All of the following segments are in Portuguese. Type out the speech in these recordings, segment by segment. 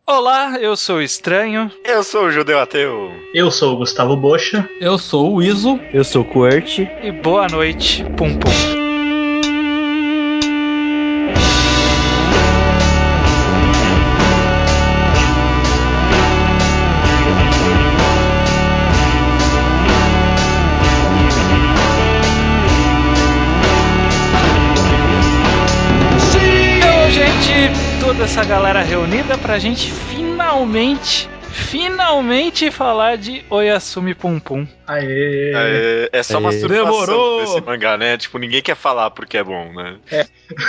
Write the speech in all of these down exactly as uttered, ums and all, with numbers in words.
Olá, eu sou o Estranho. Eu sou o Judeu Ateu. Eu sou o Gustavo Bocha. Eu sou o Iso. Eu sou o Kurt. E boa noite, Pum Pum. Toda essa galera reunida pra gente finalmente, finalmente falar de Oyasumi Pum Pum. Aê! É, é só uma Aê. surfação Demorou. desse mangá, né? Tipo, ninguém quer falar porque é bom, né? É.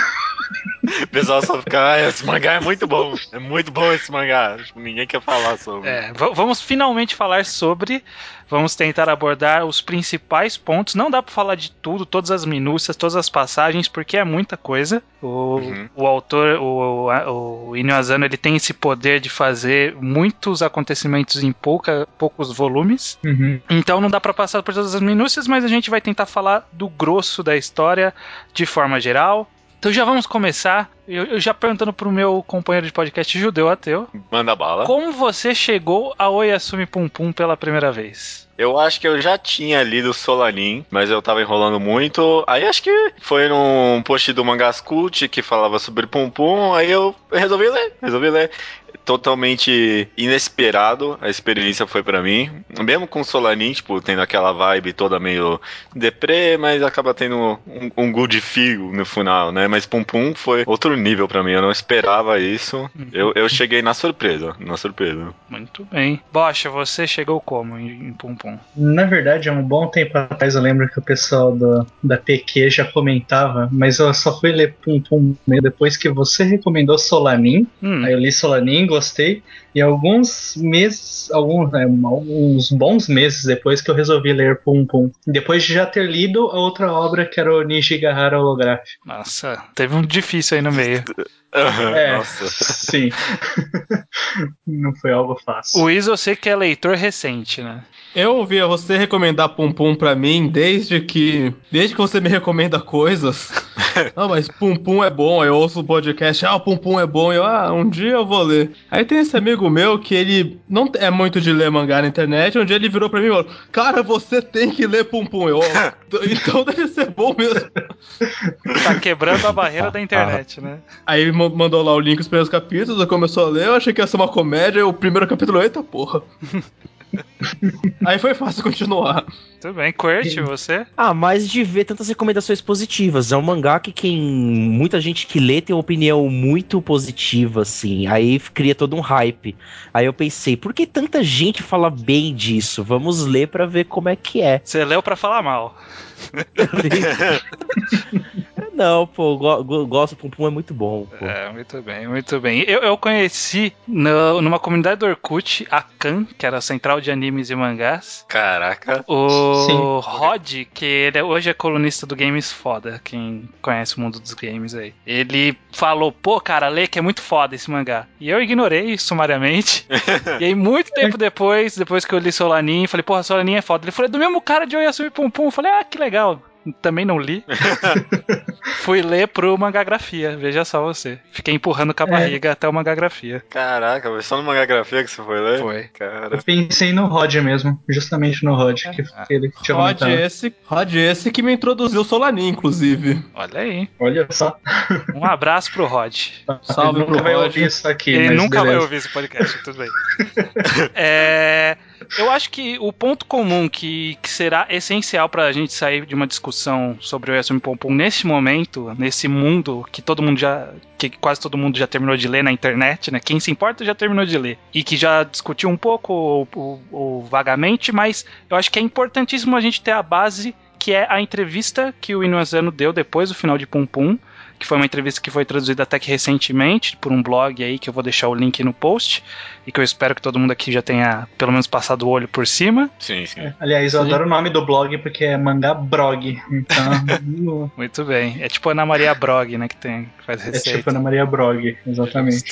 O pessoal só fica, ah, esse mangá é muito bom, é muito bom esse mangá. Tipo, ninguém quer falar sobre. É, v- vamos finalmente falar sobre, vamos tentar abordar os principais pontos. Não dá pra falar de tudo, todas as minúcias, todas as passagens, porque é muita coisa. O, Uhum. o autor, o, o, o Inyo Asano, ele tem esse poder de fazer muitos acontecimentos em pouca, poucos volumes. Uhum. Então não dá pra passar por todas as minúcias, mas a gente vai tentar falar do grosso da história de forma geral. Então já vamos começar, eu, eu já perguntando pro meu companheiro de podcast Judeu Ateu, Manda bala. como você chegou a Oyasumi Pum Pum pela primeira vez? Eu acho que eu já tinha lido Solanin, mas eu tava enrolando muito. Aí acho que foi num post do Mangas Cult que falava sobre Pum Pum, aí eu resolvi ler, resolvi ler. Totalmente inesperado a experiência foi pra mim. Mesmo com Solanin, tipo, tendo aquela vibe toda meio deprê, mas acaba tendo um, um good feel no final, né? Mas Pum Pum foi outro nível pra mim, eu não esperava isso. Eu, eu cheguei na surpresa, na surpresa. Muito bem. Bocha, você chegou como em, em Pum Pum? Na verdade, há um bom tempo atrás eu lembro que o pessoal do, da P Q já comentava, mas eu só fui ler Pum Pum depois que você recomendou Solanin. Hum. Aí eu li Solanin, gostei, e alguns meses, alguns, é, alguns bons meses depois que eu resolvi ler Pum Pum. Depois de já ter lido a outra obra que era o Nijigahara Holográfico. Nossa, teve um difícil aí no meio. É, Nossa. sim. Não foi algo fácil. O Iso eu sei que é leitor recente, né? Eu ouvia você recomendar Pum Pum pra mim desde que. Desde que você me recomenda coisas. Não, mas Pum Pum é bom. Aí eu ouço o podcast, ah, o Pum Pum é bom. E eu, ah, um dia eu vou ler. Aí tem esse amigo meu que ele não é muito de ler mangá na internet. Um dia ele virou pra mim e falou: cara, você tem que ler Pum Pum. Eu, oh, então deve ser bom mesmo. Tá quebrando a barreira da internet, né? Aí ele mandou lá o link dos primeiros capítulos. Eu começou a ler. Eu achei que ia ser uma comédia. O primeiro capítulo, eita porra. Aí foi fácil continuar. Tudo bem, Kurt, você? Ah, mas de ver tantas recomendações positivas. É um mangá que quem muita gente que lê tem uma opinião muito positiva, assim. Aí cria todo um hype. Aí eu pensei, por que tanta gente fala bem disso? Vamos ler pra ver como é que é. Você leu pra falar mal. Não, pô, go go gosto, Pum Pum é muito bom, pô. É, muito bem, muito bem. Eu, eu conheci no, numa comunidade do Orkut, a Kan, que era a central de animes e mangás. Caraca. O Sim. Rod, que ele é- hoje é colunista do Games Foda, quem conhece o mundo dos games aí. Ele falou, pô, cara, lê que é muito foda esse mangá. E eu ignorei sumariamente. E aí, muito tempo depois, depois que eu li Solanin, falei, porra, Solanin é foda. Ele falou, é do mesmo cara de Oyasumi Pum Pum. Eu falei, ah, que legal. Também não li. Fui ler pro Mangagrafia, veja só você. Fiquei empurrando com a É. barriga até o Mangagrafia. Caraca, foi só no mangagrafia que você foi ler? Foi. Cara. Eu pensei no Rod mesmo, justamente no Rod, que ele tinha Rod comentado. esse, Rod esse que me introduziu o Solanin, inclusive. Olha aí. Olha só. Um abraço pro Rod. Salve Ele pro nunca vai Rod. ouvir isso aqui, Ele mas nunca beleza. vai ouvir esse podcast, tudo bem. É, eu acho que o ponto comum que, que será essencial pra gente sair de uma discussão sobre o Oyasumi Pum Pum nesse momento, nesse mundo que todo mundo já, que quase todo mundo já terminou de ler na internet, né? Quem se importa já terminou de ler. E que já discutiu um pouco ou, ou, ou vagamente, mas eu acho que é importantíssimo a gente ter a base, que é a entrevista que o Inyo Asano deu depois do final de Pum Pum, que foi uma entrevista que foi traduzida até que recentemente por um blog aí, que eu vou deixar o link no post, e que eu espero que todo mundo aqui já tenha pelo menos passado o olho por cima. Sim, sim. É, aliás, eu Sim. adoro o nome do blog porque é Mangá Brog. Então, Muito bem. É tipo a Ana Maria Brog, né, que tem, que faz é receita. tipo Ana Maria Brog, exatamente. Justo.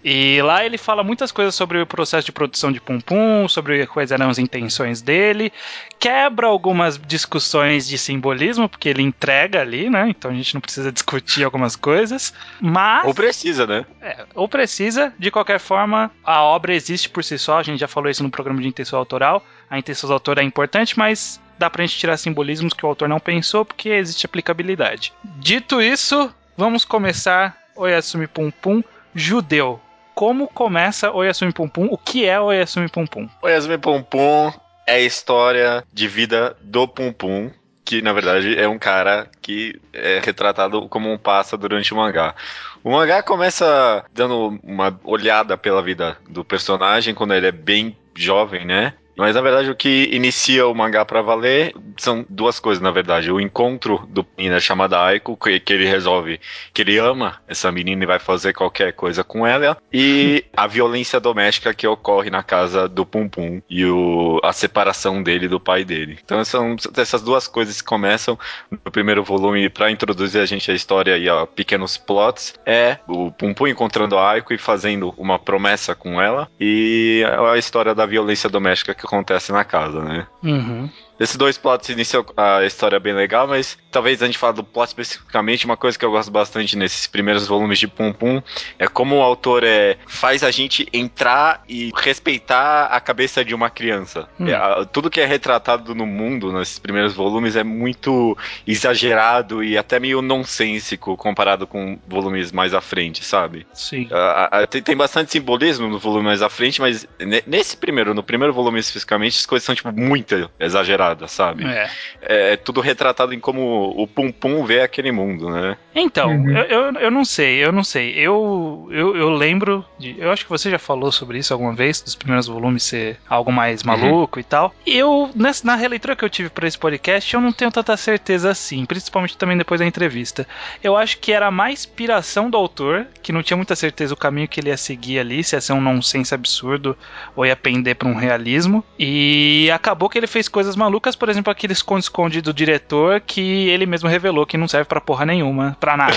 E lá ele fala muitas coisas sobre o processo de produção de Pum Pum, sobre quais eram as intenções dele, quebra algumas discussões de simbolismo, porque ele entrega ali, né? Então a gente não precisa discutir algumas coisas, mas... Ou precisa, né? É, ou precisa, de qualquer forma, a obra existe por si só, a gente já falou isso no programa de intenção autoral, a intenção do autor é importante, mas dá pra gente tirar simbolismos que o autor não pensou, porque existe aplicabilidade. Dito isso, vamos começar Oyasumi Pum Pum judeu. Como começa Oyasumi Pum Pum? O que é Oyasumi Pum Pum? Oyasumi Pum Pum é a história de vida do Pum Pum, que na verdade é um cara que é retratado como um pássaro durante o mangá. O mangá começa dando uma olhada pela vida do personagem quando ele é bem jovem, né? Mas na verdade o que inicia o mangá pra valer são duas coisas, na verdade. O encontro do menina chamada Aiko, que, que ele resolve que ele ama essa menina e vai fazer qualquer coisa com ela, e a violência doméstica que ocorre na casa do Pum Pum e o, a separação dele do pai dele. Então são essas duas coisas que começam no primeiro volume pra introduzir a gente à história e a pequenos plots. É o Pum Pum encontrando a Aiko e fazendo uma promessa com ela, e a história da violência doméstica que acontece na casa, né? Uhum. Esses dois plots iniciam a história bem legal, mas talvez a gente fale do plot especificamente. Uma coisa que eu gosto bastante nesses primeiros volumes de Pum Pum é como o autor é, faz a gente entrar e respeitar a cabeça de uma criança. Hum. É, a, tudo que é retratado no mundo nesses primeiros volumes é muito exagerado e até meio nonsensico comparado com volumes mais à frente, sabe? Sim. Uh, uh, tem, tem bastante simbolismo no volume mais à frente, mas ne- nesse primeiro, no primeiro volume especificamente, as coisas são tipo muito exageradas, sabe? É. É, é tudo retratado em como o Pum Pum vê aquele mundo, né? Então, Uhum. eu, eu, eu não sei, eu não sei. Eu, eu, eu lembro, de, eu acho que você já falou sobre isso alguma vez, dos primeiros volumes ser algo mais maluco e tal. Eu, nessa, na releitura que eu tive pra esse podcast, eu não tenho tanta certeza assim, principalmente também depois da entrevista. Eu acho que era mais piração do autor, que não tinha muita certeza o caminho que ele ia seguir ali, se ia ser um nonsense absurdo ou ia pender pra um realismo. E acabou que ele fez coisas malucas, por exemplo, aquele esconde-esconde do diretor que ele mesmo revelou que não serve pra porra nenhuma, pra nada.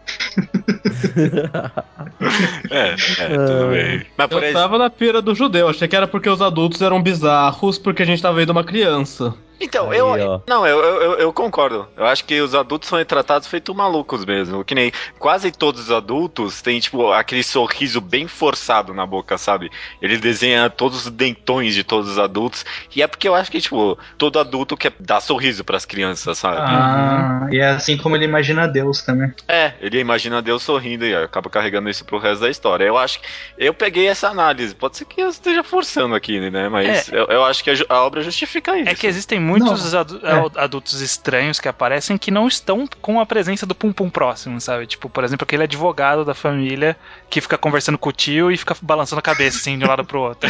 é, é, tudo bem. Mas por Eu ex- tava na pira do judeu, achei que era porque os adultos eram bizarros, porque a gente tava vendo uma criança. Então, Aí, eu. ó. Não, eu, eu, eu concordo. Eu acho que os adultos são retratados feito malucos mesmo. Que nem quase todos os adultos têm, tipo, aquele sorriso bem forçado na boca, sabe? Ele desenha todos os dentões de todos os adultos. E é porque eu acho que, tipo, todo adulto quer dar sorriso pras crianças, sabe? Ah, e é assim como ele imagina Deus também. É, ele imagina Deus sorrindo e acaba carregando isso pro resto da história. Eu acho que. Eu peguei essa análise. Pode ser que eu esteja forçando aqui, né? Mas É. eu, eu acho que a, ju- a obra justifica isso. É que existem muitos Não, adu- é. adultos estranhos que aparecem que não estão com a presença do Pum Pum próximo, sabe? Tipo, por exemplo, aquele advogado da família que fica conversando com o tio e fica balançando a cabeça assim de um lado pro outro.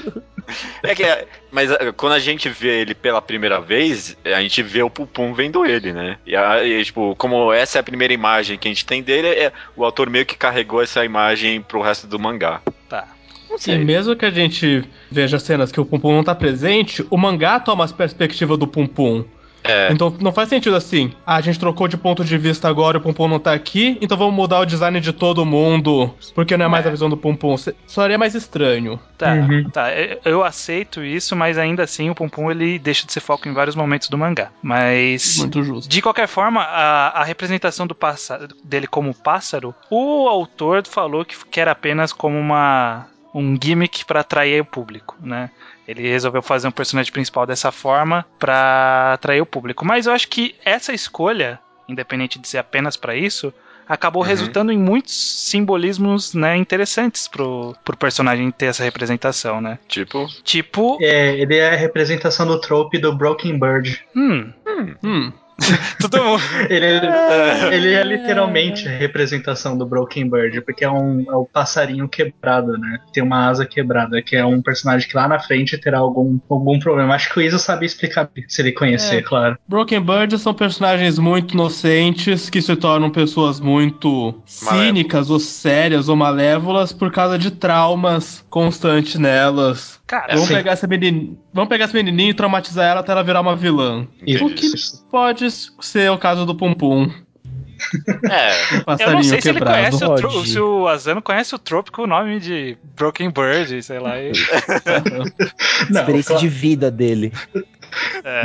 É que, é, mas é, quando a gente vê ele pela primeira vez, a gente vê o Pum Pum vendo ele, né? E, aí, tipo, como essa é a primeira imagem que a gente tem dele, é, o autor meio que carregou essa imagem pro resto do mangá. Tá. Não E sei. mesmo que a gente veja cenas que o Pum Pum não tá presente, o mangá toma as perspectivas do Pum Pum. É, Então não faz sentido assim, ah, a gente trocou de ponto de vista agora e o Pum Pum não tá aqui, então vamos mudar o design de todo mundo, porque não é mais É. a visão do Pum Pum. Seria mais estranho. Tá, Uhum. tá. Eu, eu aceito isso, mas ainda assim o Pum Pum ele deixa de ser foco em vários momentos do mangá. Mas Muito justo. de qualquer forma, a, a representação do pássaro, dele como pássaro, o autor falou que, que era apenas como uma um gimmick para atrair o público, né? Ele resolveu fazer um personagem principal dessa forma para atrair o público. Mas eu acho que essa escolha, independente de ser apenas para isso, acabou Uhum. resultando em muitos simbolismos, né, interessantes pro, pro personagem ter essa representação, né? tipo. Tipo, É, ele é a representação do trope do Broken Bird. hum, Hum. todo mundo. Ele é, ele é literalmente a representação do Broken Bird, porque é um, é um passarinho quebrado, né? Tem uma asa quebrada, que é um personagem que lá na frente terá algum, algum problema. Acho que o Iso sabe explicar se ele conhecer, É. claro. Broken Birds são personagens muito inocentes que se tornam pessoas muito cínicas ou sérias ou malévolas por causa de traumas constantes nelas. Cara, Vamos sim. pegar, essa meni... Vamos pegar essa menininha e traumatizar ela até ela virar uma vilã. Isso. O que pode ser o caso do Pum Pum. É. Um Eu passarinho não sei se ele quebrado. conhece o tro- Pode. se o Asano conhece o Trope com o nome de Broken Bird, sei lá. e- Não, Experiência claro. de vida dele. É.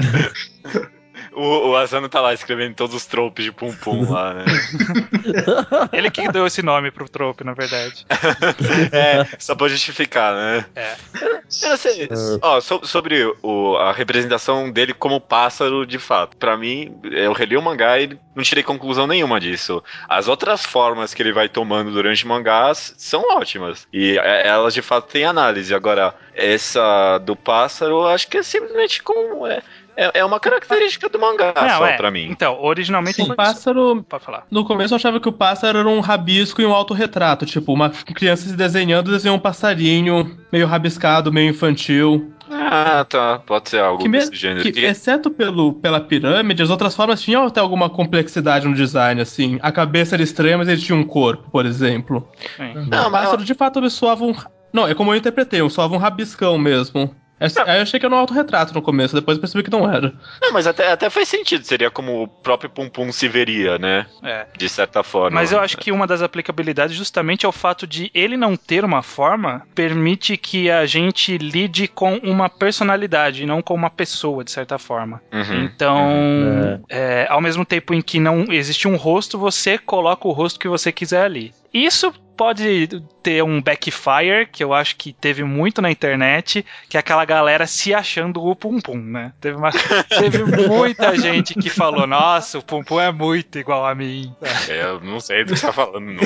O, o Asano tá lá escrevendo todos os tropes de Pum Pum lá, né? Ele que deu esse nome pro Trope, na verdade. É, só pra justificar, né? É. Eu não sei. Ó, so- sobre o, a representação dele como pássaro, de fato. Pra mim, eu reli o mangá e não tirei conclusão nenhuma disso. As outras formas que ele vai tomando durante o mangá são ótimas. E é, elas, de fato, têm análise. Agora, essa do pássaro, eu acho que é simplesmente como... É, é é uma característica do mangá Não, só, é. pra mim. Então, originalmente Sim. foi O pássaro. isso. Pode falar. No começo eu achava que o pássaro era um rabisco e um autorretrato. Tipo, uma criança se desenhando, desenhou um passarinho, meio rabiscado, meio infantil. Ah, tá. Pode ser algo Que, me- desse gênero. que, exceto pelo, pela pirâmide, as outras formas tinham até alguma complexidade no design, assim. A cabeça era estranha, mas ele tinha um corpo, por exemplo. Sim. Não, O mas pássaro, de fato, ele soava um... Não, é como eu interpretei, eu soava um rabiscão mesmo. Aí eu achei que era um autorretrato no começo, depois eu percebi que não era. Não, mas até, até faz sentido. Seria como o próprio Pum Pum se veria, né? É. De certa forma. Mas eu acho que uma das aplicabilidades justamente é o fato de ele não ter uma forma permite que a gente lide com uma personalidade e não com uma pessoa, de certa forma. Uhum, Então, uhum. é, ao mesmo tempo em que não existe um rosto, você coloca o rosto que você quiser ali. Isso pode ter um backfire, que eu acho que teve muito na internet, que é aquela galera se achando o Pum Pum, né? Teve, uma, teve muita gente que falou, nossa, o Pum Pum é muito igual a mim. É, eu não sei do que você tá falando, não.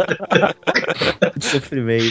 Sofrimento.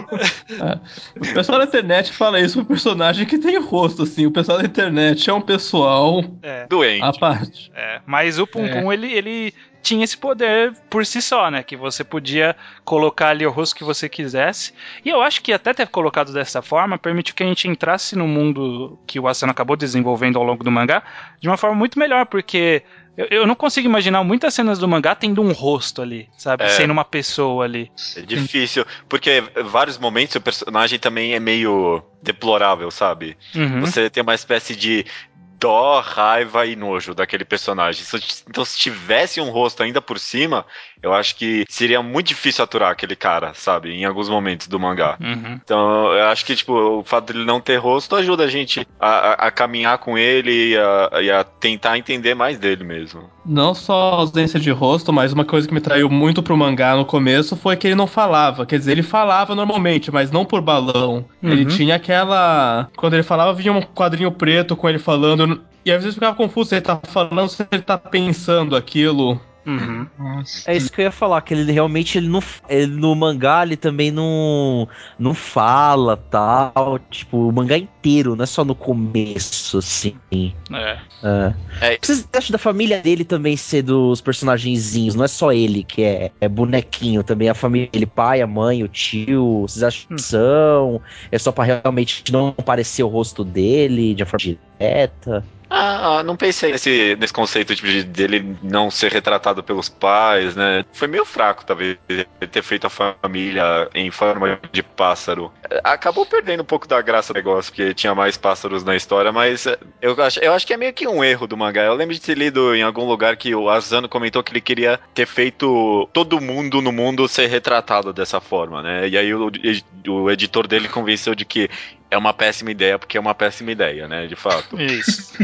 É. O pessoal da internet fala isso pro personagem que tem rosto, assim. O pessoal da internet é um pessoal É, Doente. à parte. é. Mas o Pum É. Pum, ele, ele tinha esse poder por si só, né? Que você podia colocar ali o rosto que você quisesse. E eu acho que até ter colocado dessa forma permitiu que a gente entrasse no mundo que o Asano acabou desenvolvendo ao longo do mangá de uma forma muito melhor, porque eu, eu não consigo imaginar muitas cenas do mangá tendo um rosto ali, sabe? É. Sendo uma pessoa ali. É difícil, porque vários momentos o personagem também é meio deplorável, sabe? Uhum. Você tem uma espécie de dó, raiva e nojo daquele personagem. Se- Então, se tivesse um rosto ainda por cima, eu acho que seria muito difícil aturar aquele cara, sabe? Em alguns momentos do mangá. Uhum. Então, eu acho que, tipo, o fato dele não ter rosto ajuda a gente a, a- a caminhar com ele e a, e a tentar entender mais dele mesmo. Não só a ausência de rosto, mas uma coisa que me traiu muito pro mangá no começo foi que ele não falava. Quer dizer, ele falava normalmente, mas não por balão. Uhum. Ele tinha aquela... Quando ele falava, vinha um quadrinho preto com ele falando. E às vezes eu ficava confuso se ele tá falando, se ele tá pensando aquilo. Uhum. Nossa. É isso que eu ia falar, que ele realmente ele não, ele, no mangá ele também não, não fala tal, tipo, o mangá inteiro, não é só no começo, assim. É. É. É. O que vocês acham da família dele também ser dos personagenzinhos? Não é só ele que é, é bonequinho, também a família, ele, pai, a mãe, o tio, vocês acham que são? É só pra realmente não parecer o rosto dele de uma forma direta? Ah, ah, não pensei nesse, nesse conceito tipo, de dele não ser retratado pelos pais, né? Foi meio fraco, talvez, ele ter feito a família em forma de pássaro. Acabou perdendo um pouco da graça do negócio, porque tinha mais pássaros na história, mas eu acho, eu acho que é meio que um erro do mangá. Eu lembro de ter lido em algum lugar que o Asano comentou que ele queria ter feito todo mundo no mundo ser retratado dessa forma, né? E aí o, o editor dele convenceu de que é uma péssima ideia, porque é uma péssima ideia, né? De fato. Isso.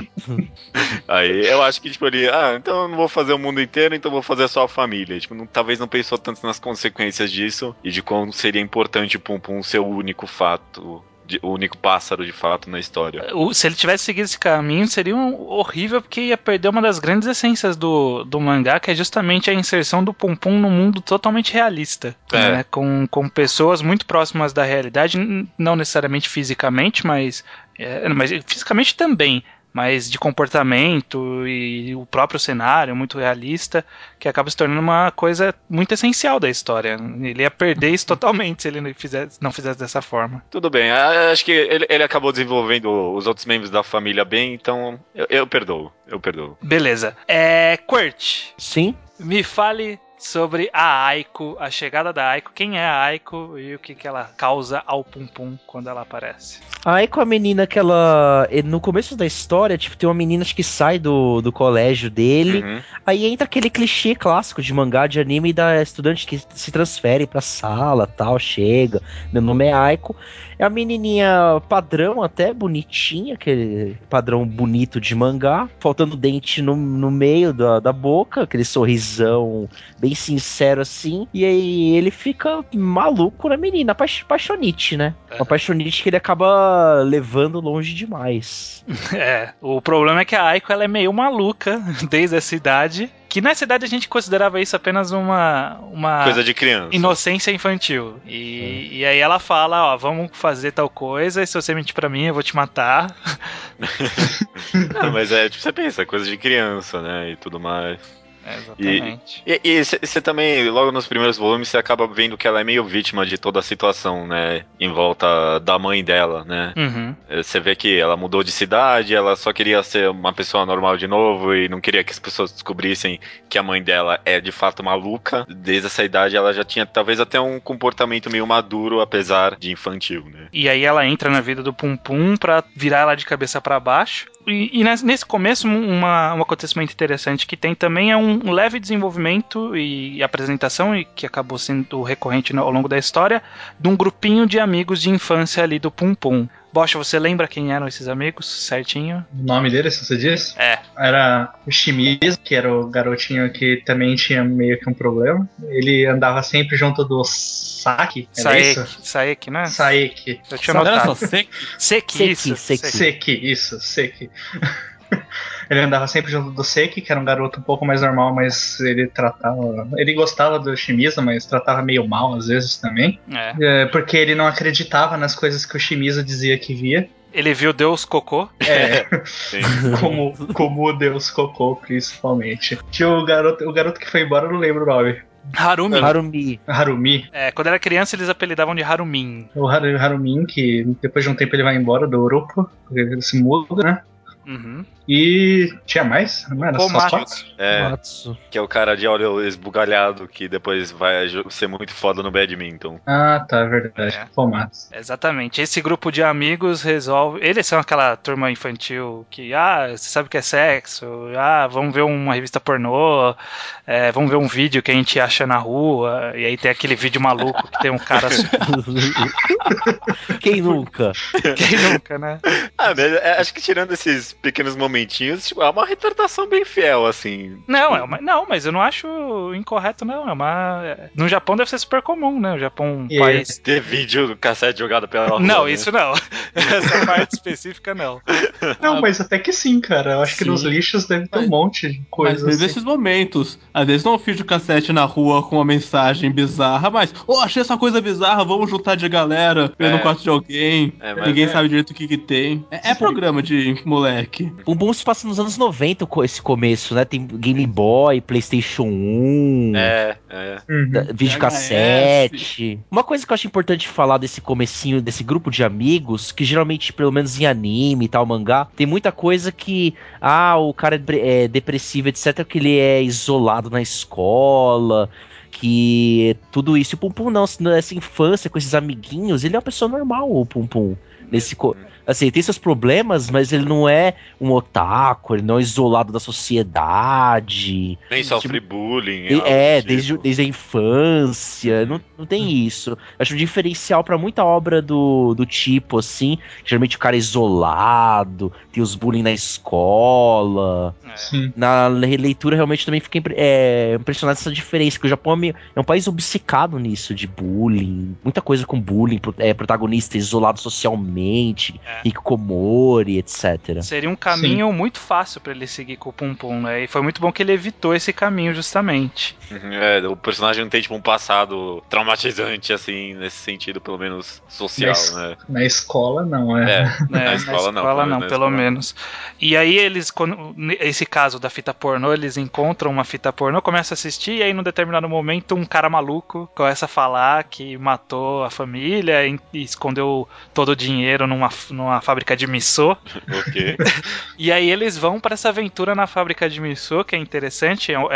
Aí eu acho que, tipo, ele, ah, então eu não vou fazer o mundo inteiro, então eu vou fazer só a família. Tipo, não, talvez não pensou tanto nas consequências disso e de como seria importante o Pum Pum ser o único fato, de, o único pássaro de fato na história. O- se ele tivesse seguido esse caminho, seria um horrível, porque ia perder uma das grandes essências do, do mangá, que é justamente a inserção do Pum Pum num mundo totalmente realista. É. Né? Com, com pessoas muito próximas da realidade, n- não necessariamente fisicamente, mas, é, mas fisicamente também. Mas de comportamento e o próprio cenário muito realista, que acaba se tornando uma coisa muito essencial da história. Ele ia perder isso totalmente se ele não fizesse, não fizesse dessa forma. Tudo bem, ah, acho que ele, ele acabou desenvolvendo os outros membros da família bem, então eu, eu perdoo, eu perdoo. Beleza. É, Kurt, Sim? me fale sobre a Aiko, a chegada da Aiko, quem é a Aiko e o que, que ela causa ao Pum Pum quando ela aparece. A Aiko é a menina que ela... No começo da história, tipo, tem uma menina que sai do, do colégio dele, Uhum. aí entra aquele clichê clássico de mangá, de anime, da estudante que se transfere pra sala, tal, chega, meu nome é Aiko. É a menininha padrão, até bonitinha, aquele padrão bonito de mangá, faltando dente no, no meio da, da boca, aquele sorrisão bem sincero assim, e aí ele fica maluco na menina, apaix- apaixonite, né? Uma apaixonite que ele acaba levando longe demais. É, o problema é que a Aiko ela é meio maluca desde essa idade, que nessa idade a gente considerava isso apenas uma, uma Coisa de criança. inocência infantil. E, e aí ela fala, ó, vamos fazer tal coisa, e se você mentir pra mim, eu vou te matar. Não, mas é, tipo, você pensa, coisa de criança, né, e tudo mais. É, exatamente. E você também, logo nos primeiros volumes, você acaba vendo que ela é meio vítima de toda a situação, né? Em volta da mãe dela, né? Uhum. Você vê que ela mudou de cidade, ela só queria ser uma pessoa normal de novo e não queria que as pessoas descobrissem que a mãe dela é de fato maluca. Desde essa idade ela já tinha talvez até um comportamento meio maduro, apesar de infantil, né? E aí ela entra na vida do Pum Pum pra virar ela de cabeça pra baixo. E, e nesse começo, uma, um acontecimento interessante que tem também é um leve desenvolvimento e apresentação, e que acabou sendo recorrente ao longo da história, de um grupinho de amigos de infância ali do Pum Pum. Bosch, você lembra quem eram esses amigos, certinho? O nome dele, se você diz? É. Era o Shimizu, que era o garotinho que também tinha meio que um problema. Ele andava sempre junto do Saki, era Saeki, isso? Saeki, né? Saeki. Eu tinha Não era notado. só Seki? Seki, Seki, isso. Seki. Seki, isso, Seki. Ele andava sempre junto do Seki, que era um garoto um pouco mais normal, mas ele tratava. Ele gostava do Shimizu, mas tratava meio mal às vezes também. É. É, porque ele não acreditava nas coisas que o Shimizu dizia que via. Ele viu Deus Cocô. É, Sim. como, como o Deus Cocô, principalmente. Tinha o garoto, o garoto que foi embora, eu não lembro o nome. Harumi. Harumi. Harumi. É, quando era criança eles apelidavam de Harumin. O Haru- Harumin, que depois de um tempo ele vai embora do grupo, porque ele se muda, né? Uhum. E tinha mais? Não era só os Komatsu. quatro? É, Matsu. que é o cara de olho esbugalhado que depois vai jo- ser muito foda no badminton. Ah, tá, é verdade. É. Komatsu. Exatamente. Esse grupo de amigos resolve. Eles são aquela turma infantil que, ah, você sabe o que é sexo, ah, vamos ver uma revista pornô, é, vamos ver um vídeo que a gente acha na rua, e aí tem aquele vídeo maluco que tem um cara. Quem nunca? Quem nunca, né? Ah, mas é, acho que tirando esses pequenos momentinhos, tipo, é uma retratação bem fiel, assim. Não, Tipo, é uma... não, mas eu não acho incorreto, não. É uma. No Japão deve ser super comum, né? O Japão é um É. país. ter vídeo do cassete jogado pela rua. Não, né? isso não. Essa parte específica, não. Não, Ah, mas até que sim, cara. Eu acho que sim. nos lixos deve ter um Mas- monte de Mas coisa teve assim. esses momentos. Às vezes não fiz o cassete na rua com uma mensagem bizarra, mas, oh, achei essa coisa bizarra, vamos juntar de galera, ver no É. quarto de alguém. É, mas Ninguém é- sabe direito o que que tem. É, é programa de moleque. O Boom se passa nos anos noventa, co- esse começo, né? Tem Game Boy, PlayStation um, É, é. Uhum. da- videocassete. Uma coisa que eu acho importante falar desse comecinho, desse grupo de amigos, que geralmente, pelo menos em anime e tal, mangá, tem muita coisa que, ah, o cara é bre- é depressivo, etcétera, que ele é isolado na escola, que tudo isso. E o Pum Pum não, nessa infância com esses amiguinhos, ele é uma pessoa normal, o Pum Pum. Nesse, co- assim, ele tem seus problemas, mas ele não é um otaku, ele não é isolado da sociedade. Nem sofre bullying. E- algo É, do tipo. desde, desde a infância, Uhum. não, não tem isso. Acho um diferencial pra muita obra do, do tipo, assim. Geralmente o cara é isolado, tem os bullying na escola. Sim. Na releitura realmente também fiquei impre- é, impressionado com essa diferença, porque o Japão é, meio- é um país obcecado nisso, de bullying, muita coisa com bullying, pro- é, protagonista isolado socialmente, É. hikikomori, etcétera. Seria um caminho muito fácil pra ele seguir com o Pum Pum, né? E foi muito bom que ele evitou esse caminho, justamente. Uhum, é, o personagem não tem, tipo, um passado traumatizante, assim, nesse sentido, pelo menos social, Mas- né? Na escola, não, é. É, Né? na escola não. pelo menos na pelo escola menos. E aí eles, quando, esse caso da fita pornô, eles encontram uma fita pornô, começam a assistir, e aí num determinado momento um cara maluco começa a falar que matou a família e, e escondeu todo o dinheiro engenheiro numa, numa fábrica de missô. Ok. E aí eles vão pra essa aventura na fábrica de missô, que é interessante. É,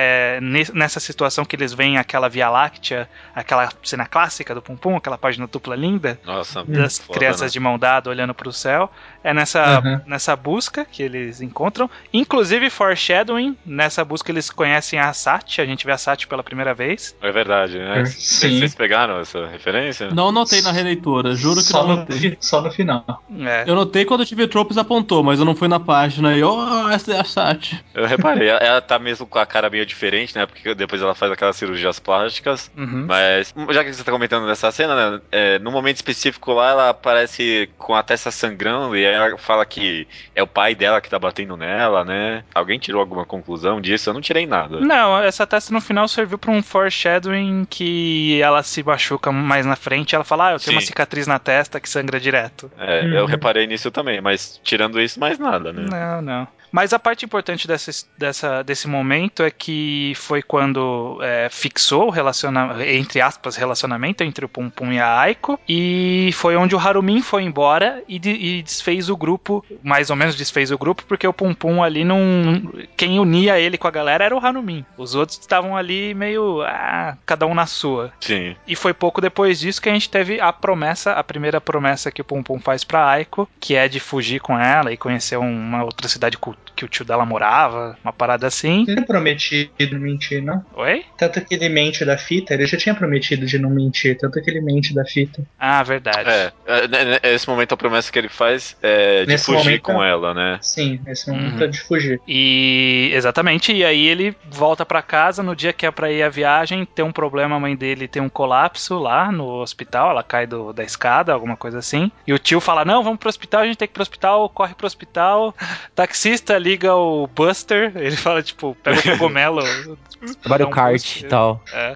é nessa situação que eles veem aquela Via Láctea, aquela cena clássica do Pum Pum, aquela página dupla linda. Nossa, das foda, crianças né? de mão dada olhando pro céu. É nessa, Uhum. nessa busca que eles encontram. Inclusive, foreshadowing, nessa busca eles conhecem a Sati. A gente vê a Sati pela primeira vez. É verdade, né? Sim. Vocês pegaram essa referência? Não notei na releitura, juro que Só não no, notei. fi- só no final. É. Eu notei quando o T V Tropes apontou, mas eu não fui na página e, oh, essa é a Sati. Eu reparei, ela, ela tá mesmo com a cara meio diferente, né? Porque depois ela faz aquelas cirurgias plásticas. Uhum. Mas, já que você tá comentando dessa cena, né? É, no momento específico lá, ela aparece com a testa sangrando e aí ela fala que é o pai dela que tá batendo nela, né? Alguém tirou alguma conclusão disso? Eu não tirei nada. Não, essa testa no final serviu pra um foreshadowing que ela se machuca mais na frente. Ela fala, ah, eu tenho Sim. uma cicatriz na testa que sangra direto. É, Uhum. eu reparei nisso também, mas tirando isso, mais nada, né? Não, não. Mas a parte importante dessa, dessa, desse momento é que foi quando é, fixou o relacionamento, entre aspas, relacionamento entre o Pum Pum e a Aiko, e foi onde o Harumin foi embora e, de, e desfez o grupo, mais ou menos desfez o grupo, porque o Pum Pum ali não... Quem unia ele com a galera era o Harumin. Os outros estavam ali meio... Ah, cada um na sua. Sim. E foi pouco depois disso que a gente teve a promessa, a primeira promessa que o Pum Pum faz pra Aiko, que é de fugir com ela e conhecer uma outra cidade cultural que o tio dela morava, uma parada assim. Ele tinha prometido mentir, não? Oi? Tanto que ele mente da fita, ele já tinha prometido de não mentir, tanto que ele mente da fita. Ah, verdade. É, é, né, esse momento a promessa que ele faz é de Nesse fugir momento, com ela, né? Sim, esse momento Uhum. é de fugir. E exatamente, e aí ele volta pra casa no dia que é pra ir a viagem, tem um problema, a mãe dele tem um colapso lá no hospital, ela cai do, da escada, alguma coisa assim. E o tio fala: "Não, vamos pro hospital, a gente tem que ir pro hospital", corre pro hospital. Taxista liga o Buster, ele fala tipo, pega o cogumelo, Mario dá um Kart boost. e tal. É.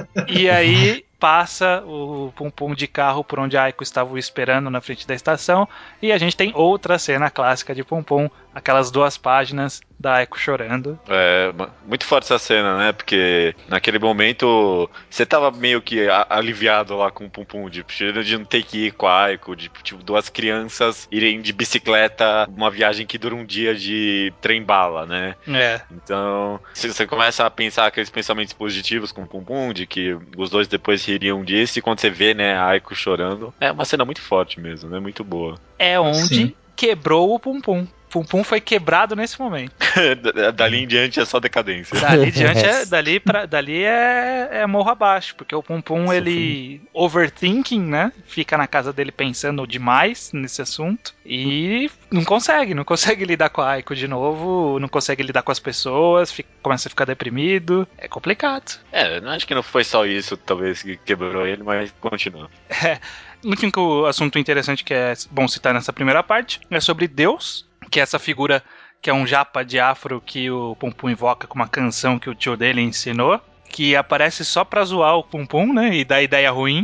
E aí passa o Pum Pum de carro por onde a Aiko estava o esperando na frente da estação, e a gente tem outra cena clássica de Pum Pum, aquelas duas páginas da Aiko chorando. É, muito forte essa cena, né? Porque naquele momento você tava meio que a- aliviado lá com o Pum Pum, de, de não ter que ir com a Aiko, de tipo, duas crianças irem de bicicleta, uma viagem que dura um dia de trem-bala, né? É. Então, se você começa a pensar aqueles pensamentos positivos com o Pum Pum, de que os dois depois ririam disso, e quando você vê, né, a Aiko chorando, é uma cena muito forte mesmo, né? Muito boa. É onde Sim. quebrou o Pum Pum. Pum Pum foi quebrado nesse momento. Dali em diante é só decadência. Dali diante é, dali pra, dali é, é morro abaixo, porque o Pum Pum, ele overthinking, né? Fica na casa dele pensando demais nesse assunto e não consegue, não consegue lidar com a Aiko de novo, não consegue lidar com as pessoas, fica, começa a ficar deprimido. É complicado. É, não acho que não foi só isso, talvez, que quebrou ele, mas continua. É. O único assunto interessante que é bom citar nessa primeira parte é sobre Deus, que é essa figura que é um japa de afro que o Pum Pum invoca com uma canção que o tio dele ensinou, que aparece só pra zoar o Pum Pum, né, e dar ideia ruim.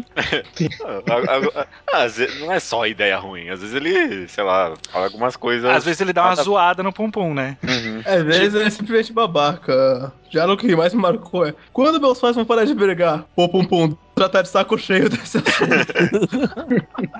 Ah, ah, às vezes não é só ideia ruim, às vezes ele, sei lá, fala algumas coisas. Às vezes ele dá uma nada- zoada no Pum Pum, né? Uhum. Às vezes ele é simplesmente babaca. Já no que mais me marcou é: quando meus pais vão parar de brigar? Pô, Pum Pum, tratar de saco cheio desse assunto.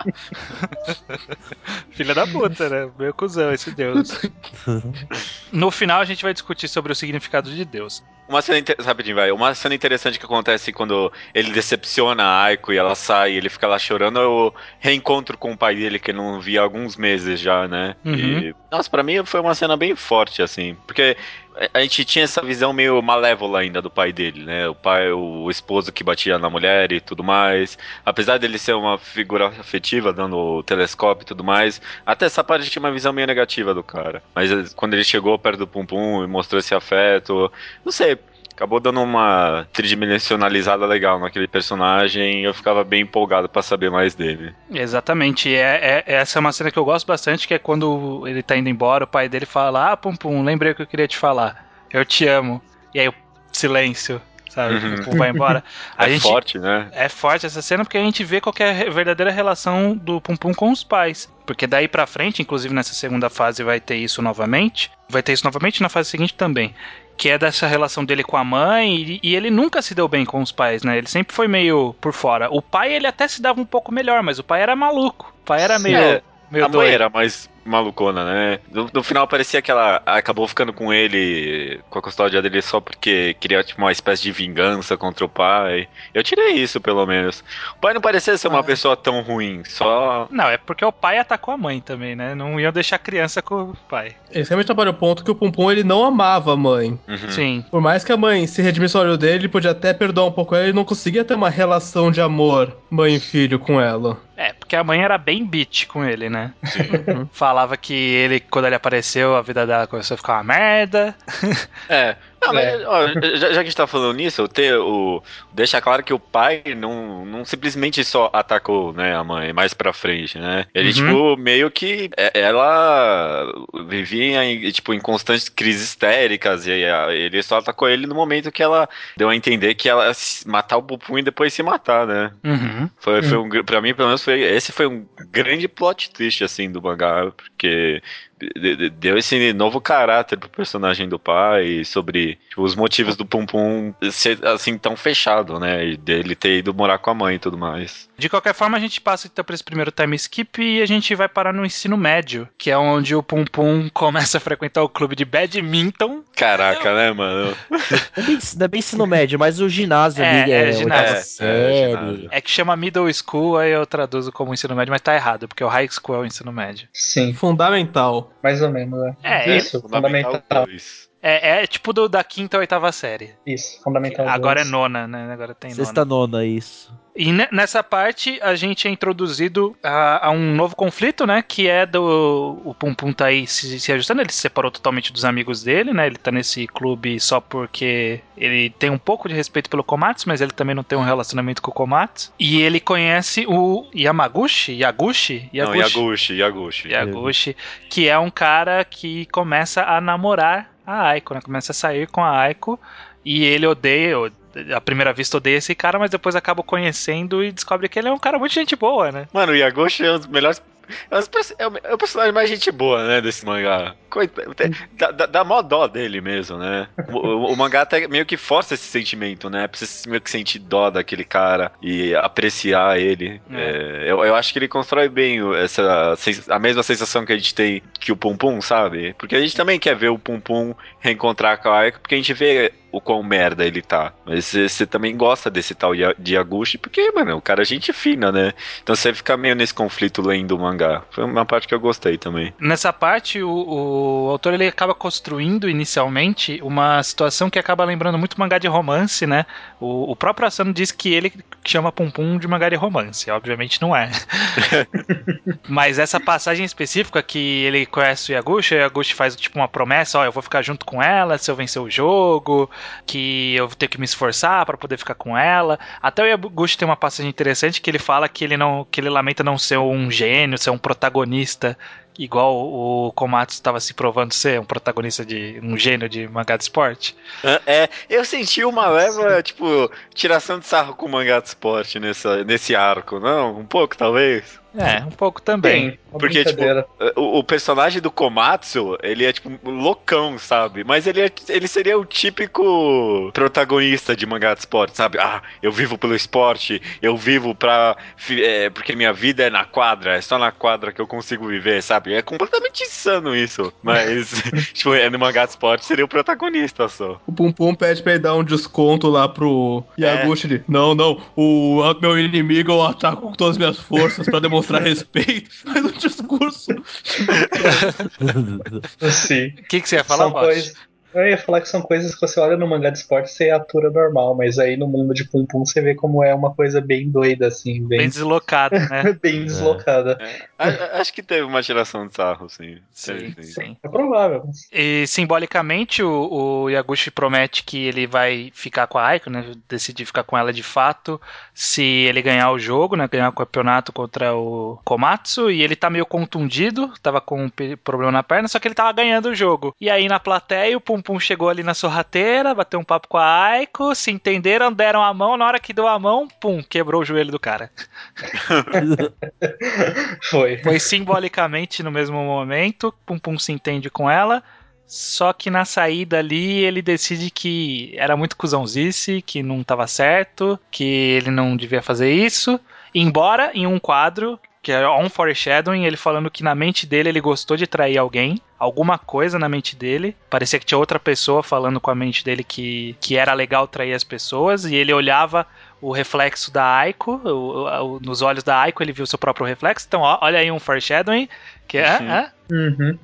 Filha da puta, né? Meu cuzão esse Deus. No final a gente vai discutir sobre o significado de Deus. Uma cena, inter... rapidinho, vai. Uma cena interessante que acontece quando ele decepciona a Aiko e ela sai e ele fica lá chorando é o reencontro com o pai dele que ele não via há alguns meses já, né? Uhum. E, nossa, pra mim foi uma cena bem forte, assim, porque a gente tinha essa visão meio malévola ainda do pai dele, né? O pai, o esposo que batia na mulher e tudo mais. Apesar dele ser uma figura afetiva, dando o telescópio e tudo mais, até essa parte tinha uma visão meio negativa do cara. Mas quando ele chegou perto do Pum Pum e mostrou esse afeto, não sei, acabou dando uma tridimensionalizada legal naquele personagem e eu ficava bem empolgado pra saber mais dele. Exatamente, é, é, essa é uma cena que eu gosto bastante, que é quando ele tá indo embora, o pai dele fala: ah, Pum Pum, lembrei o que eu queria te falar, eu te amo. E aí o silêncio, sabe, Uhum. o Pum Pum vai embora. A É gente, forte, né? É forte essa cena porque a gente vê qual que é a verdadeira relação do Pum Pum com os pais. Porque daí pra frente, inclusive nessa segunda fase vai ter isso novamente, vai ter isso novamente na fase seguinte também, que é dessa relação dele com a mãe, e, e ele nunca se deu bem com os pais, né? Ele sempre foi meio por fora. O pai, ele até se dava um pouco melhor, mas o pai era maluco. pai era meio, É, meio a mãe doido. era mais malucona, né? No, no final parecia que ela acabou ficando com ele, com a custódia dele só porque queria tipo, uma espécie de vingança contra o pai. Eu tirei isso, pelo menos. O pai não parecia ser uma Ah. pessoa tão ruim, só... Não, é porque o pai atacou a mãe também, né? Não iam deixar a criança com o pai. Eles realmente trabalham o ponto que o Pum Pum ele não amava a mãe. Uhum. Sim. Por mais que a mãe se redimisse o olho dele, ele podia até perdoar um pouco ela, ele não conseguia ter uma relação de amor mãe e filho com ela. É, porque a mãe era bem bitch com ele, né? Uhum. Falava que ele, quando ele apareceu, a vida dela começou a ficar uma merda. É. Ah, mas, É. ó, já, já que a gente tá falando nisso, o, te, o deixa claro que o pai não, não simplesmente só atacou, né, a mãe mais pra frente, né? Ele, Uhum. tipo, meio que é, ela vivia em, tipo, em constantes crises histéricas e a- ele só atacou ele no momento que ela deu a entender que ela ia se- matar o Pupum e depois se matar, né? Uhum. Foi, foi Hum. um, gr- pra mim, pelo menos, foi, esse foi um grande plot twist, assim, do mangá, porque de- de- deu esse novo caráter pro personagem do pai sobre tipo, os motivos do Pum Pum ser, assim, tão fechado, né, e dele ter ido morar com a mãe e tudo mais. De qualquer forma, a gente passa então por esse primeiro time skip e a gente vai parar no ensino médio, que é onde o Pum Pum começa a frequentar o clube de badminton. Caraca, né, mano? Não é bem, não é bem ensino médio, mas o ginásio É, ali é é, ginásio. oitava É, é, série. ginásio. É que chama middle school, aí eu traduzo como ensino médio, mas tá errado, porque o high school é o ensino médio. Sim, Fundamental. mais ou menos. É. É, ele Isso, fundamental. dois. é, é tipo do, da quinta ou oitava série. Isso, fundamental. Agora é dois. nona, né? Agora tem Sexta nona. nona, isso. E ne- nessa parte a gente é introduzido a, a um novo conflito, né? Que é do. O Pum Pum tá aí se, se ajustando, ele se separou totalmente dos amigos dele, né? Ele tá nesse clube só porque ele tem um pouco de respeito pelo Komatsu, mas ele também não tem um relacionamento com o Komatsu. E ele conhece o Yamaguchi? Yaguchi? Não, Yaguchi, Yaguchi. Yaguchi, que é um cara que começa a namorar a Aiko, né? Começa a sair com a Aiko e ele odeia, à primeira vista odeia esse cara, mas depois acaba conhecendo e descobre que ele é um cara muito gente boa, né? Mano, o Yaguchi é um dos melhores. É, os perso- é o é o personagem mais gente boa, né, desse mangá. Coitado, tem- dá, dá, dá mó dó dele mesmo, né? O, o- o mangá até meio que força esse sentimento, né? Precisa meio que sentir dó daquele cara e apreciar ele. É. É, eu, eu acho que ele constrói bem o- essa, sens- a mesma sensação que a gente tem que o Pum Pum, sabe? Porque a gente também quer ver o Pum Pum reencontrar com a Aiko, porque a gente vê o quão merda ele tá. Mas você você também gosta desse tal Ya- de Yaguchi, porque, mano, o cara é gente fina, né? Então você fica meio nesse conflito lendo o mangá. Foi uma parte que eu gostei também. Nessa parte, o, o autor ele acaba construindo inicialmente uma situação que acaba lembrando muito mangá de romance, né? O, o próprio Asano diz que ele chama Pum Pum de mangá de romance. Obviamente não é. Mas essa passagem específica que ele conhece o Yaguchi, o Yaguchi faz tipo uma promessa, ó, eu vou ficar junto com ela se eu vencer o jogo, que eu vou ter que me esforçar pra poder ficar com ela. Até o Yaguchi tem uma passagem interessante que ele fala que ele não, que ele lamenta não ser um gênio, ser um protagonista igual o Komatsu estava se provando ser um protagonista de um gênio de mangá de esporte. É, é, eu senti uma leva, tipo, tiração de sarro com o mangá de esporte nessa, nesse arco, não? Um pouco, talvez. É, um pouco também. Tem, uma Porque, tipo, brincadeira. o, o personagem do Komatsu, ele é, tipo, loucão, sabe? Mas ele, é, ele seria o típico protagonista de mangá de esporte, sabe? Ah, eu vivo pelo esporte, eu vivo pra... fi- É, porque minha vida é na quadra, é só na quadra que eu consigo viver, sabe? É completamente insano isso. Mas, tipo, é no mangá de esporte, seria o protagonista só. O Pum Pum pede pra ele dar um desconto lá pro Yaguchi. É. Ele, não, não, o a- meu inimigo eu ataco com todas as minhas forças pra demonstrar respeito. Faz um discurso. Sim. O que, que você ia falar, São Bosch? coisas. Eu ia falar que são coisas que você olha no mangá de esporte e você atura normal, mas aí no mundo de Pum Pum você vê como é uma coisa bem doida, assim, Bem bem, deslocado, né? bem deslocada. É, a- a- acho que teve uma tiração de sarro, sim. Sim, Teve, sim. É provável. E simbolicamente o, o Yaguchi promete que ele vai ficar com a Aiko, né? Decidir ficar com ela de fato se ele ganhar o jogo, né? Ganhar o campeonato contra o Komatsu. E ele tá meio contundido, tava com um pe- problema na perna, só que ele tava ganhando o jogo. E aí na plateia o Pum Pum chegou ali na sorrateira, bateu um papo com a Aiko, se entenderam, deram a mão. Na hora que deu a mão, pum, quebrou o joelho do cara. Foi. Foi simbolicamente no mesmo momento, Pum Pum se entende com ela, só que na saída ali ele decide que era muito cuzãozice, que não estava certo, que ele não devia fazer isso, embora em um quadro que é um foreshadowing, ele falando que na mente dele ele gostou de trair alguém, alguma coisa na mente dele, parecia que tinha outra pessoa falando com a mente dele que, que era legal trair as pessoas, e ele olhava o reflexo da Aiko, o, o, nos olhos da Aiko ele viu seu próprio reflexo, então ó, olha aí um foreshadowing, que é... Uhum. é? Uhum.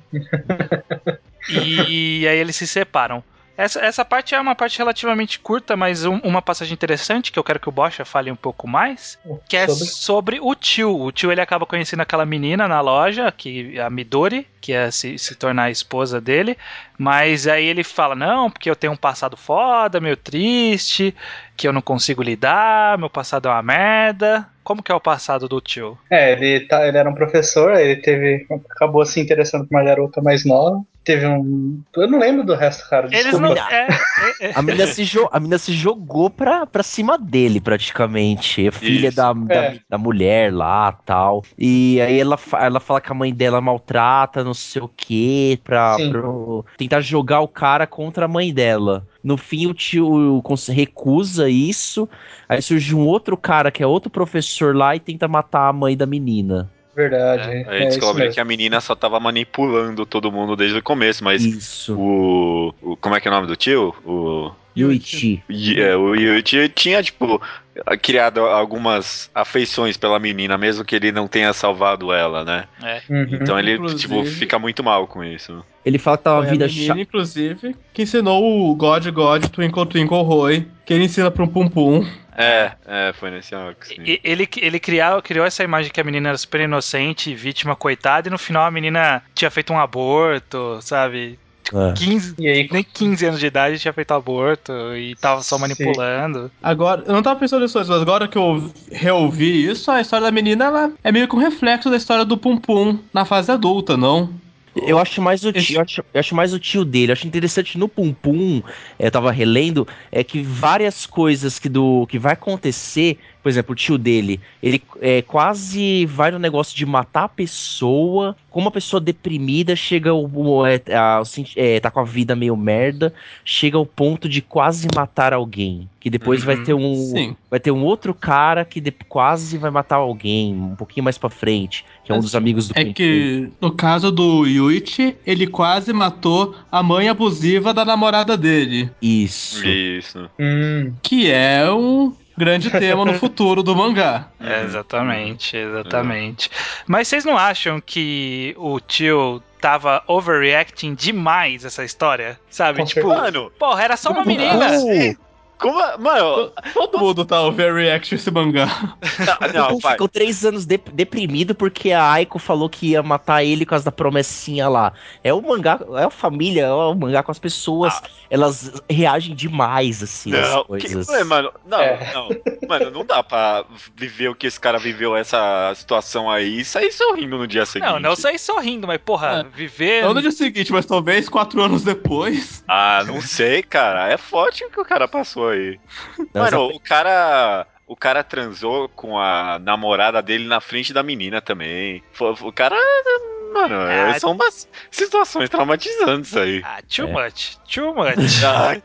E aí eles se separam. Essa, essa parte é uma parte relativamente curta, mas um, uma passagem interessante que eu quero que o Bocha fale um pouco mais, que é sobre, sobre o tio. O tio ele acaba conhecendo aquela menina na loja, que a Midori, que é se, se tornar a esposa dele, mas aí ele fala, não, porque eu tenho um passado foda, meio triste, que eu não consigo lidar, meu passado é uma merda. Como que é o passado do tio? É, ele, tá, ele era um professor, ele teve, acabou se interessando por uma garota mais nova. Teve um... Eu não lembro do resto, cara. Eles Desculpa. não... É, é, é. A menina se, jo- a menina se jogou pra, pra cima dele, praticamente. É filha da, da, É. da mulher lá tal. E aí ela, fa- ela fala que a mãe dela maltrata, não sei o quê, pra, Sim. pra tentar jogar o cara contra a mãe dela. No fim, o tio cons- recusa isso. Aí surge um outro cara, que é outro professor lá, e tenta matar a mãe da menina. Verdade, É, é, aí é isso descobre mesmo. que a menina só tava manipulando todo mundo desde o começo, mas Isso. o, o... Como é que é o nome do tio? O... Yuichi. Yi- é, o Yuichi tinha, tipo, criado algumas afeições pela menina, mesmo que ele não tenha salvado ela, né? É. Uhum. Então ele, Inclusive- tipo, fica muito mal com isso. Ele fala que tá uma Foi a vida menina, chata. inclusive, que ensinou o God God Twinkle Twinkle Roy, que ele ensina pra um Pum Pum. É, é, foi nesse arco, sim. E- Ele, ele criou, criou essa imagem que a menina era super inocente, vítima, coitada, e no final a menina tinha feito um aborto, sabe? É. quinze, E aí, nem quinze anos de idade tinha feito aborto e tava só Sim. manipulando. Agora, eu não tava pensando nisso antes, mas agora que eu reouvi isso, a história da menina ela é meio que um reflexo da história do Pum Pum na fase adulta, não? Eu acho mais o Esse- tio, eu acho, eu acho mais o tio dele. Eu acho interessante no Pum Pum, eu tava relendo, é que várias coisas que do que vai acontecer, por exemplo, o tio dele, ele é, quase vai no negócio de matar a pessoa, como uma pessoa deprimida chega o, o- é, a- o senti- é, tá com a vida meio merda, chega ao ponto de quase matar alguém, que depois vai Uhum. ter um Sim. vai ter um outro cara que de- quase vai matar alguém, um pouquinho mais pra frente, que é um dos amigos do É Pum Pum. que, no caso do Yuichi, ele quase matou a mãe abusiva da namorada dele, Isso. Isso. hum, que é um grande tema no futuro do mangá. É, Uhum, exatamente, uhum. exatamente. Mas vocês não acham que o tio tava overreacting demais essa história? Sabe? Com Tipo, certeza. Mano, porra, era só uma como menina. assim? Como, a- mano, Todo mundo tá overreact esse mangá. não, O não, Pum vai. ficou três anos de- deprimido porque a Aiko falou que ia matar ele por causa da promessinha lá. É o mangá, é a família, é o mangá com as pessoas. Ah. Elas reagem demais, assim, às Não, que, coisas. é, mano, não, É. não. Mano, não dá pra viver o que esse cara viveu, essa situação aí, e sair sorrindo no dia seguinte. Não, não saí sorrindo, mas porra, É. viver. Não no dia seguinte, mas talvez quatro anos depois. Ah, não sei, cara. É forte o que o cara passou aí. Não, Mano, essa- o cara. O cara transou com a namorada dele na frente da menina também. Fo- O cara. Mano, Ah. são umas situações traumatizantes aí. Ah, too É. much, too much. Ai,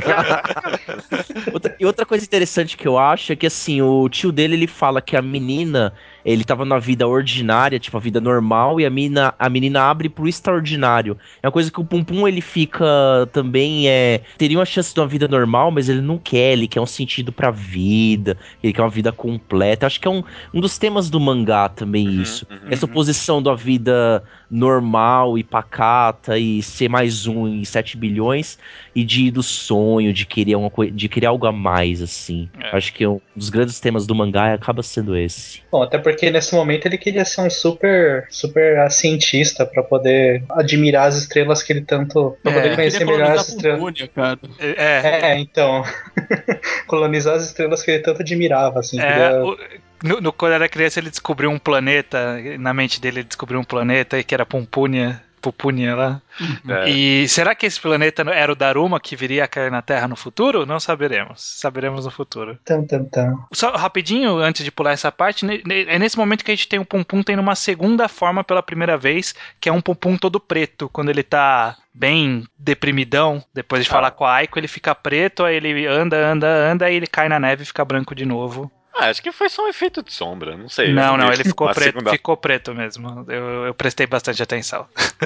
Outra- e outra coisa interessante que eu acho é que, assim, o tio dele, ele fala que a menina, ele tava na vida ordinária, tipo, a vida normal, e a menina, a menina abre pro extraordinário. É uma coisa que o Pum Pum, ele fica também, é... Teria uma chance de uma vida normal, mas ele não quer, ele quer um sentido pra vida, ele quer uma vida completa. Acho que é um, um dos temas do mangá também, Uhum, isso. uhum. Essa oposição da vida normal e pacata e ser mais um em sete bilhões e de ir do sonho, de querer uma coi- de querer algo a mais, assim. É. Acho que um dos grandes temas do mangá acaba sendo esse. Bom, até porque nesse momento ele queria ser um super, super ah, cientista pra poder admirar as estrelas que ele tanto. Pra É. poder Ele conhecer queria melhor colonizar as estrelas. Pumpunia, cara. É, É, então. Colonizar as estrelas que ele tanto admirava, assim. é, Queria... o- no, no- quando era criança ele descobriu um planeta, na mente dele ele descobriu um planeta que era Pumpunia, Pupunia lá. É. E será que esse planeta era o Daruma que viria a cair na Terra no futuro? Não saberemos. Saberemos no futuro. Tan, tan, tan. Só rapidinho, antes de pular essa parte, ne- ne- é nesse momento que a gente tem o Pum Pum tendo uma segunda forma pela primeira vez, que é um Pum Pum todo preto, quando ele tá bem deprimidão, depois de falar Ah. com a Aiko, ele fica preto, aí ele anda, anda, anda, aí ele cai na neve e fica branco de novo. Ah, acho que foi só um efeito de sombra, não sei. Não, não não, vi ele ficou a preto, segunda- ficou preto mesmo. Eu, eu prestei bastante atenção.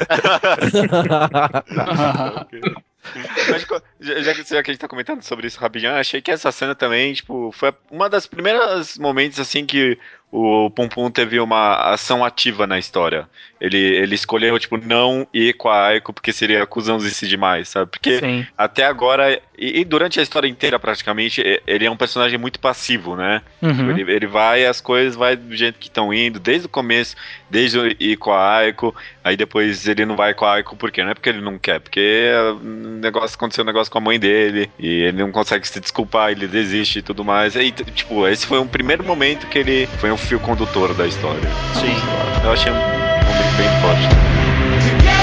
Ok. Mas, co- já, já que já que a gente tá comentando sobre isso rapidinho, eu achei que essa cena também, tipo, foi uma das primeiras momentos, assim, que o Pum Pum teve uma ação ativa na história. Ele, ele escolheu, tipo, não ir com a Aiko porque seria cuzãozice demais, sabe? Porque Sim. até agora, e, e durante a história inteira, praticamente, e- ele é um personagem muito passivo, né? Tipo, Uhum. ele, ele vai, as coisas vai do jeito que estão indo, desde o começo, desde o ir com a Aiko, aí depois ele não vai com a Aiko, por quê? Não é porque ele não quer, porque um negócio, aconteceu um negócio com a mãe dele, e ele não consegue se desculpar, ele desiste e tudo mais. E, t- tipo, esse foi um primeiro momento que ele foi um fio condutor da história. Sim. Eu achei um momento bem forte.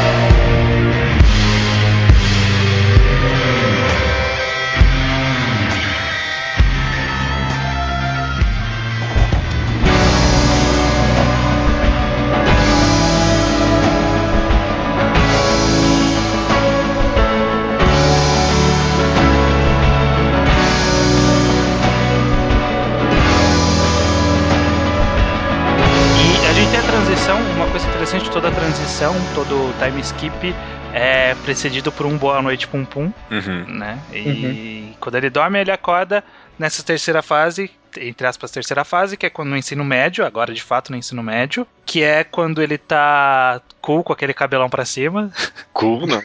E a gente tem a transição, uma coisa interessante de toda a transição, todo o time skip é precedido por um Boa Noite Pum Pum, Uhum. né? E quando ele dorme, ele acorda nessa terceira fase, entre aspas, terceira fase, que é quando no ensino médio, agora de fato no ensino médio, que é quando ele tá cool com aquele cabelão pra cima. Cool, não.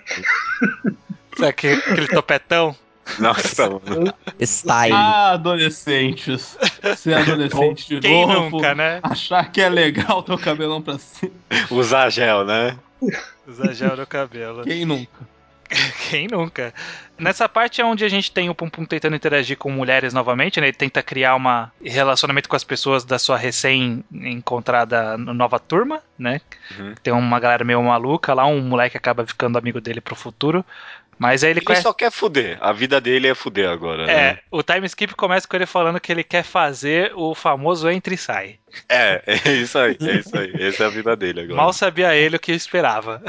Sabe aquele, aquele topetão? Nossa, mano. Style. Ah, adolescentes. Ser adolescente de Quem novo. nunca, né? Achar que é legal ter o cabelão pra cima. Usar gel, né? Usar gel no cabelo. Quem nunca? Quem nunca? Nessa parte é onde a gente tem o Pum Pum tentando interagir com mulheres novamente, né? Ele tenta criar um relacionamento com as pessoas da sua recém-encontrada nova turma, né? Uhum. Tem uma galera meio maluca lá, um moleque acaba ficando amigo dele pro futuro. Mas aí ele Ele conhece... só quer fuder. A vida dele é fuder agora, né? É, o time skip começa com ele falando que ele quer fazer o famoso entra e sai. É, é isso aí, é isso aí. Essa é a vida dele agora. Mal sabia ele o que esperava.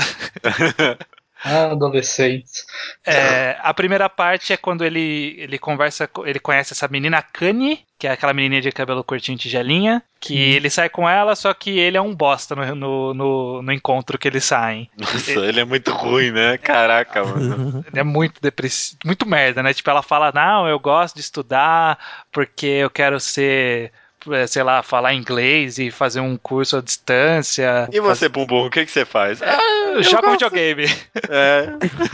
Ah, adolescentes. É, a primeira parte é quando ele, ele conversa, co- ele conhece essa menina Kanye, que é aquela menininha de cabelo curtinho tigelinha, que ele sai com ela, só que ele é um bosta no, no, no, no encontro que eles saem. Nossa, ele é muito ruim, né? Caraca, mano. Ele é muito depressivo, muito merda, né? Tipo, ela fala, não, eu gosto de estudar porque eu quero ser, eh, sei lá, falar inglês e fazer um curso à distância. E você, Bumbum, o que, que você faz? Ah, eu Joga gosto. videogame. É.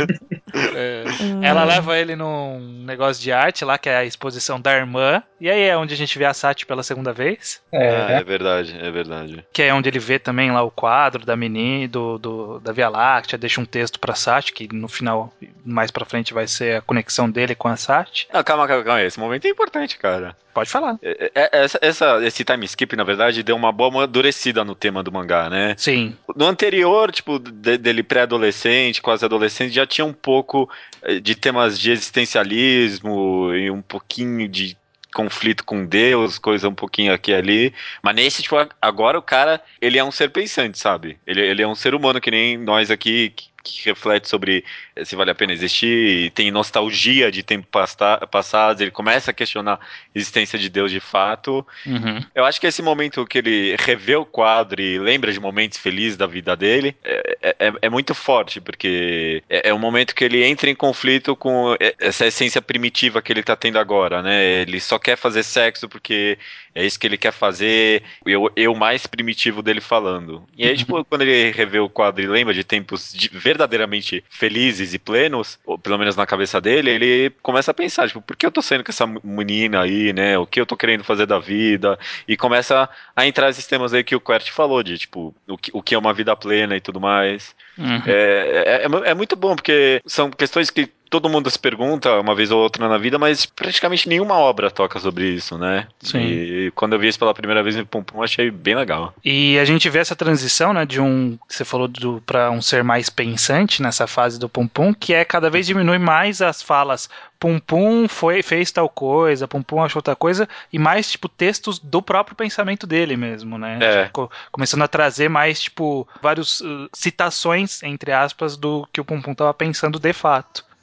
É. Ela leva ele num negócio de arte lá, que é a exposição da irmã. E aí é onde a gente vê a Sati pela segunda vez. Ah, É, é verdade, é verdade. Que é onde ele vê também lá o quadro da menina, do, do- da Via Láctea, deixa um texto pra Sati, que no final, mais pra frente, vai ser a conexão dele com a Sati. Ah, calma, calma, calma. Esse momento é importante, cara. Pode falar. É- é- Essa, essa- esse time skip, na verdade, deu uma boa amadurecida no tema do mangá, né? Sim. No anterior, tipo, de- dele pré-adolescente, quase adolescente, já tinha um pouco eh, de temas de existencialismo e um pouquinho de conflito com Deus, coisa um pouquinho aqui e ali. Mas nesse, tipo, agora o cara, ele é um ser pensante, sabe? Ele, ele é um ser humano que nem nós aqui, que, que reflete sobre eh, se vale a pena existir, e tem nostalgia de tempo pasta- passados, ele começa a questionar a existência de Deus de fato. Uhum. Eu acho que esse momento que ele revê o quadro e lembra de momentos felizes da vida dele é, é, é muito forte, porque é, é um momento que ele entra em conflito com essa essência primitiva que ele tá tendo agora, né? Ele só quer fazer sexo porque é isso que ele quer fazer, eu, eu mais primitivo dele falando. E aí, tipo, quando ele revê o quadro e lembra de tempos de- verdadeiramente felizes e plenos, ou pelo menos na cabeça dele, ele começa a pensar, tipo, por que eu tô saindo com essa menina aí, né? O que eu tô querendo fazer da vida? E começa a entrar esses temas aí que o Quert falou, de tipo, o que, o que é uma vida plena e tudo mais. Uhum. É, é, é muito bom, porque são questões que todo mundo se pergunta uma vez ou outra na vida, mas praticamente nenhuma obra toca sobre isso, né? Sim. E quando eu vi isso pela primeira vez no Pum Pum, achei bem legal. E a gente vê essa transição, né, de um, que você falou, do, pra um ser mais pensante nessa fase do Pum Pum, que é cada vez diminui mais as falas Pum Pum foi, fez tal coisa, Pum Pum achou outra coisa, e mais, tipo, textos do próprio pensamento dele mesmo, né? É. Tipo, começando a trazer mais, tipo, vários uh, citações, entre aspas, do que o Pum Pum tava pensando de fato.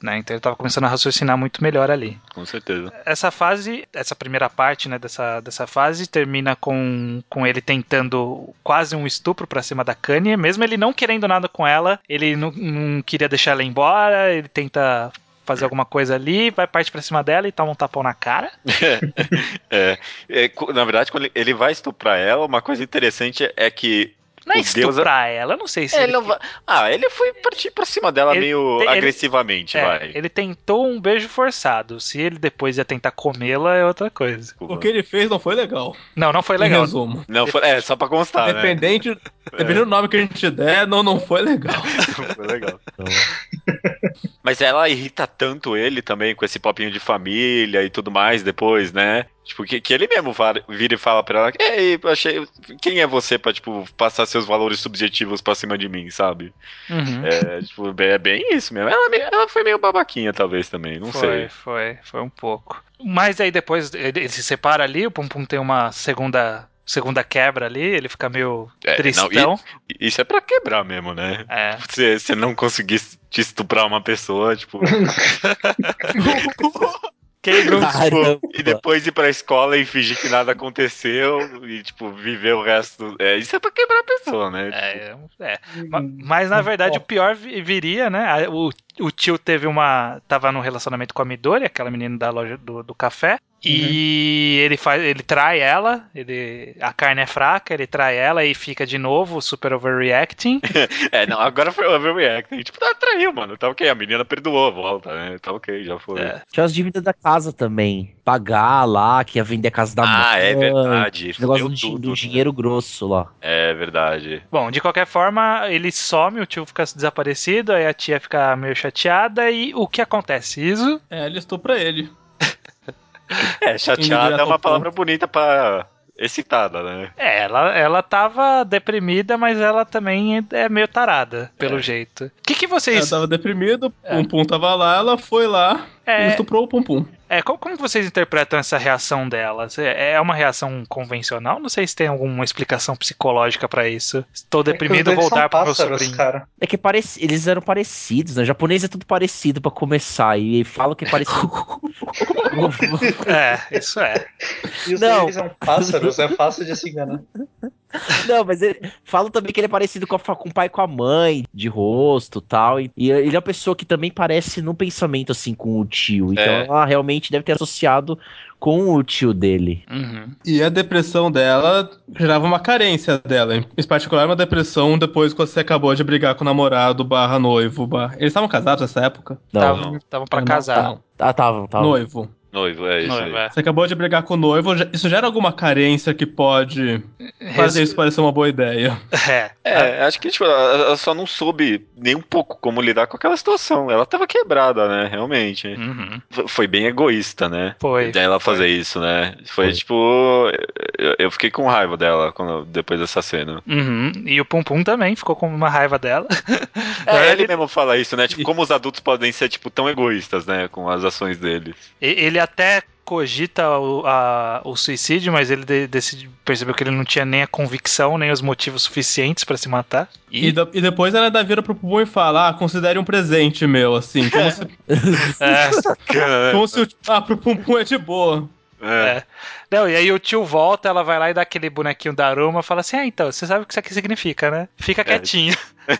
né? Então ele tava começando a raciocinar muito melhor ali. Com certeza. Essa fase, essa primeira parte, né, dessa, dessa fase, termina com, com ele tentando quase um estupro pra cima da Kanye, mesmo ele não querendo nada com ela, ele não, não queria deixar ela embora, ele tenta fazer alguma coisa ali, vai partir pra cima dela e toma um tapão na cara. é, é, na verdade, quando ele vai estuprar ela, uma coisa interessante é que Não é o Deus- estuprar ela, eu não sei se É, ele... ele não vai- Ah, ele foi partir pra cima dela Ele- meio ele- agressivamente, É, vai. ele tentou um beijo forçado. Se ele depois ia tentar comê-la, é outra coisa. O que ele fez não foi legal. Não, não foi Em legal. resumo. Não, foi, é, só pra constar, né? Dependente, dependendo do nome que a gente der, não, não foi legal. Não foi legal. Então, Mas ela irrita tanto ele também com esse papinho de família e tudo mais depois, né? Tipo, que, que ele mesmo va- vira e fala pra ela: Ei, achei, quem é você pra, tipo, passar seus valores subjetivos pra cima de mim, sabe? Uhum. É, tipo, bem- é bem isso mesmo. Ela, meio- ela foi meio babaquinha, talvez, também, não foi, sei. Foi, foi um pouco. Mas aí depois ele, ele se separa ali, o Pum Pum tem uma segunda, segunda quebra ali, ele fica meio É, tristão. não, e- Isso é pra quebrar mesmo, né? É. Você, você não conseguir te estuprar uma pessoa, tipo. Quem não, Caramba. tipo, e depois ir pra escola e fingir que nada aconteceu e, tipo, viver o resto. É, isso é pra quebrar a pessoa, né? É, é. Ma- Mas na verdade o pior vi- viria, né? A- O, o tio teve uma. Tava num relacionamento com a Midori, aquela menina da loja do, do café. E ele faz, ele trai ela, ele, a carne é fraca, ele trai ela e fica de novo super overreacting. É, não, agora foi overreacting. Tipo, tá, traiu, mano. Tá ok, a menina perdoou, volta, né? Tá ok, já foi. É. tinha as dívidas da casa também. Pagar lá, que ia vender a casa da mãe. Ah, é verdade. Esse negócio Fudeu do, di- tudo, do né? dinheiro grosso lá. É verdade. Bom, de qualquer forma, ele some, o tio fica desaparecido, aí a tia fica meio chateada e o que acontece? Isso É, ele estupra ele. É, Indo chateada direto é uma ao palavra bonita pra excitada, né? É, ela, ela tava deprimida, mas ela também é meio tarada, pelo É. jeito. O que, que Ela vocês. tava deprimido, É. Pum Pum tava lá, ela foi lá É. e estuprou o Pum Pum. É, como, como vocês interpretam essa reação dela? É é uma reação convencional? Não sei se tem alguma explicação psicológica pra isso. Estou deprimido, é que os vou dois são dar pro meu pássaros, sobrinho. cara. É que pareci- eles eram parecidos, né? O japonês é tudo parecido pra começar. E falam que é parecido. É, isso é. E os Não. deles são pássaros, é fácil de se enganar. Não, mas ele, falam também que ele é parecido com, a fa- com o pai e com a mãe, de rosto e tal. E, e ele é uma pessoa que também parece no pensamento, assim, com o tio. Então É. ela realmente deve ter associado com o tio dele. Uhum. E a depressão dela gerava uma carência dela. Em particular, uma depressão depois que você acabou de brigar com o namorado barra noivo. Barra... Eles estavam casados nessa época? Não. Estavam estavam pra Não, casar. não. Ah, tava, tava. Noivo. Noivo, é isso Noivo, aí. é. Você acabou de brigar com o noivo, já- isso gera alguma carência que pode fazer isso parecer uma boa ideia. É. É, acho que tipo, ela ela só não soube nem um pouco como lidar com aquela situação. Ela tava quebrada, né? Realmente. Uhum. F- Foi bem egoísta, né? Foi. Dela foi. fazer isso, né? Foi, Foi. tipo. Eu, eu fiquei com raiva dela quando, depois dessa cena. Uhum. E o Pum Pum também ficou com uma raiva dela. É, ele mesmo fala isso, né? Tipo, como os adultos podem ser, tipo, tão egoístas, né? Com as ações deles. E- Ele até cogita o, a- o suicídio, mas ele de- decide, percebeu que ele não tinha nem a convicção, nem os motivos suficientes pra se matar. E, da- e depois ela ainda vira pro Pum e fala: Ah, considere um presente meu, assim. Como se, É, Bacana, né? como se o. Ah, pro Pum Pum é de boa. É. é. Não, e aí o tio volta, ela vai lá e dá aquele bonequinho da Aruma e fala assim: Ah, então, você sabe o que isso aqui significa, né? Fica quietinho.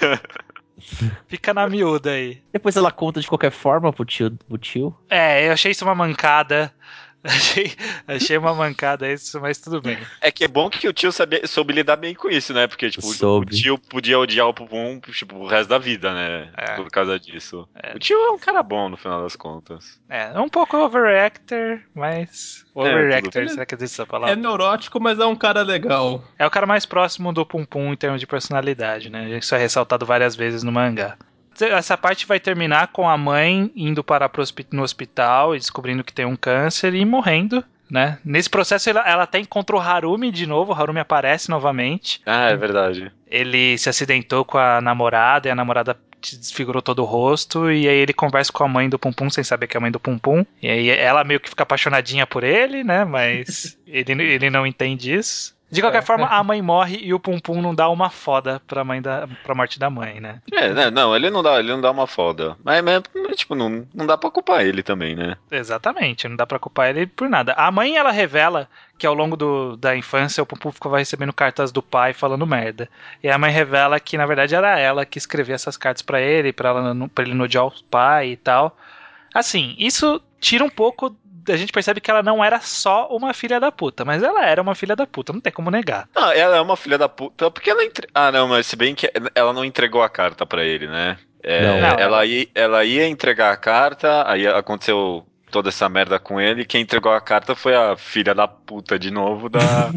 Fica na miúda aí. Depois ela conta de qualquer forma pro tio. Pro tio. É, eu achei isso uma mancada. Achei, achei uma mancada isso, mas tudo bem. É que é bom que o tio sabia, soube lidar bem com isso, né? Porque, tipo, Soube. o tio podia odiar o Pum, tipo, o resto da vida, né? É. Por causa disso. É. O tio é um cara bom, no final das contas. É, um pouco overreactor, mas. Overreactor, tudo. será que existe essa É palavra? neurótico, mas é um cara legal. É o cara mais próximo do Pum Pum em termos de personalidade, né? Isso é ressaltado várias vezes no mangá. Essa parte vai terminar com a mãe indo para pro hospi- no hospital e descobrindo que tem um câncer e morrendo, né? Nesse processo ela, ela até encontra o Harumi de novo, o Harumi aparece novamente. Ah, é verdade. Ele se acidentou com a namorada e a namorada desfigurou todo o rosto e aí ele conversa com a mãe do Pum Pum sem saber que é a mãe do Pum Pum. E aí ela meio que fica apaixonadinha por ele, né? Mas ele, ele não entende isso. De qualquer É. forma, a mãe morre e o Pum Pum não dá uma foda pra, mãe da, pra morte da mãe, né? É, né, não, ele não dá, ele não dá uma foda. Mas, mas, tipo, não, não dá pra culpar ele também, né? Exatamente, não dá pra culpar ele por nada. A mãe, ela revela que ao longo do, da infância o Pum Pum ficava recebendo cartas do pai falando merda. E a mãe revela que, na verdade, era ela que escrevia essas cartas pra ele, pra, ela, pra ele não odiar o pai e tal. Assim, isso tira um pouco... A gente percebe que ela não era só uma filha da puta, mas ela era uma filha da puta, não tem como negar. Não, ela é uma filha da puta, porque ela... Entre... Ah, não, mas se bem que ela não entregou a carta pra ele, né? É, Não. ela, Não, ela- Ia, ela ia entregar a carta, aí aconteceu toda essa merda com ele, quem entregou a carta foi a filha da puta de novo da,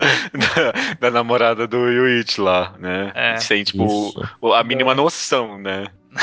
da, da namorada do Yuichi lá, né? É. Sem, tipo, Isso. a mínima noção, né?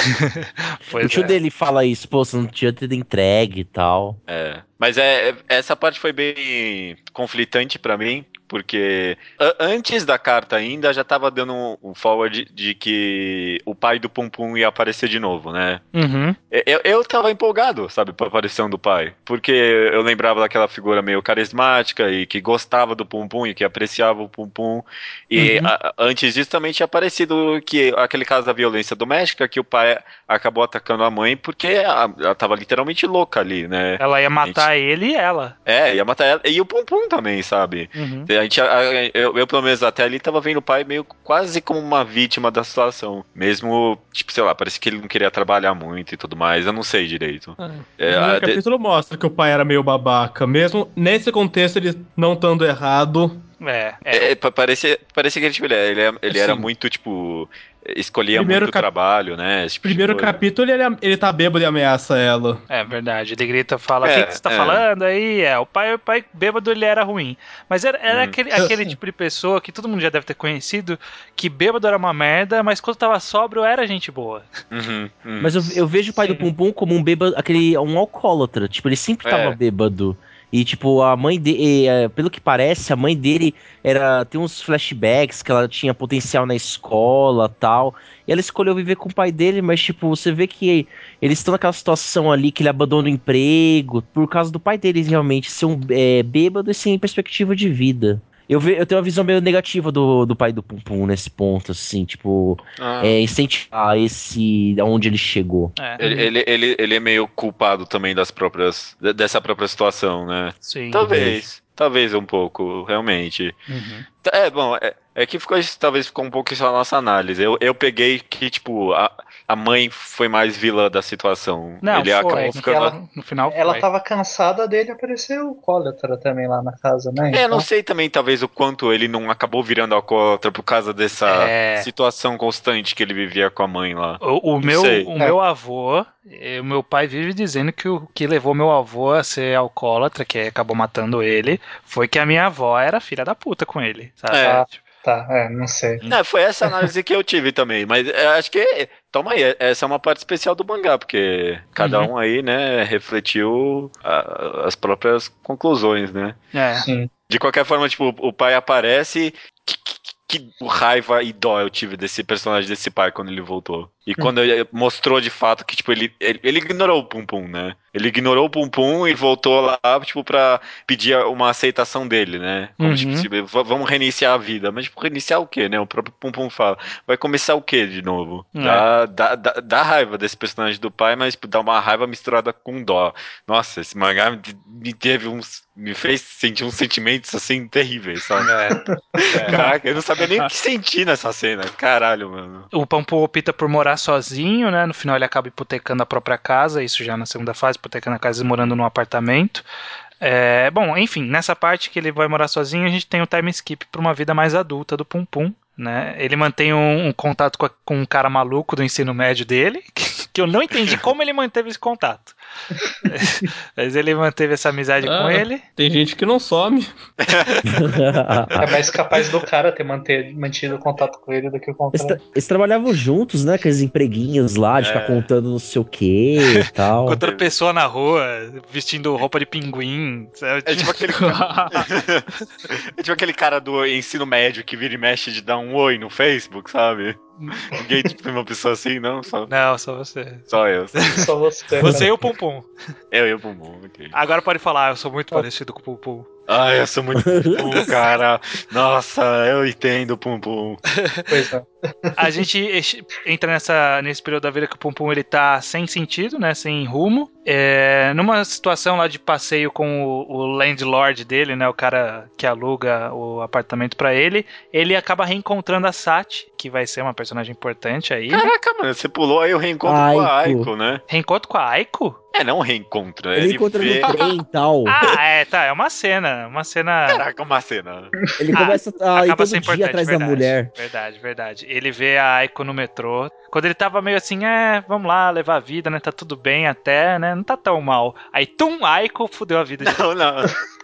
Pois O tio é. dele fala isso, pô, você não tinha tido entregue e tal. É. Mas é, é- essa parte foi bem conflitante pra mim, porque a- antes da carta ainda já tava dando um, um forward de que o pai do Pum Pum ia aparecer de novo, né? Uhum. Eu, eu tava empolgado, sabe, pra aparição do pai. Porque eu lembrava daquela figura meio carismática e que gostava do Pum Pum e que apreciava o Pum Pum. E Uhum. a- antes disso também tinha aparecido que aquele caso da violência doméstica que o pai acabou atacando a mãe porque a- ela tava literalmente louca ali, né? Ela ia A gente- matar ele e ela. É, ia matar ela. E o Pum Pum também, sabe? Uhum. A gente, a- eu, eu, pelo menos, até ali tava vendo o pai meio quase como uma vítima da situação. Mesmo, tipo, sei lá, parece que ele não queria trabalhar muito e tudo mais. Eu não sei direito. O É, primeiro a- de- capítulo mostra que o pai era meio babaca. Mesmo nesse contexto, ele não estando errado. É, é. é, pa- parecia, parecia que ele, tipo, ele, ele, ele era Assim, muito, tipo, escolhia primeiro muito cap- trabalho, né? Esse tipo de Primeiro coisa. capítulo, ele, ele tá bêbado e ameaça ela. É verdade, ele grita, fala, o que, que você É, tá é. falando aí? É, o pai, o pai bêbado ele era ruim. Mas era, era Uhum. aquele, aquele tipo de pessoa que todo mundo já deve ter conhecido, que bêbado era uma merda, mas quando tava sóbrio era gente boa. Uhum, uhum. Mas eu, eu vejo o pai do Sim. Pum Pum como um bêbado, aquele, um alcoólatra. Tipo, ele sempre tava É. bêbado. E, tipo, a mãe dele, pelo que parece, a mãe dele era. Tem uns flashbacks que ela tinha potencial na escola tal. E ela escolheu viver com o pai dele, mas, tipo, você vê que eles estão naquela situação ali que ele abandona o emprego por causa do pai dele realmente ser um é, bêbado e sem perspectiva de vida. Eu, ve, eu tenho uma visão meio negativa do, do pai do Pum Pum nesse ponto, assim, tipo, Ah. é, incentivar esse. Aonde ele chegou. É, Ele, ele, ele, ele é meio culpado também das próprias, de- dessa própria situação, né? sim. Talvez, talvez um pouco, realmente. Uhum. É, bom, é, é que ficou, isso- talvez ficou um pouco isso a nossa análise. Eu, eu peguei que, tipo, a, a mãe foi mais vilã da situação. Não, Ele foi, acabou no, ficando. ela- no final Ela foi. tava cansada dele, apareceu o Cólera também lá na casa, né? É, não Então, sei também, talvez, o quanto ele não acabou virando alcoólatra por causa dessa É. situação constante que ele vivia com a mãe lá. O, o Não meu, sei. o É. meu avô, eh, o meu pai vive dizendo que o que levou meu avô a ser alcoólatra, que acabou matando ele, foi que a minha avó era filha da puta com ele, sabe? É. Ah, tá, é, não sei. É, foi essa análise que eu tive também, mas eu acho que, toma aí, essa é uma parte especial do mangá, porque cada Uhum. um aí, né, refletiu a- as próprias conclusões, né? É. Sim. De qualquer forma, tipo, o pai aparece, que, que, que raiva e dó eu tive desse personagem, desse pai, quando ele voltou. E quando ele mostrou de fato que, tipo, ele, ele, ele ignorou o Pum Pum, né? Ele ignorou o Pum Pum e voltou lá, tipo, pra pedir uma aceitação dele, né? Como, Uhum. tipo, se, v- vamos reiniciar a vida. Mas, tipo, reiniciar o quê, né? O próprio Pum Pum fala. Vai começar o quê de novo? É. Dá, dá, dá, dá raiva desse personagem do pai, mas, tipo, dá uma raiva misturada com dó. Nossa, esse mangá me, me teve uns... Me fez sentir uns sentimentos, assim, terríveis, sabe? É. Caraca, eu não sabia nem o que sentir nessa cena. Caralho, mano. O Pampu opta por morar sozinho, né? No final ele acaba hipotecando a própria casa, isso já na segunda fase, hipotecando a casa e morando num apartamento. É, bom, enfim, nessa parte que ele vai morar sozinho, a gente tem o time skip para uma vida mais adulta do Pum Pum, né? Ele mantém um, um contato com, a, com um cara maluco do ensino médio dele, que, que eu não entendi como ele manteve esse contato. Mas ele manteve essa amizade Ah, com ele. Tem gente que não some. É mais capaz do cara ter manter, mantido contato com ele do que o Eles, contrário. tra- eles trabalhavam juntos, né? Aqueles empreguinhos lá, de É. ficar contando não sei o que e tal. Outra pessoa na rua, vestindo roupa de pinguim. Sabe? É tipo aquele É tipo aquele cara do ensino médio que vira e mexe de dar um oi no Facebook, sabe? Ninguém tipo, uma pessoa assim, não? Só, Não, só você. só eu. Só você. Você né? e o Pum Pum. Eu e o Bumbum, ok. Agora pode falar, eu sou muito parecido com o Pum Pum. Ai, eu sou muito Pum, cara. Nossa, eu entendo, Pum Pum. Pois é. A gente entra nessa, nesse período da vida que o Pum Pum ele tá sem sentido, né? Sem rumo. É, numa situação lá de passeio com o, o landlord dele, né? O cara que aluga o apartamento pra ele. Ele acaba reencontrando a Sati, que vai ser uma personagem importante aí. Caraca, mano, você pulou aí o reencontro Aiko. com a Aiko, né? Reencontro com a Aiko? É, não um reencontro, né? Ele Ele, encontra vê... no trem e tal. Ah, é, tá. É uma cena. Uma cena. Caraca, uma cena. Ele Ah, começa a ir acaba todo sendo dia importante, atrás verdade, da mulher. Verdade, verdade. Ele vê a Aiko no metrô. Quando ele tava meio assim, é, vamos lá, levar a vida, né? Tá tudo bem até, né? Não tá tão mal. Aí, tum, Aiko fudeu a vida de Não, não.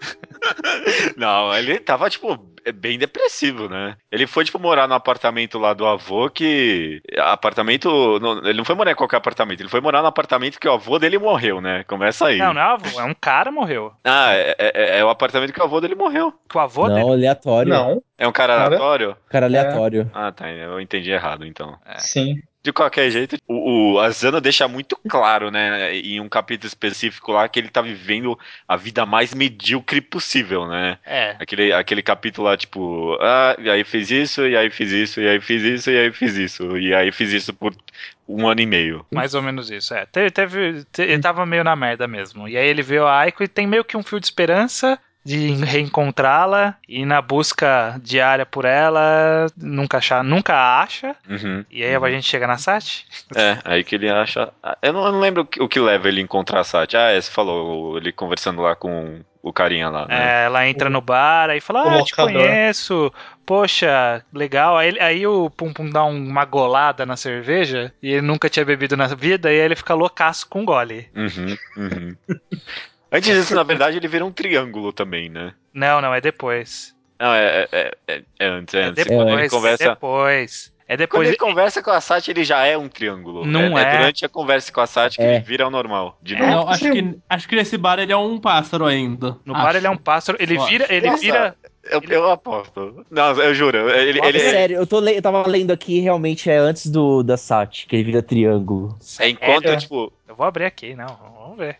Não, ele tava, tipo, bem depressivo, né? Ele foi, tipo, morar no apartamento lá do avô que... Apartamento... Não, ele não foi morar em qualquer apartamento. Ele foi morar no apartamento que o avô dele morreu, né? Começa aí. Não, não é o avô, é um cara morreu. Ah, é, é, é o apartamento que o avô dele morreu. Que o avô Não, dele. aleatório. Não, É um cara Cara? aleatório? Cara aleatório. Ah, tá. Eu entendi errado, então. sim. De qualquer jeito, o, o Asano deixa muito claro, né, em um capítulo específico lá, que ele tá vivendo a vida mais medíocre possível, né? É. Aquele, aquele capítulo lá, tipo, ah, e aí fiz isso, e aí fiz isso, e aí fiz isso, e aí fiz isso, e aí fiz isso por um ano e meio. Mais ou menos isso, é. Teve, teve, te- ele tava meio na merda mesmo. E aí ele vê a Aiko e tem meio que um fio de esperança de reencontrá-la e na busca diária por ela, nunca, achar, nunca a acha. Uhum. E aí a gente chega na Sati. É, aí que ele acha... Eu não, eu não lembro o que, o que leva ele a encontrar a Sati. Ah, é, você falou, ele conversando lá com o carinha lá, né? É, ela entra no bar aí fala, O ah, eu te locador. conheço, poxa, legal. Aí, aí o Pum Pum dá uma golada na cerveja e ele nunca tinha bebido na vida e aí ele fica loucaço com gole. Uhum, uhum. Antes disso, na verdade, ele vira um triângulo também, né? Não, não, é depois. Não, é, é, é, é antes, é É antes. depois, Quando ele conversa, é depois. É quando depois. ele conversa com a Sati, ele já é um triângulo. Não é, é. é durante a conversa com a Sati que É. ele vira ao normal, de É. novo. Não, acho que, acho que nesse bar ele é um pássaro ainda. No Acho. bar ele é um pássaro, ele Eu vira, acho. ele Nossa, vira. Eu, eu aposto. Não, eu juro. Ele, Fala ele, ele- sério, eu, tô le- eu tava lendo aqui, realmente é antes do da Sati, que ele vira triângulo. é enquanto, É. tipo... Eu vou abrir aqui, não, vamos ver.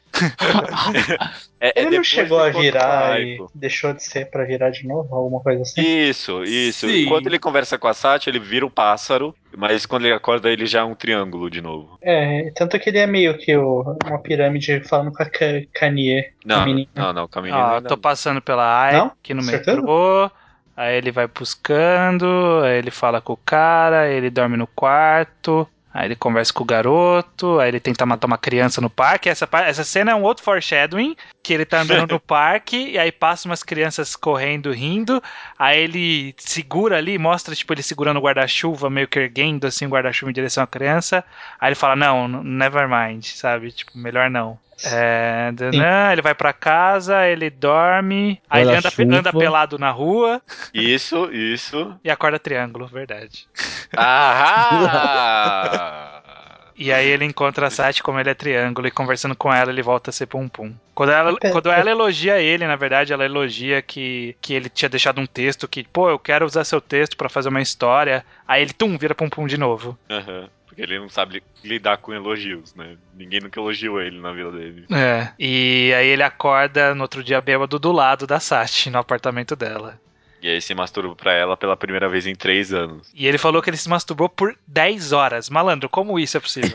É, é Ele não depois chegou do a encontro com a virar e Aiko. deixou de ser pra virar de novo, alguma coisa assim? Isso, isso. Sim. Enquanto ele conversa com a Sati, ele vira o pássaro, mas quando ele acorda, ele já é um triângulo de novo. É, tanto que ele é meio que o- uma pirâmide falando com a Ka- Kanye, a Não, menina. não, não, com a menina Ó, ainda tô passando pela Ai Não? aqui no Certeza? metrô. Aí ele vai buscando, aí ele fala com o cara, aí ele dorme no quarto. Aí ele conversa com o garoto, aí ele tenta matar uma criança no parque. Essa, pa- essa cena é um outro foreshadowing, que ele tá andando no parque, e aí passa umas crianças correndo, rindo. Aí ele segura ali, mostra tipo ele segurando o guarda-chuva, meio que erguendo assim o guarda-chuva em direção à criança. Aí ele fala, não, n- never mind, sabe? Tipo, melhor não. É, danã, ele vai pra casa, ele dorme, aí ele anda, pe- Guarda-chuva. anda pelado na rua Isso, isso. e acorda triângulo, verdade. Ahá! E aí ele encontra a Sati como ele é triângulo e conversando com ela ele volta a ser Pum Pum. Quando ela, Pe- quando ela elogia ele, na verdade, ela elogia que, que ele tinha deixado um texto que, pô, eu quero usar seu texto pra fazer uma história. Aí ele, tum, vira Pum Pum de novo. Aham. Porque ele não sabe li- lidar com elogios, né? Ninguém nunca elogiou ele na vida dele. É. E aí ele acorda no outro dia bêbado do lado da Sati, no apartamento dela. E aí se masturba pra ela pela primeira vez em três anos. E ele falou que ele se masturbou por dez horas. Malandro, como isso é possível?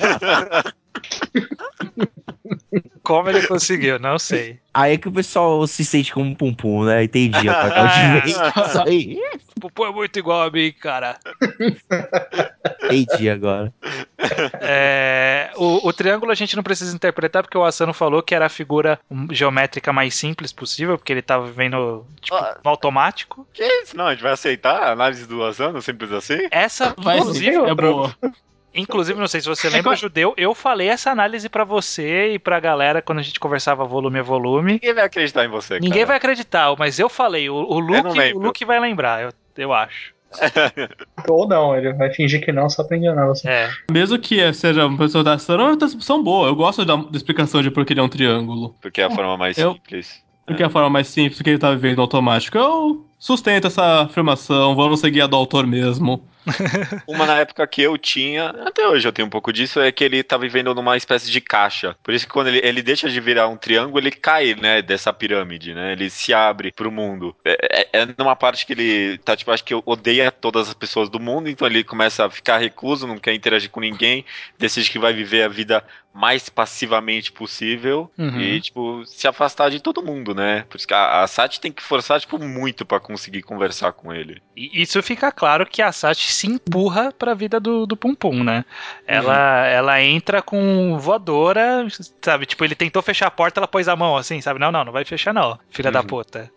Como ele conseguiu? Não sei. Aí é que o pessoal se sente como um pum pum, né? Entendi agora de vez. Isso aí. Pum Pum é muito igual a mim, cara. Entendi agora. É, o, o triângulo a gente não precisa interpretar porque o Asano falou que era a figura geométrica mais simples possível, porque ele tava vivendo tipo, Ah. no automático. Que isso? Não, a gente vai aceitar a análise do Asano, simples assim? Essa, Vai inclusive, ser, é boa. inclusive, não sei se você lembra, Judeu, eu falei essa análise pra você e pra galera quando a gente conversava volume a volume. Ninguém vai acreditar em você, Ninguém vai cara. acreditar, mas eu falei, o, o, Eu não Luke, o lembro. Luke vai lembrar, eu, eu acho. Ou não, ele vai fingir que não só pra enganar você. É. Mesmo que seja uma pessoa da ação, é uma explicação boa. Eu gosto da, da explicação de por que ele é um triângulo. Porque é a forma mais Eu- simples. Porque é a forma mais simples que ele tá vivendo no automático. Eu sustento essa afirmação, vamos seguir a do autor mesmo. Uma na época que eu tinha, até hoje eu tenho um pouco disso, é que ele tá vivendo numa espécie de caixa. Por isso que quando ele, ele deixa de virar um triângulo, ele cai, né, dessa pirâmide, né? Ele se abre pro mundo. É, é, é numa parte que ele tá, tipo, acho que odeia todas as pessoas do mundo, então ele começa a ficar recluso, não quer interagir com ninguém, decide que vai viver a vida mais passivamente possível Uhum. e, tipo, se afastar de todo mundo, né? Por isso que a, a Sati tem que forçar, tipo, muito pra conseguir conversar com ele. E isso fica claro que a Sati se empurra pra vida do, do Pum Pum, né? Ela, ela entra com voadora, sabe? Tipo, ele tentou fechar a porta, ela pôs a mão assim, sabe? Não, não, não vai fechar não, filha da puta.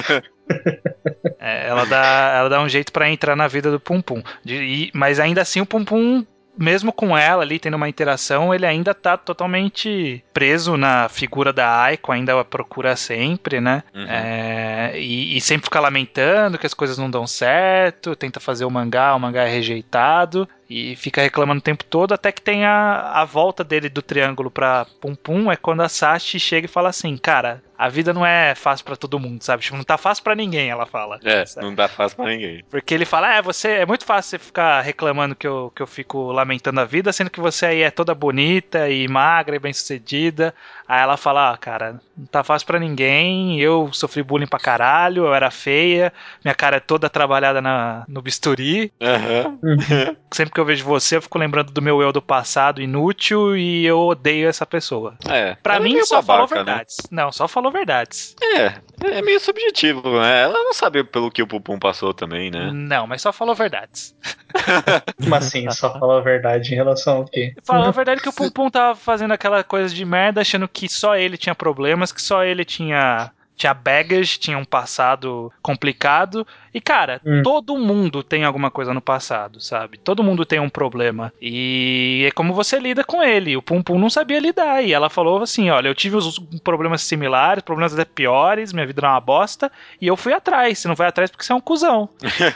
É, ela, dá, ela dá um jeito pra entrar na vida do Pum Pum. De, e, mas ainda assim o Pum Pum, mesmo com ela ali tendo uma interação, ele ainda tá totalmente preso na figura da Aiko, ainda a procura sempre, né? Uhum. É, e, e sempre fica lamentando que as coisas não dão certo, tenta fazer o mangá, o mangá é rejeitado. E fica reclamando o tempo todo, até que tem a, a volta dele do triângulo pra Pum Pum, é quando a Sachi chega e fala assim, cara, a vida não é fácil pra todo mundo, sabe? Tipo, não tá fácil pra ninguém, ela fala. É, sabe? não dá fácil pra ninguém. Porque ele fala, é, você, é muito fácil você ficar reclamando que eu, que eu fico lamentando a vida, sendo que você aí é toda bonita e magra e bem sucedida. Aí ela fala, ah, cara, não tá fácil pra ninguém, eu sofri bullying pra caralho, eu era feia, minha cara é toda trabalhada na, no bisturi. Aham. Uhum. Sempre que eu vejo você, eu fico lembrando do meu eu do passado inútil e eu odeio essa pessoa. É. Pra ela é mim, meio só falou babaca, né? verdades. Não, só falou verdades. É, é meio subjetivo, né? Ela não sabe pelo que o Pupum passou também, né? Não, mas só falou verdades. Como assim? Só falar a verdade em relação ao quê? Falou a verdade que o Pum Pum tava fazendo aquela coisa de merda, achando que só ele tinha problemas, que só ele tinha... Tinha baggage, tinha um passado complicado. E, cara, Hum. todo mundo tem alguma coisa no passado, sabe? Todo mundo tem um problema. E é como você lida com ele. O Pum Pum não sabia lidar. E ela falou assim, olha, eu tive os problemas similares, problemas até piores, minha vida era uma bosta, e eu fui atrás. Você não vai atrás porque você é um cuzão.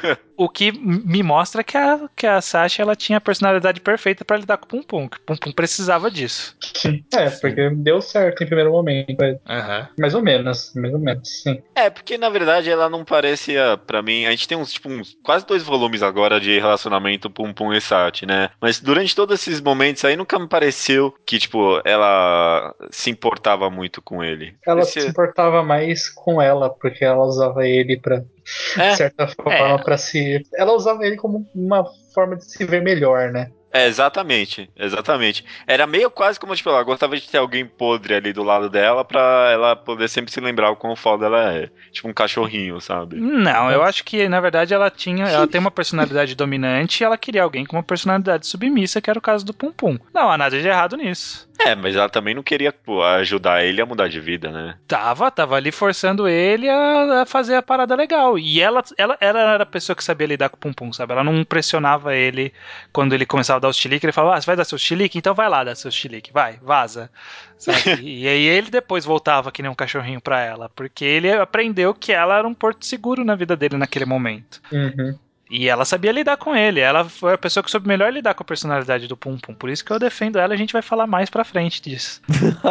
O que me mostra que a, que a Sasha, ela tinha a personalidade perfeita pra lidar com o Pum Pum. Que o Pum Pum precisava disso. É, porque deu certo em primeiro momento. mas- Aham. Mais ou menos, mais ou menos, sim. É, porque na verdade ela não parecia, pra mim, a gente tem uns, tipo, uns quase dois volumes agora de relacionamento Pum Pum e Sati, né? Mas durante todos esses momentos aí nunca me pareceu que, tipo, ela se importava muito com ele. Ela Parecia- se importava mais com ela, porque ela usava ele pra, de É, certa forma, É. pra se. Ela usava ele como uma forma de se ver melhor, né? é, exatamente, exatamente. Era meio quase como, tipo, ela gostava de ter alguém podre ali do lado dela pra ela poder sempre se lembrar o quão foda ela é. Tipo um cachorrinho, sabe? Não, eu acho que, na verdade, ela tinha. Ela tem uma personalidade dominante e ela queria alguém com uma personalidade submissa, que era o caso do Pum Pum. Não há nada de errado nisso. É, mas ela também não queria, pô, ajudar ele a mudar de vida, né? Tava, tava ali forçando ele a, a fazer a parada legal. E ela, ela, ela era a pessoa que sabia lidar com o Pum Pum, sabe? Ela não pressionava ele quando ele começava a dar os chilique. Ele falava, ah, você vai dar seu chilique? Então vai lá dar seu chilique, vai, vaza. Sabe? E aí ele depois voltava que nem um cachorrinho pra ela, porque ele aprendeu que ela era um porto seguro na vida dele naquele momento. Uhum. E ela sabia lidar com ele. Ela foi a pessoa que soube melhor lidar com a personalidade do Pum Pum. Por isso que eu defendo ela e a gente vai falar mais pra frente disso.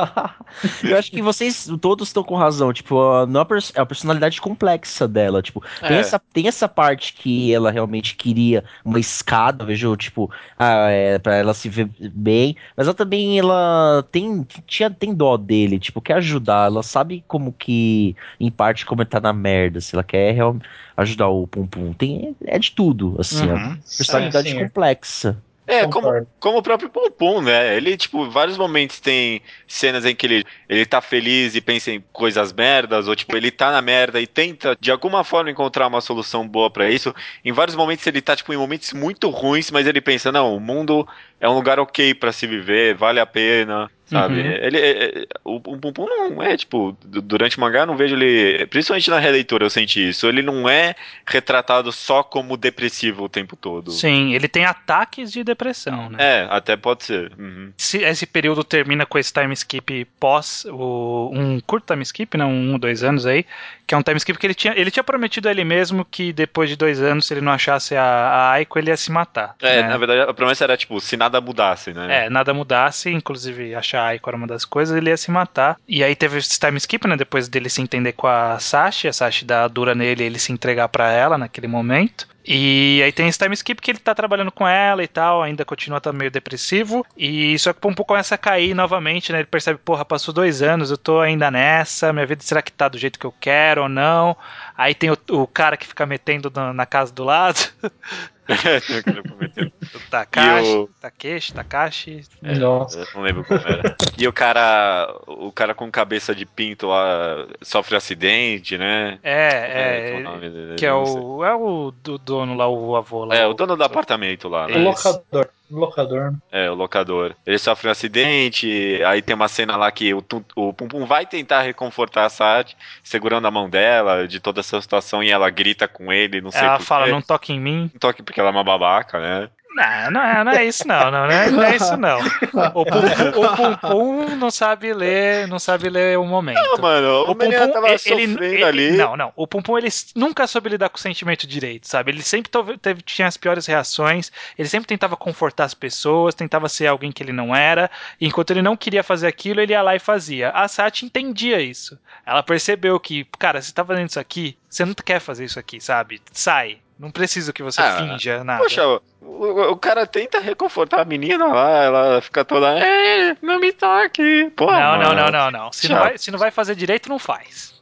Eu acho que vocês todos estão com razão. Tipo, a, não a, pers- a personalidade complexa dela. Tipo, tem, É. essa, tem essa parte que ela realmente queria uma escada, vejo, tipo, ah, é, pra ela se ver bem. Mas ela também, ela tem, tinha, tem dó dele, tipo, quer ajudar. Ela sabe como que, em parte, como ele tá na merda. Se ela quer realmente ajudar o Pum Pum. Tem, é de tudo, assim, ó. Uhum. Personalidade Sim, sim. complexa. É, como, Concordo. como o próprio Pum Pum, né? Ele, tipo, vários momentos tem cenas em que ele, ele tá feliz e pensa em coisas merdas, ou, tipo, ele tá na merda e tenta, de alguma forma, encontrar uma solução boa pra isso. Em vários momentos ele tá, tipo, em momentos muito ruins, mas ele pensa, não, o mundo é um lugar ok pra se viver, vale a pena, sabe? Uhum. Ele, é- é- o, o Pum Pum não é, tipo, du- durante o mangá eu não vejo ele, principalmente na releitura eu senti isso, ele não é retratado só como depressivo o tempo todo. Sim, ele tem ataques de depressão, né? É, até pode ser. Uhum. Se esse período termina com esse time skip pós o, um curto time skip, né, um ou dois anos aí, que é um time skip que ele tinha, ele tinha prometido a ele mesmo que depois de dois anos, se ele não achasse a, a Aiko, ele ia se matar. É, né? na verdade a promessa era tipo, se nada mudasse, né? É, nada mudasse, inclusive achar a Aiko era uma das coisas, ele ia se matar. E aí teve esse time skip, né? Depois dele se entender com a Sashi, a Sashi dá dura nele e ele se entregar pra ela naquele momento. E aí tem esse time skip que ele tá trabalhando com ela e tal, ainda continua tá meio depressivo, e só que o Pum-Pum começa a cair novamente, né, ele percebe, porra, passou dois anos, eu tô ainda nessa, minha vida será que tá do jeito que eu quero ou não? Aí tem o, o cara que fica metendo na, na casa do lado. O Takashi, o... Takeshi, Takashi. É, Nossa. eu não lembro como era. E o cara, o cara com cabeça de pinto lá sofre acidente, né? É, que é é, o nome dele, que é não sei. o, é o do dono lá, o avô lá. É, o, o dono do apartamento lá, O né? Isso. locador. O locador. É, o locador. Ele sofre um acidente, aí tem uma cena lá que o, Tum- o Pum Pum vai tentar reconfortar a Sati, segurando a mão dela, de toda essa situação, e ela grita com ele, não sei Ela por fala, quê. não toque em mim. Não toque porque ela é uma babaca, né? Não, não é, não é isso não, não, não é, não é isso não. O Pum Pum, o Pum Pum não sabe ler, não sabe ler o Não, momento. mano, o O Pum menino Pum, tava ele, sofrendo ele- ali. não, não, o Pum Pum ele nunca soube lidar com o sentimento direito, sabe? Ele sempre teve, teve- tinha as piores reações, ele sempre tentava confortar as pessoas, tentava ser alguém que ele não era, e enquanto ele não queria fazer aquilo, ele ia lá e fazia. A Sati entendia isso. Ela percebeu que, cara, você tá fazendo isso aqui, você não quer fazer isso aqui, sabe? Sai. Não preciso que você Ah, finja nada. Poxa, o, o- o cara tenta reconfortar a menina lá, ela fica toda. É, não me toque. Pô, Não, não, mano. não, não, não. Se não, Chato. vai, se não vai fazer direito, não faz.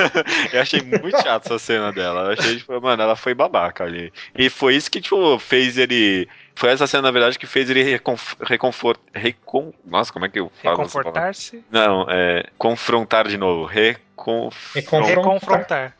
Eu achei muito chato essa cena dela. Eu achei, tipo, mano, ela foi babaca ali. E foi isso que, tipo, fez ele. Foi essa cena, na verdade, que fez ele reconf... reconfor... Recon... Nossa, como é que eu falo essa palavra? Reconfortar-se. Não, é. Confrontar de novo. Reconfrontar. Reconfrontar.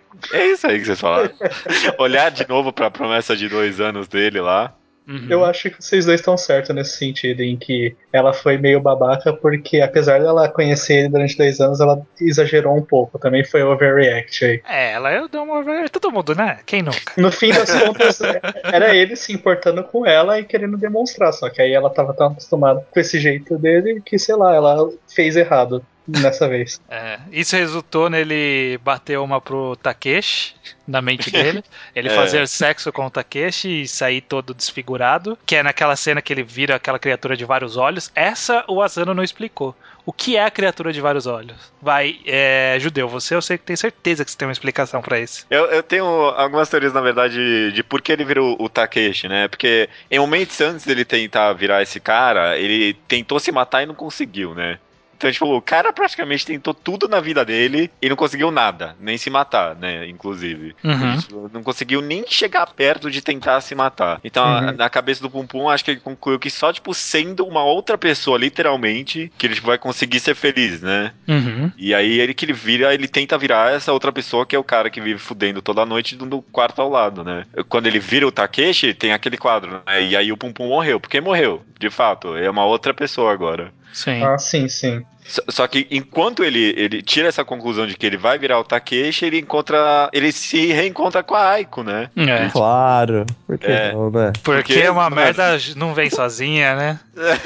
É isso aí que vocês falaram. Olhar de novo pra promessa de dois anos dele lá. Uhum. Eu acho que vocês dois estão certos nesse sentido, em que ela foi meio babaca, porque apesar dela conhecer ele durante dois anos, ela exagerou um pouco. Também foi overreact aí. É, ela eu dou uma. Todo mundo, né? Quem nunca? No fim das contas, era ele se importando com ela e querendo demonstrar. Só que aí ela tava tão acostumada com esse jeito dele que, sei lá, ela fez errado nessa vez. É, isso resultou nele bater uma pro Takeshi, na mente dele. Ele É. fazer sexo com o Takeshi e sair todo desfigurado. Que é naquela cena que ele vira aquela criatura de vários olhos. Essa o Asano não explicou. O que é a criatura de vários olhos? Vai, é, Judeu, você eu sei que tem certeza que você tem uma explicação pra isso. Eu, eu tenho algumas teorias, na verdade, de por que ele virou o Takeshi, né? Porque em momentos antes dele tentar virar esse cara, ele tentou se matar e não conseguiu, né? Então, tipo, o cara praticamente tentou tudo na vida dele e não conseguiu nada, nem se matar, né? Inclusive. Uhum. Ele tipo, não conseguiu nem chegar perto de tentar se matar. Então, Uhum. a- na cabeça do Pum Pum, acho que ele concluiu que só, tipo, sendo uma outra pessoa, literalmente, que ele tipo, vai conseguir ser feliz, né? Uhum. E aí ele que ele vira, ele tenta virar essa outra pessoa que é o cara que vive fudendo toda noite no quarto ao lado, né? Quando ele vira o Takeshi, tem aquele quadro, né? E aí o Pum Pum morreu. Porque morreu, de fato. É uma outra pessoa agora. Sim. Ah, sim, sim. Só, só que enquanto ele, ele tira essa conclusão de que ele vai virar o Takeshi, ele encontra. Ele se reencontra com a Aiko, né? É. E, Claro. Por que É. não, né? Porque, Porque, uma mano- merda não vem sozinha, né?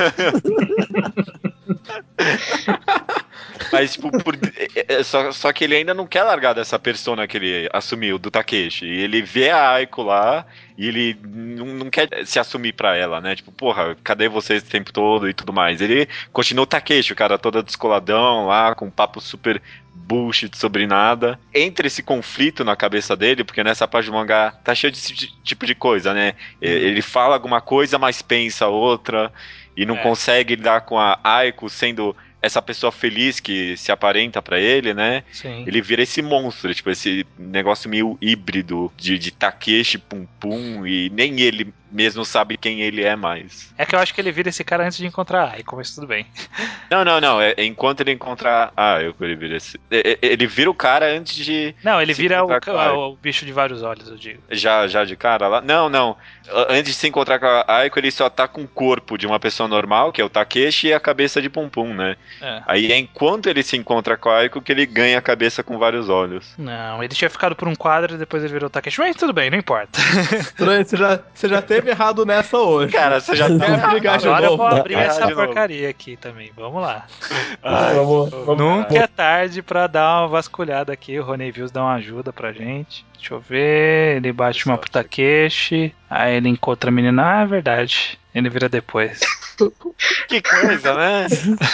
Mas, tipo, por- é- é- só, só que ele ainda não quer largar dessa persona que ele assumiu, do Takeshi. E ele vê a Aiko lá e ele não, não quer se assumir pra ela, né? Tipo, porra, cadê você esse tempo todo e tudo mais? Ele continua o Takeshi, o cara todo descoladão lá, com um papo super bullshit sobre nada. Entra esse conflito na cabeça dele, porque nessa parte do mangá tá cheio desse ti- tipo de coisa, né? E- Ele fala alguma coisa, mas pensa outra. E não É. consegue lidar com a Aiko sendo essa pessoa feliz que se aparenta pra ele, né? Sim. Ele vira esse monstro, tipo, esse negócio meio híbrido de, de Takeshi Pum Pum, e nem ele mesmo sabe quem ele é mais. É que eu acho que ele vira esse cara antes de encontrar a Aiko, mas tudo bem. Não, não, não, é, é enquanto ele encontrar... Ah, eu ele vira esse... é- é- Ele vira o cara antes de... Não, ele se vira o, encontrar com a Aiko. o bicho de vários olhos, eu digo. Já, já de cara lá? Não, não. Antes de se encontrar com a Aiko, ele só tá com o corpo de uma pessoa normal, que é o Takeshi, e a cabeça de Pum Pum, né? É. Aí é enquanto ele se encontra com a Aiko que ele ganha a cabeça com vários olhos. Não, ele tinha ficado por um quadro e depois ele virou Takeshi. Mas tudo bem, não importa. Estranho, você já, você já teve errado nessa hoje. Cara, você já Quer tá... brigar de Agora eu novo? vou abrir Ah, essa de novo. porcaria aqui também. Vamos lá. Ai, Vamos, vamos. Nunca é tarde pra dar uma vasculhada aqui. O Rony Views dá uma ajuda pra gente. Deixa eu ver. Ele bate uma pro Takeshi. Aí ele encontra a menina. Ah, é verdade. Ele vira depois. Que coisa, né?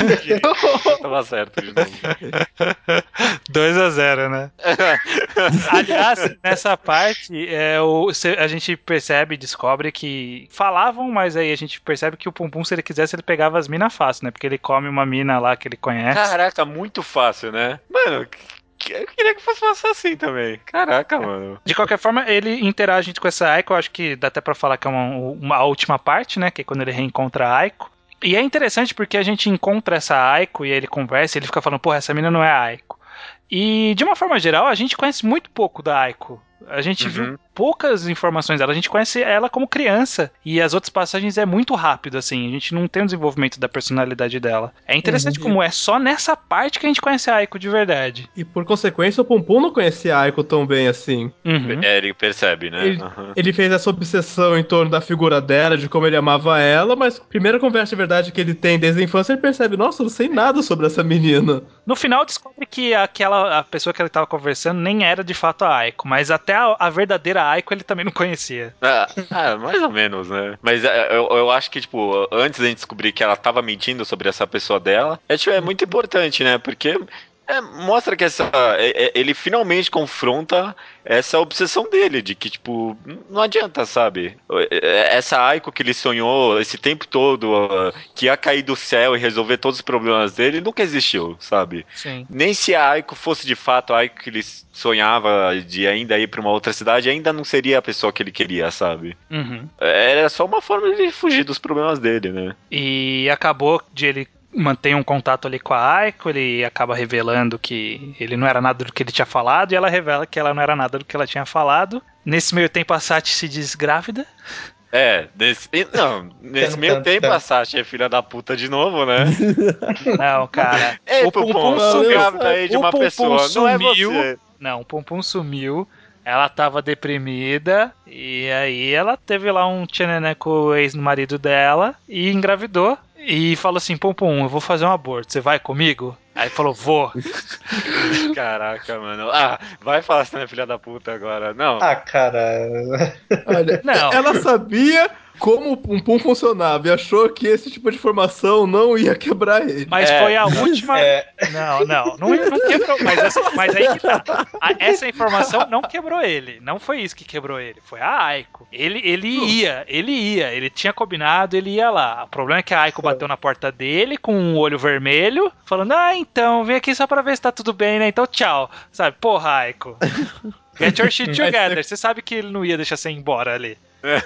Tava certo de novo. dois a zero, né? Aliás, nessa parte, é, o, cê- a gente percebe, descobre que falavam, mas aí a gente percebe que o Pum Pum, se ele quisesse, ele pegava as minas fácil, né? Porque ele come uma mina lá que ele conhece. Caraca, muito fácil, né? Mano, que- eu queria que fosse fácil assim também. Caraca, mano. De qualquer forma, ele interage com essa Aiko, eu acho que dá até pra falar que é uma, uma a última parte, né? Que é quando ele reencontra a Aiko. E é interessante porque a gente encontra essa Aiko e ele conversa e ele fica falando, porra, essa mina não é a Aiko. E, de uma forma geral, a gente conhece muito pouco da Aiko. A gente Uhum. viu poucas informações dela. A gente conhece ela como criança. E as outras passagens é muito rápido, assim. A gente não tem o desenvolvimento da personalidade dela. É interessante Uhum. como é só nessa parte que a gente conhece a Aiko de verdade. E por consequência, o Pum Pum não conhecia a Aiko tão bem assim. Uhum. É, ele percebe, né? Ele, Uhum. ele fez essa obsessão em torno da figura dela, de como ele amava ela, mas a primeira conversa de verdade que ele tem desde a infância, ele percebe, nossa, eu não sei nada sobre essa menina. No final descobre que aquela a pessoa que ele estava conversando nem era de fato a Aiko, mas até a, a verdadeira Aiko ele também não conhecia. Ah, ah, mais ou menos, né? Mas é, eu, eu acho que, tipo, antes da gente descobrir que ela tava mentindo sobre essa pessoa dela, é, tipo, é muito importante, né? Porque é, mostra que essa, é, é, ele finalmente confronta essa obsessão dele, de que, tipo, não adianta, sabe? Essa Aiko que ele sonhou esse tempo todo, uh, que ia cair do céu e resolver todos os problemas dele, nunca existiu, sabe? Sim. Nem se a Aiko fosse de fato a Aiko que ele sonhava de ainda ir pra uma outra cidade, ainda não seria a pessoa que ele queria, sabe? Uhum. Era só uma forma de fugir dos problemas dele, né? E acabou de ele manter um contato ali com a Aiko, ele acaba revelando que ele não era nada do que ele tinha falado, e ela revela que ela não era nada do que ela tinha falado. Nesse meio tempo a Sati se diz grávida. É, nesse, não, nesse meio tempo a Sasha é filha da puta de novo, né? Não, cara. Ei, o Pum Pum Pum sou sumiu. grávida aí de O uma Pum Pum pessoa, não é sumiu. você. Não, o Pum Pum sumiu. Ela tava deprimida e aí ela teve lá um tchananã com o ex-marido dela e engravidou. E falou assim, Pum Pum, eu vou fazer um aborto, você vai comigo? Aí falou, vou. Caraca, mano. Ah, vai falar se não é filha da puta agora. Não. Ah, cara. Olha, Não. ela sabia como o Pum Pum funcionava e achou que esse tipo de informação não ia quebrar ele. Mas É, foi a não. última. É. Não, não, não, não quebrou. Mas, essa, mas aí que tá. A- essa informação não quebrou ele. Não foi isso que quebrou ele. Foi a Aiko. Ele, ele ia, ele ia. Ele tinha combinado, ele ia lá. O problema é que a Aiko Foi. bateu na porta dele com um olho vermelho, falando: Ah, então, vem aqui só pra ver se tá tudo bem, né? Então, tchau. Sabe, porra, Aiko. Get your shit together. Você sabe que ele não ia deixar você ir embora ali.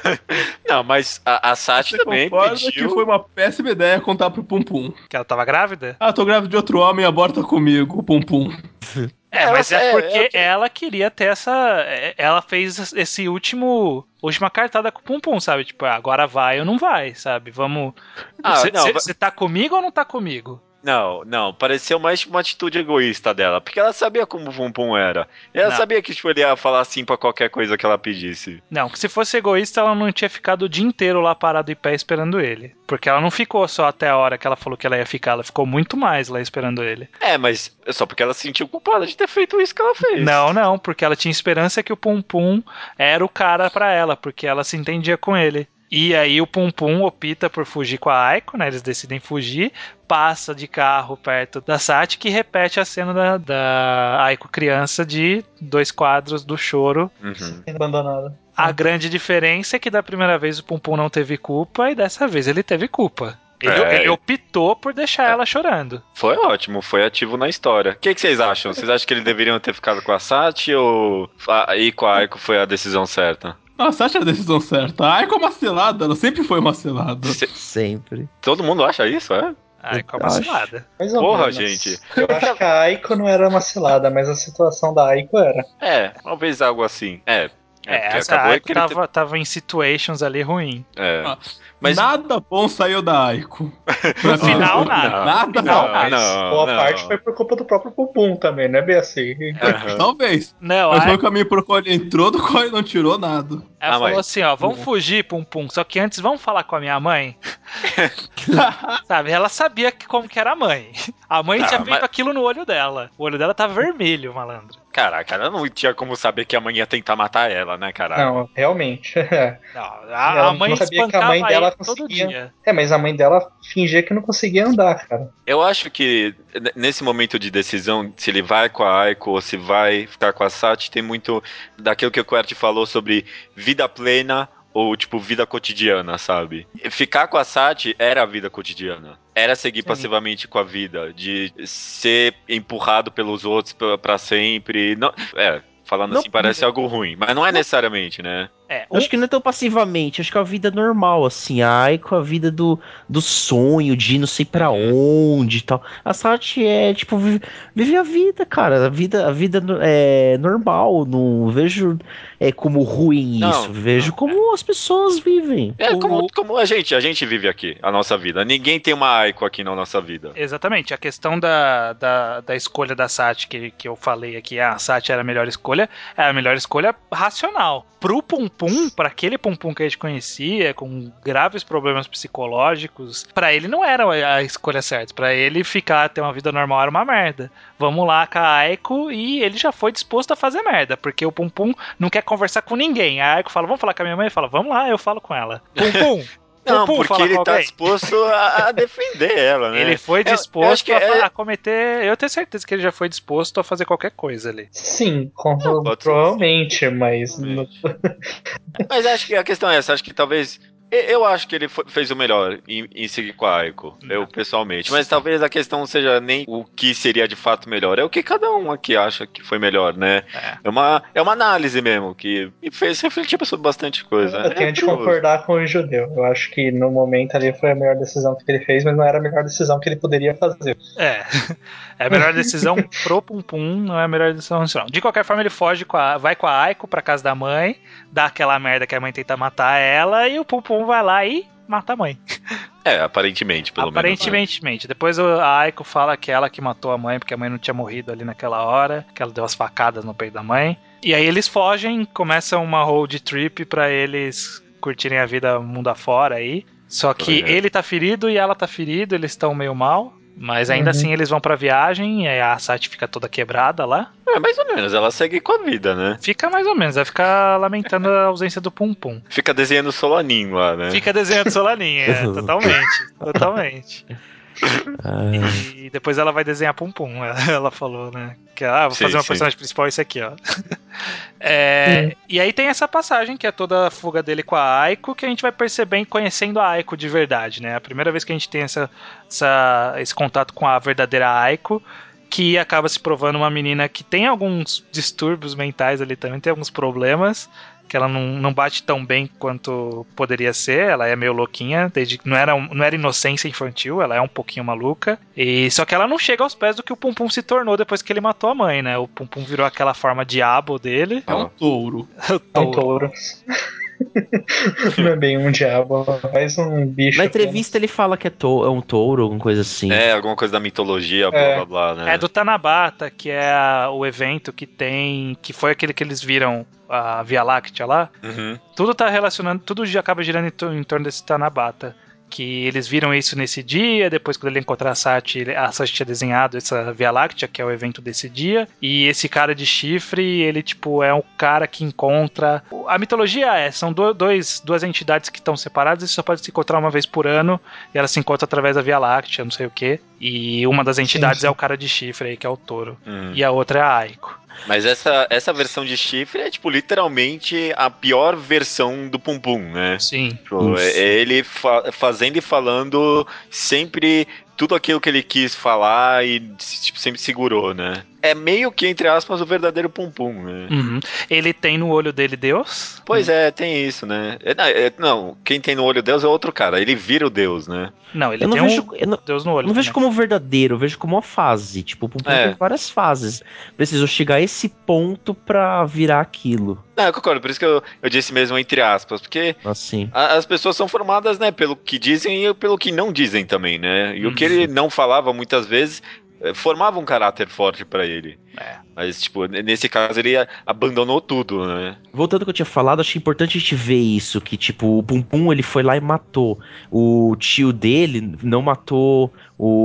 Não, mas a, a Sasha Você também concorda pediu... que foi uma péssima ideia contar pro Pum Pum. Que ela tava grávida? Ah, tô grávida de outro homem, aborta comigo, Pum Pum. É, Ela- mas é é, porque é- ela queria ter essa. é, Ela fez esse último. Última cartada com o Pum Pum, sabe? Tipo, agora vai ou não vai, sabe? Vamos. Ah, não, Você tá comigo ou não tá comigo? Não, não, pareceu mais tipo, uma atitude egoísta dela, porque ela sabia como o Pum Pum era. E ela Não. sabia que tipo, ele ia falar assim pra qualquer coisa que ela pedisse. Não, que se fosse egoísta, ela não tinha ficado o dia inteiro lá parado em pé esperando ele. Porque ela não ficou só até a hora que ela falou que ela ia ficar, ela ficou muito mais lá esperando ele. É, mas é só porque ela se sentiu culpada de ter feito isso que ela fez. Não, não, porque ela tinha esperança que o Pum Pum era o cara pra ela, porque ela se entendia com ele. E aí o Pum Pum opta por fugir com a Aiko, né? Eles decidem fugir, passa de carro perto da Sati, que repete a cena da, da Aiko criança de dois quadros do choro. Uhum. Abandonada. A grande diferença é que da primeira vez o Pum Pum não teve culpa e dessa vez ele teve culpa. Ele, É. ele optou por deixar ela chorando. Foi ótimo, foi ativo na história. O que, que vocês acham? Vocês acham que eles deveriam ter ficado com a Sati ou a- ir com a Aiko foi a decisão certa? Nossa, acha a decisão certa. A Aiko é uma selada, ela sempre foi uma selada. Se- Sempre. Todo mundo acha isso, é? Ai, com a Acho. cilada. Mais ou Porra, menos. gente. Eu acho que a Aiko não era uma cilada, mas a situação da Aiko era. É, talvez algo assim. É. É, porque essa acabou Aiko que ele tava, tava em situations ali ruim. te- É. Ah, Mas Nada bom saiu da Aiko. No final, nada. Não, Nada No final, não, nada. não. Boa parte foi por culpa do próprio Pum Pum também, né, bem assim? Aham. Talvez. Não, Mas a foi o caminho pro qual ele entrou, do qual ele não tirou nada. Ela Ah, falou mas- assim, ó, vamos fugir, Pum Pum, só que antes vamos falar com a minha mãe. Sabe, ela sabia que, como que era a mãe. A mãe Tá, tinha feito mas- aquilo no olho dela. O olho dela tá vermelho, malandro. Caraca, ela não tinha como saber que a mãe ia tentar matar ela, né, caralho? Não, realmente. Não, a, Ela a mãe não sabia que a mãe espancava dela ele todo conseguia. dia. É, mas a mãe dela fingia que não conseguia andar, cara. Eu acho que n- nesse momento de decisão, se ele vai com a Aiko ou se vai ficar com a Sati, tem muito daquilo que o Quert falou sobre vida plena ou, tipo, vida cotidiana, sabe? Ficar com a Sati era a vida cotidiana. Era seguir Sim. passivamente com a vida, de ser empurrado pelos outros pra, pra sempre. Não, é, falando Não- assim parece algo ruim, mas não é necessariamente, né? É, Eu acho que não é tão passivamente, acho que é a vida normal, assim. A Aiko é a vida do, do sonho, de ir não sei pra onde e tal. A Sati é, tipo, vive, vive a vida, cara. A vida, a vida é normal. Não vejo é, como ruim Não, isso. Vejo não, como as pessoas vivem. É como, O- como a gente, a gente vive aqui, a nossa vida. Ninguém tem uma Aiko aqui na nossa vida. Exatamente, a questão da, da, da escolha da Sati que, que eu falei aqui, ah, a Sati era a melhor escolha, é a melhor escolha racional. Pro Pum Pum, pra aquele Pum Pum que a gente conhecia, com graves problemas psicológicos, pra ele não era a escolha certa. Pra ele ficar, ter uma vida normal era uma merda. Vamos lá com a Aiko e ele já foi disposto a fazer merda, porque o Pum Pum não quer conversar com ninguém. A Aiko fala, vamos falar com a minha mãe? Ele fala, vamos lá, eu falo com ela. Pum Pum! Não, Pum Pum porque fala ele com tá alguém. disposto a, a defender ela, né? Ele foi Eu- eu acho disposto que a, fa- é- a cometer. Eu tenho certeza que ele já foi disposto a fazer qualquer coisa ali. Sim, com- Não, pode ser, provavelmente, mas. no- Mas acho que a questão é essa, acho que talvez. e- Eu acho que ele fo- fez o melhor em, em seguir com a Aiko, eu pessoalmente. Mas talvez a questão não seja nem o que seria de fato melhor, é o que cada um aqui acha que foi melhor, né? É. É uma, é uma análise mesmo, que me fez refletir sobre bastante coisa. Eu tenho É de curioso. concordar com o judeu. Eu acho que no momento ali foi a melhor decisão que ele fez, mas não era a melhor decisão que ele poderia fazer. É. É a melhor decisão pro Pum Pum, não é a melhor decisão racional. De qualquer forma, ele foge com a. Vai com a Aiko pra casa da mãe, dá aquela merda que a mãe tenta matar ela, e o Pum Pum vai lá e mata a mãe. É, aparentemente, pelo Aparentemente. Depois o- a Aiko fala que é ela que matou a mãe, porque a mãe não tinha morrido ali naquela hora, que ela deu as facadas no peito da mãe. E aí eles fogem, começam uma road trip pra eles curtirem a vida mundo afora aí. Só que Pois é. ele tá ferido e ela tá ferida, eles estão meio mal. Mas ainda Uhum. assim eles vão pra viagem, e aí a Sati fica toda quebrada lá. né? É, mais ou menos, ela segue com a vida, né? Fica mais ou menos, vai ficar lamentando a ausência do Pum Pum. Fica desenhando Solanin lá, né? Fica desenhando Solaninha, é, totalmente, totalmente. Ah, E depois ela vai desenhar Pum Pum, ela, ela falou, né? Que ah, vou Sim, fazer uma sim. personagem principal, esse aqui, ó. É, e aí tem essa passagem, que é toda a fuga dele com a Aiko, que a gente vai percebendo, conhecendo a Aiko de verdade, né? A primeira vez que a gente tem essa, essa, esse contato com a verdadeira Aiko, que acaba se provando uma menina que tem alguns distúrbios mentais ali também, tem alguns problemas, que ela não, não bate tão bem quanto poderia ser, ela é meio louquinha, desde que não era, um- não era inocência infantil, ela é um pouquinho maluca, e só que ela não chega aos pés do que o Pum Pum se tornou depois que ele matou a mãe, né? O Pum Pum virou aquela forma diabo dele. É um touro. É um touro. Não é bem um diabo, mais um bicho. na entrevista ele fala que é, to- é um touro, alguma coisa assim. É, alguma coisa da mitologia, blá É. blá blá, né? É do Tanabata, que é a- o evento que tem, que foi aquele que eles viram a Via Láctea lá. Uhum. Tudo tá relacionando, tudo já acaba girando em, to- em torno desse Tanabata. Que eles viram isso nesse dia, depois quando ele encontrou a Sati, ele- a Sati tinha desenhado essa Via Láctea, que é o evento desse dia, e esse cara de chifre, ele tipo é um cara que encontra... A mitologia é, são do- dois, duas entidades que estão separadas e só pode se encontrar uma vez por ano, e elas se encontram através da Via Láctea, não sei o que, e uma das entidades sim. é o cara de chifre aí, que é o touro, Hum. e a outra é a Aiko. Mas essa, essa versão de chifre é, tipo, literalmente a pior versão do Pum Pum, né? Sim. Tipo, é Isso. é ele fa- fazendo e falando sempre tudo aquilo que ele quis falar e tipo, sempre segurou, né? É meio que, entre aspas, o verdadeiro Pum Pum, né? Uhum. Ele tem no olho dele Deus. Pois é, tem isso, né? É, não, é- não, quem tem no olho Deus é outro cara, ele vira o Deus, né? Não, ele Eu não tem vejo, um eu não, Deus no eu olho. não vejo também. como verdadeiro, eu vejo como uma fase. Tipo, o Pum Pum É. tem várias fases. Precisou chegar a esse ponto pra virar aquilo. Não, eu concordo, por isso que eu, eu disse mesmo entre aspas, porque Assim. a- as pessoas são formadas, né, pelo que dizem e pelo que não dizem também, né? E o que Uhum. ele não falava muitas vezes, formava um caráter forte pra ele. É. Mas, tipo, nesse caso ele abandonou tudo, né? Voltando ao que eu tinha falado, acho importante a gente ver isso, que tipo, o Pum Pum ele foi lá e matou. O tio dele não matou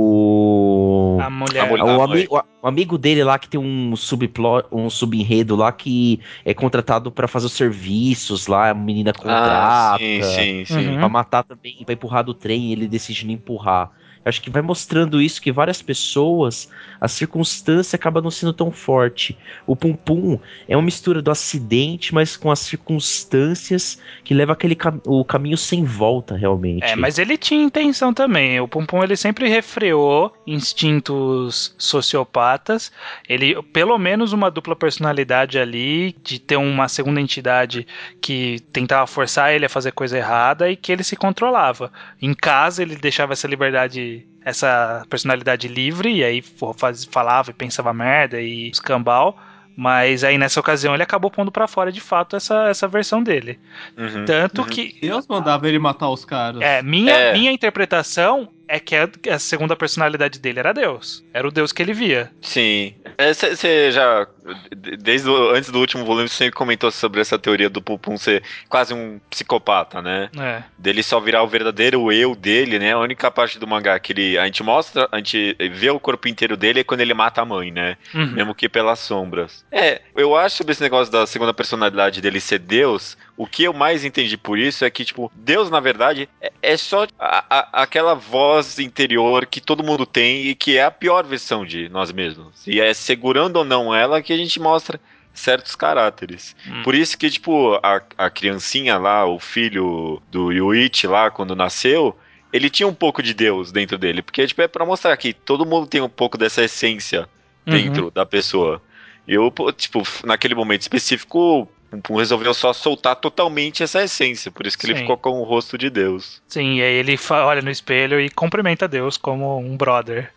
o... A mulher. A mulher- O, a ami- mãe. o amigo dele lá que tem um subplot, um subenredo lá que é contratado pra fazer os serviços lá, a menina Ah, contrata. sim, sim, sim. Uhum. Pra matar também, pra empurrar do trem, e ele decide não empurrar. Eu acho que vai mostrando isso, que várias pessoas, a circunstância acaba não sendo tão forte. O Pum Pum é uma mistura do acidente, mas com as circunstâncias que leva aquele cam- o caminho sem volta, realmente. É, mas ele tinha intenção também. O Pum Pum ele sempre refreou instintos sociopatas. Ele, pelo menos uma dupla personalidade ali, de ter uma segunda entidade que tentava forçar ele a fazer coisa errada e que ele se controlava. Em casa ele deixava essa liberdade, essa personalidade livre, e aí faz, falava e pensava merda e escambau. Mas aí nessa ocasião ele acabou pondo pra fora de fato essa, essa versão dele. Uhum, Tanto uhum. que Deus mandava ele matar os caras. é, minha, É. minha interpretação é que a, a segunda personalidade dele era Deus. Era o Deus que ele via. Sim. Você já, desde o, antes do último volume, você sempre comentou sobre essa teoria do Pum Pum ser quase um psicopata, né? É. Dele só virar o verdadeiro eu dele, né? A única parte do mangá que ele, a gente mostra, a gente vê o corpo inteiro dele é quando ele mata a mãe, né? Uhum. Mesmo que pelas sombras. É, eu acho sobre esse negócio da segunda personalidade dele ser Deus, o que eu mais entendi por isso é que, tipo, Deus, na verdade, é, é só a, a, aquela voz interior que todo mundo tem e que é a pior versão de nós mesmos. E é segurando ou não ela que a gente mostra certos caráteres. Hum. Por isso que, tipo, a, a criancinha lá, o filho do Yuichi lá, quando nasceu, ele tinha um pouco de Deus dentro dele. Porque, tipo, é pra mostrar que todo mundo tem um pouco dessa essência dentro Uhum. da pessoa. E eu, pô, tipo, naquele momento específico, o Pum resolveu só soltar totalmente essa essência. Por isso que ele Sim. ficou com o rosto de Deus. Sim, e aí ele fa- olha no espelho e cumprimenta Deus como um brother.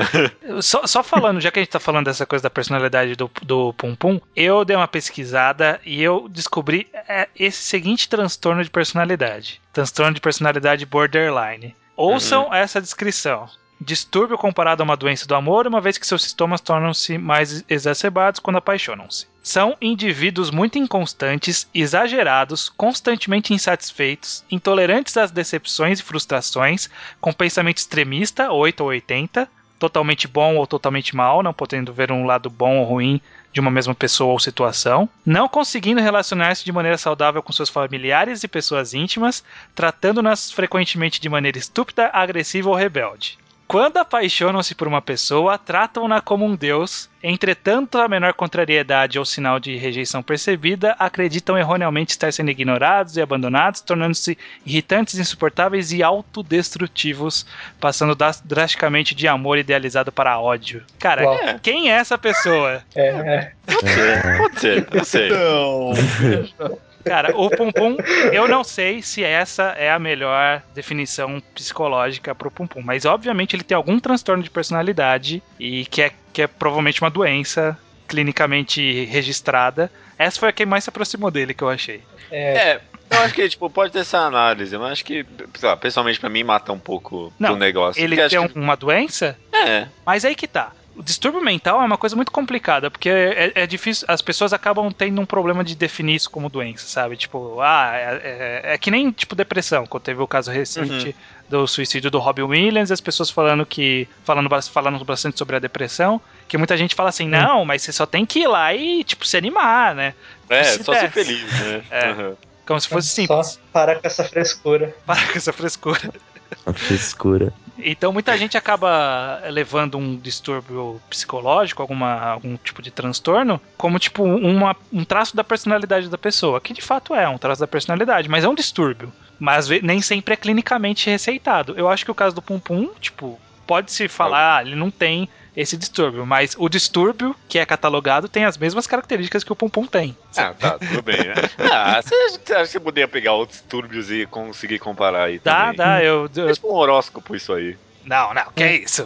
Só, só falando, já que a gente tá falando dessa coisa da personalidade do, do Pum Pum, eu dei uma pesquisada e eu descobri é, esse seguinte transtorno de personalidade. Transtorno de personalidade borderline. Ouçam essa descrição. Distúrbio comparado a uma doença do amor, uma vez que seus sintomas tornam-se mais exacerbados quando apaixonam-se. São indivíduos muito inconstantes, exagerados, constantemente insatisfeitos, intolerantes às decepções e frustrações, com pensamento extremista, oito ou oitenta, totalmente bom ou totalmente mal, não podendo ver um lado bom ou ruim de uma mesma pessoa ou situação, não conseguindo relacionar-se de maneira saudável com seus familiares e pessoas íntimas, tratando-nas frequentemente de maneira estúpida, agressiva ou rebelde. Quando apaixonam-se por uma pessoa, tratam-na como um deus. Entretanto, a menor contrariedade ou sinal de rejeição percebida, acreditam erroneamente estar sendo ignorados e abandonados, tornando-se irritantes, insuportáveis e autodestrutivos, passando das- drasticamente de amor idealizado para ódio. Cara, Uau. quem é essa pessoa? É, Pode ser, pode ser, eu sei. Não, deixa. Cara, o Pum Pum, eu não sei se essa é a melhor definição psicológica pro Pum Pum, mas obviamente ele tem algum transtorno de personalidade e que é, que é provavelmente uma doença clinicamente registrada. Essa foi a que mais se aproximou dele, que eu achei. é, É, eu acho que, tipo, pode ter essa análise, mas acho que, sei lá, pessoalmente pra mim mata um pouco Não, do negócio. ele Porque tem acho que, uma doença, é, mas aí que tá. O distúrbio mental é uma coisa muito complicada, porque é, é difícil, as pessoas acabam tendo um problema de definir isso como doença, sabe? Tipo, ah, é, é, é que nem, tipo, depressão, quando teve o caso recente do suicídio do Robin Williams, as pessoas falando que, falando, falando bastante sobre a depressão, que muita gente fala assim, não, mas você só tem que ir lá e, tipo, se animar, né? é, Se só ser desce. feliz, né? É. Uhum. Como se fosse só simples. para com essa frescura. Para com essa frescura. A frescura. Então muita gente acaba levando um distúrbio psicológico, alguma, algum tipo de transtorno, como tipo uma, um traço da personalidade da pessoa, que de fato é um traço da personalidade, mas é um distúrbio. Mas nem sempre é clinicamente receitado. Eu acho que o caso do Pum Pum, tipo, pode-se falar, ah, ele não tem esse distúrbio, mas o distúrbio que é catalogado tem as mesmas características que o Pum Pum tem. Ah, tá, tudo bem, né? Ah, você acha que você poderia pegar outros distúrbios e conseguir comparar aí Dá, também? dá, eu... eu... É tipo um horóscopo isso aí. Não, não, que é isso?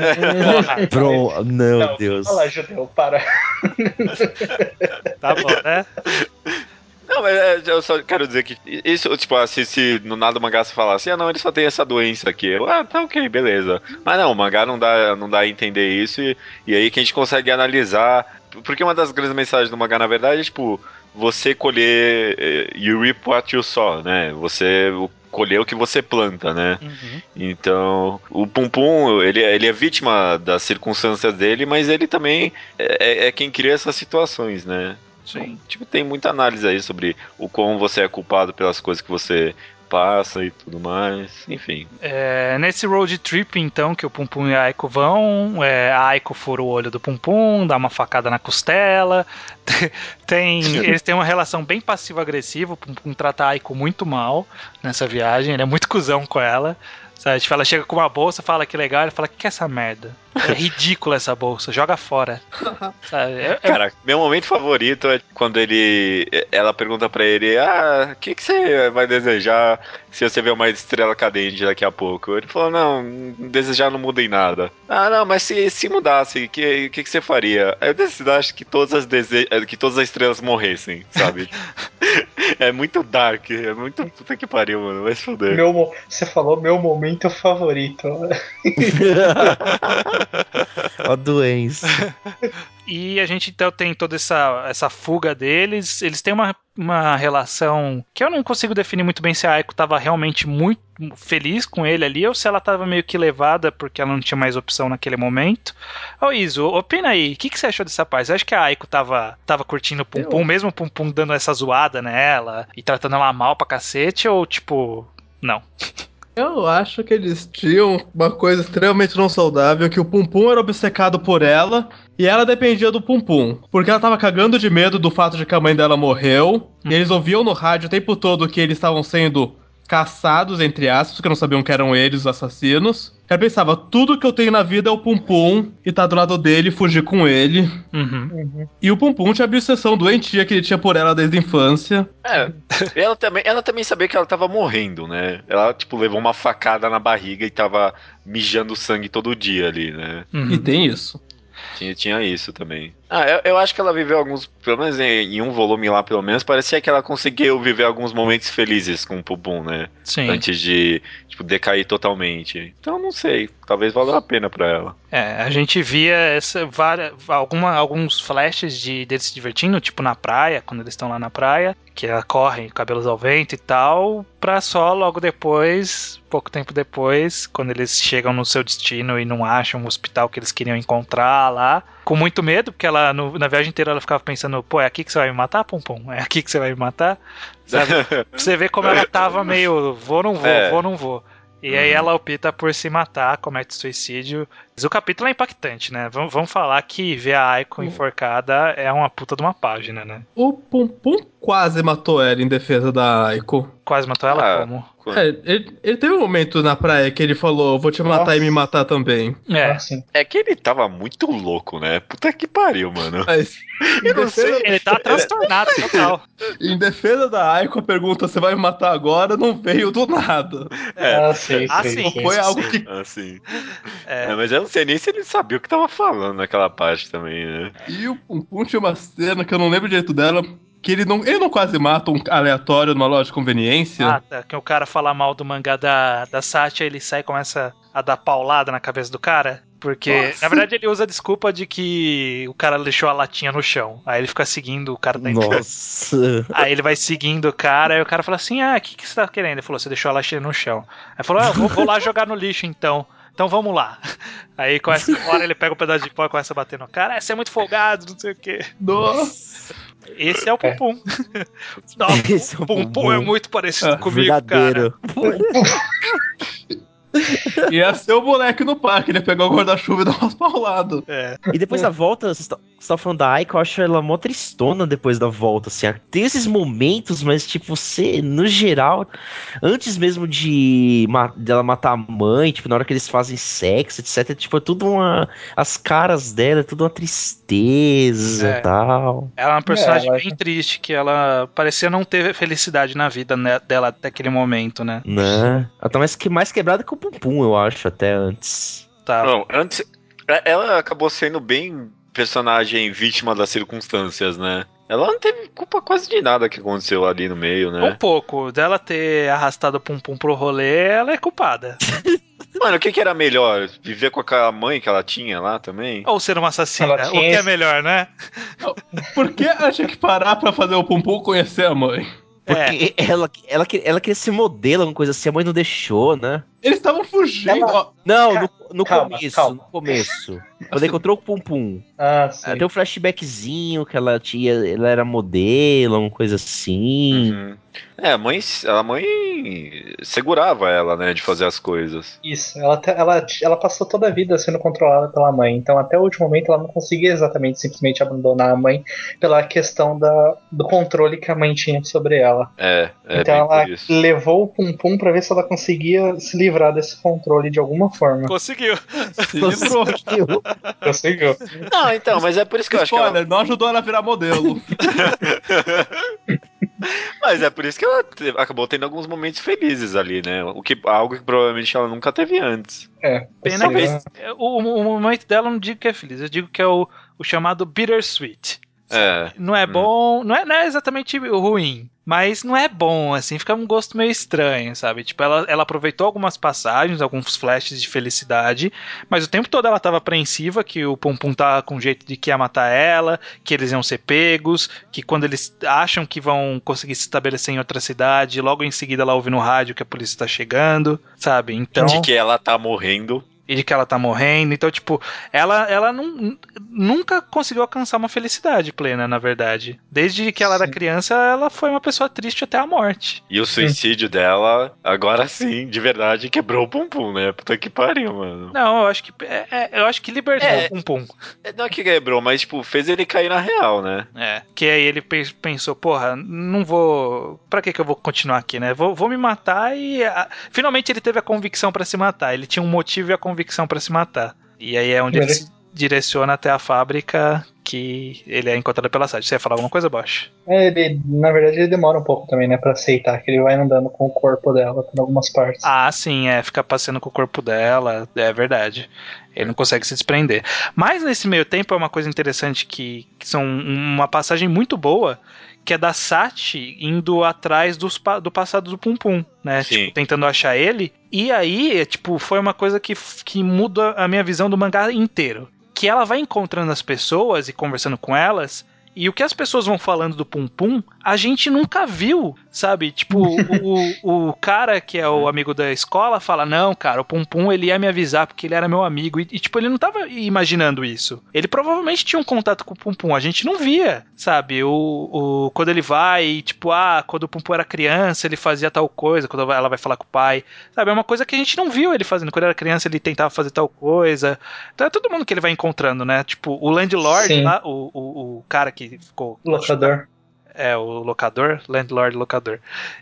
Porra, Pro... Meu Não, Deus. fala, judeu, para. tá bom, né? Não, mas é, eu só quero dizer que isso, tipo, assim, se no nada o mangá se falasse, ah, não, ele só tem essa doença aqui. Eu, ah, tá ok, beleza. Mas não, o mangá não dá, não dá a entender isso e, e aí que a gente consegue analisar. Porque uma das grandes mensagens do mangá, na verdade, é, tipo, você colher, you reap what you sow, né? Você colher o que você planta, né? Uhum. Então, o Pum Pum, ele, ele é vítima das circunstâncias dele, mas ele também é, é quem cria essas situações, né? Sim. Então, tipo, tem muita análise aí sobre o como você é culpado pelas coisas que você passa e tudo mais, enfim. É, nesse road trip, então, que o Pum Pum e a Aiko vão, é, a Aiko fura o olho do Pum Pum, dá uma facada na costela. Tem, eles têm uma relação bem passivo-agressiva. O Pum Pum trata a Aiko muito mal nessa viagem, ele é muito cuzão com ela. Sabe? Tipo, ela chega com uma bolsa, fala que legal, ele fala, que que é essa merda? É ridícula essa bolsa, joga fora. Sabe? É, é... Cara, meu momento favorito é quando ele, ela pergunta pra ele, ah, o que, que você vai desejar se você ver uma estrela cadente daqui a pouco? Ele falou, não, desejar não muda em nada. Ah, não, mas se, se mudasse, o que, que, que você faria? Eu desejasse que todas as dese... que todas as estrelas morressem, sabe? É muito dark, é muito puta que pariu, mano, vai se foder. Meu, mo- você falou meu momento favorito. Ó, doença. E a gente então tem toda essa, essa fuga deles. Eles têm uma, uma relação que eu não consigo definir muito bem se a Aiko estava realmente muito feliz com ele ali ou se ela estava meio que levada porque ela não tinha mais opção naquele momento. Ô Iso, opina aí, o que, que você achou dessa parte? Você acha que a Aiko tava, tava curtindo o Pum Pum, eu... mesmo o Pum Pum dando essa zoada nela e tratando ela mal pra cacete, ou tipo, não? Eu acho que eles tinham uma coisa extremamente não saudável, que o Pum Pum era obcecado por ela e ela dependia do Pum Pum. Porque ela tava cagando de medo do fato de que a mãe dela morreu, hum. e eles ouviam no rádio o tempo todo que eles estavam sendo caçados, entre aspas, porque não sabiam que eram eles os assassinos. Ela pensava, tudo que eu tenho na vida é o Pum Pum, e tá do lado dele, fugir com ele. Uhum. Uhum. E o Pum Pum tinha a obsessão doentia que ele tinha por ela desde a infância. É, ela também, ela também sabia que ela tava morrendo, né? Ela, tipo, levou uma facada na barriga e tava mijando sangue todo dia ali, né? Uhum. E tem isso. Tinha, tinha isso também. Ah, eu, eu acho que ela viveu alguns, pelo menos em, em um volume lá, pelo menos, parecia que ela conseguiu viver alguns momentos felizes com o Pum né? Sim. Antes de, tipo, decair totalmente. Então, não sei, talvez valha a pena pra ela. É, a gente via essa, várias, alguma, alguns flashes de, deles se divertindo, tipo na praia, quando eles estão lá na praia, que ela corre, cabelos ao vento e tal, pra só logo depois, pouco tempo depois, quando eles chegam no seu destino e não acham o hospital que eles queriam encontrar lá, com muito medo, porque ela, no, na viagem inteira ela ficava pensando, pô, é aqui que você vai me matar, Pum Pum? É aqui que você vai me matar? Sabe? Você vê como ela tava meio, vou, não vou, é. vou, não vou. E uhum. aí ela opta por se matar, comete suicídio. Mas o capítulo é impactante, né? Vamos, vamos falar que ver a Aiko uhum. enforcada é uma puta de uma página, né? O Pum Pum quase matou ela em defesa da Aiko. Quase matou ela ah, como? É, ele, ele teve um momento na praia que ele falou, vou te matar Nossa. e me matar também. É. Nossa. É que ele tava muito louco, né? Puta que pariu, mano. Mas, eu não sei, ele tá transtornado total. Em defesa da Aiko, a pergunta, você vai me matar agora, não veio do nada. É. Ah, sei, ah, sei. sim. Não foi algo sim. que... Ah, sim. É. É, mas eu não sei nem se ele sabia o que tava falando naquela parte também, né? E o Pum Pum tinha uma cena que eu não lembro direito dela... Que ele não, ele não quase mata um aleatório numa loja de conveniência. Ah, tá. Que o cara fala mal do mangá da, da Satya, ele sai e começa a dar paulada na cabeça do cara. Porque, Nossa. na verdade, ele usa a desculpa de que o cara deixou a latinha no chão. Aí ele fica seguindo o cara da Nossa. Aí ele vai seguindo o cara, aí o cara fala assim, ah, o que, que você tá querendo? Ele falou, você deixou a latinha no chão. Aí falou, ah, vou, vou lá jogar no lixo então. Então vamos lá. Aí com essa hora ele pega um pedaço de pó e começa a bater no cara. É, você é muito folgado, não sei o quê. Nossa. Esse é o Pum Pum. É. Não, o Pum Pum é muito parecido ah, comigo, verdadeiro. Cara. Ia ser o moleque no parque, ele ia pegar o guarda-chuva e dar umas pauladas. É. E depois da volta, você tá, você tá falando da Aiko, eu acho ela mó tristona depois da volta, assim. Tem esses momentos, mas, tipo, você, no geral, antes mesmo de dela matar a mãe, tipo, na hora que eles fazem sexo, etcétera, tipo, é tudo uma... As caras dela, é tudo uma tristeza e é. tal. Ela é uma personagem é, ela... bem triste, que ela parecia não ter felicidade na vida né, dela até aquele momento, né? Né? Ela tá mais, que, mais quebrada que o Pum Pum, eu acho, até antes. Tá. Não, antes... Ela acabou sendo bem personagem vítima das circunstâncias, né? Ela não teve culpa quase de nada que aconteceu ali no meio, né? Um pouco. Dela ter arrastado o Pum Pum pro rolê, ela é culpada. Mano, o que que era melhor? Viver com aquela mãe que ela tinha lá também? Ou ser uma assassina. Ela O tinha que é esse- melhor, né? Por que acha que parar pra fazer o Pum Pum conhecer a mãe? É. Porque ela, ela, que- ela queria ser modelo, alguma coisa assim, a mãe não deixou, né? Eles estavam fugindo. Ela- Ó, Não, Ca- no, no calma, começo, calma. no começo. Quando encontrou com o Pum Pum. Ah, sim. Tem um flashbackzinho que ela tinha, ela era modelo, uma coisa assim. Uhum. É, a mãe, a mãe segurava ela, né, de fazer as coisas. Isso, ela, te- ela, ela passou toda a vida sendo controlada pela mãe, então até o último momento ela não conseguia exatamente simplesmente abandonar a mãe pela questão da, do controle que a mãe tinha sobre ela. É, é então bem ela por isso. levou o Pum Pum pra ver se ela conseguia se livrar desse controle de alguma forma. Conseguiu. se livrou. Conseguiu. Conseguiu. Não, então, mas é por isso que eu acho que ela... Spoiler, não ajudou ela a virar modelo. Mas é por isso que ela te- acabou tendo alguns momentos felizes ali, né? O que, algo que provavelmente ela nunca teve antes. É, Pena que seria- o, o momento dela eu não digo que é feliz, eu digo que é o, o chamado bittersweet. É. Não é Hum. bom, não é, não é exatamente ruim, mas não é bom, assim, fica um gosto meio estranho, sabe? Tipo, ela, ela aproveitou algumas passagens, alguns flashes de felicidade, mas o tempo todo ela tava apreensiva que o Pum Pum tá com jeito de que ia matar ela, que eles iam ser pegos, que quando eles acham que vão conseguir se estabelecer em outra cidade, logo em seguida ela ouve no rádio que a polícia tá chegando, sabe? Então... De que ela tá morrendo. E de que ela tá morrendo. Então, tipo, ela, ela não, nunca conseguiu alcançar uma felicidade plena, na verdade. Desde que ela era Sim. criança, ela foi uma pessoa triste até a morte. E o suicídio dela, agora sim, de verdade, quebrou o Pum Pum, né? Puta que pariu, mano. Não, eu acho que é, é, eu acho que libertou É. o Pum Pum. É, não é que quebrou, mas, tipo, fez ele cair na real, né? É. Que aí ele pe- pensou, porra, não vou. Pra que que eu vou continuar aqui, né? Vou, vou me matar e. a- Finalmente ele teve a convicção pra se matar. Ele tinha um motivo e a convicção pra se matar. E aí é onde ele Ele- se direciona até a fábrica que ele é encontrado pela Sade. Você ia falar alguma coisa, Bosch? É, ele, na verdade, ele demora um pouco também, né, pra aceitar que ele vai andando com o corpo dela por algumas partes. Ah, sim, é. Fica passeando com o corpo dela. É verdade. Ele não consegue se desprender. Mas nesse meio tempo é uma coisa interessante que, que são uma passagem muito boa, que é da Sati indo atrás dos, pa- do passado do Pum Pum, né? Sim. Tipo, tentando achar ele. E aí, é, tipo, foi uma coisa que, que muda a minha visão do mangá inteiro. Que ela vai encontrando as pessoas e conversando com elas. E o que as pessoas vão falando do Pum Pum, a gente nunca viu, sabe? Tipo, o, o cara que é o amigo da escola fala, não, cara, o Pum Pum, ele ia me avisar porque ele era meu amigo. E, e, tipo, ele não tava imaginando isso. Ele provavelmente tinha um contato com o Pum Pum, a gente não via, sabe? O, o, quando ele vai, tipo, ah, quando o Pum Pum era criança, ele fazia tal coisa, quando ela vai falar com o pai, sabe? É uma coisa que a gente não viu ele fazendo. Quando era criança, ele tentava fazer tal coisa. Então é todo mundo que ele vai encontrando, né? Tipo, o Landlord Sim. lá, o, o, o cara que ficou... Locador. É, o locador, landlord locador.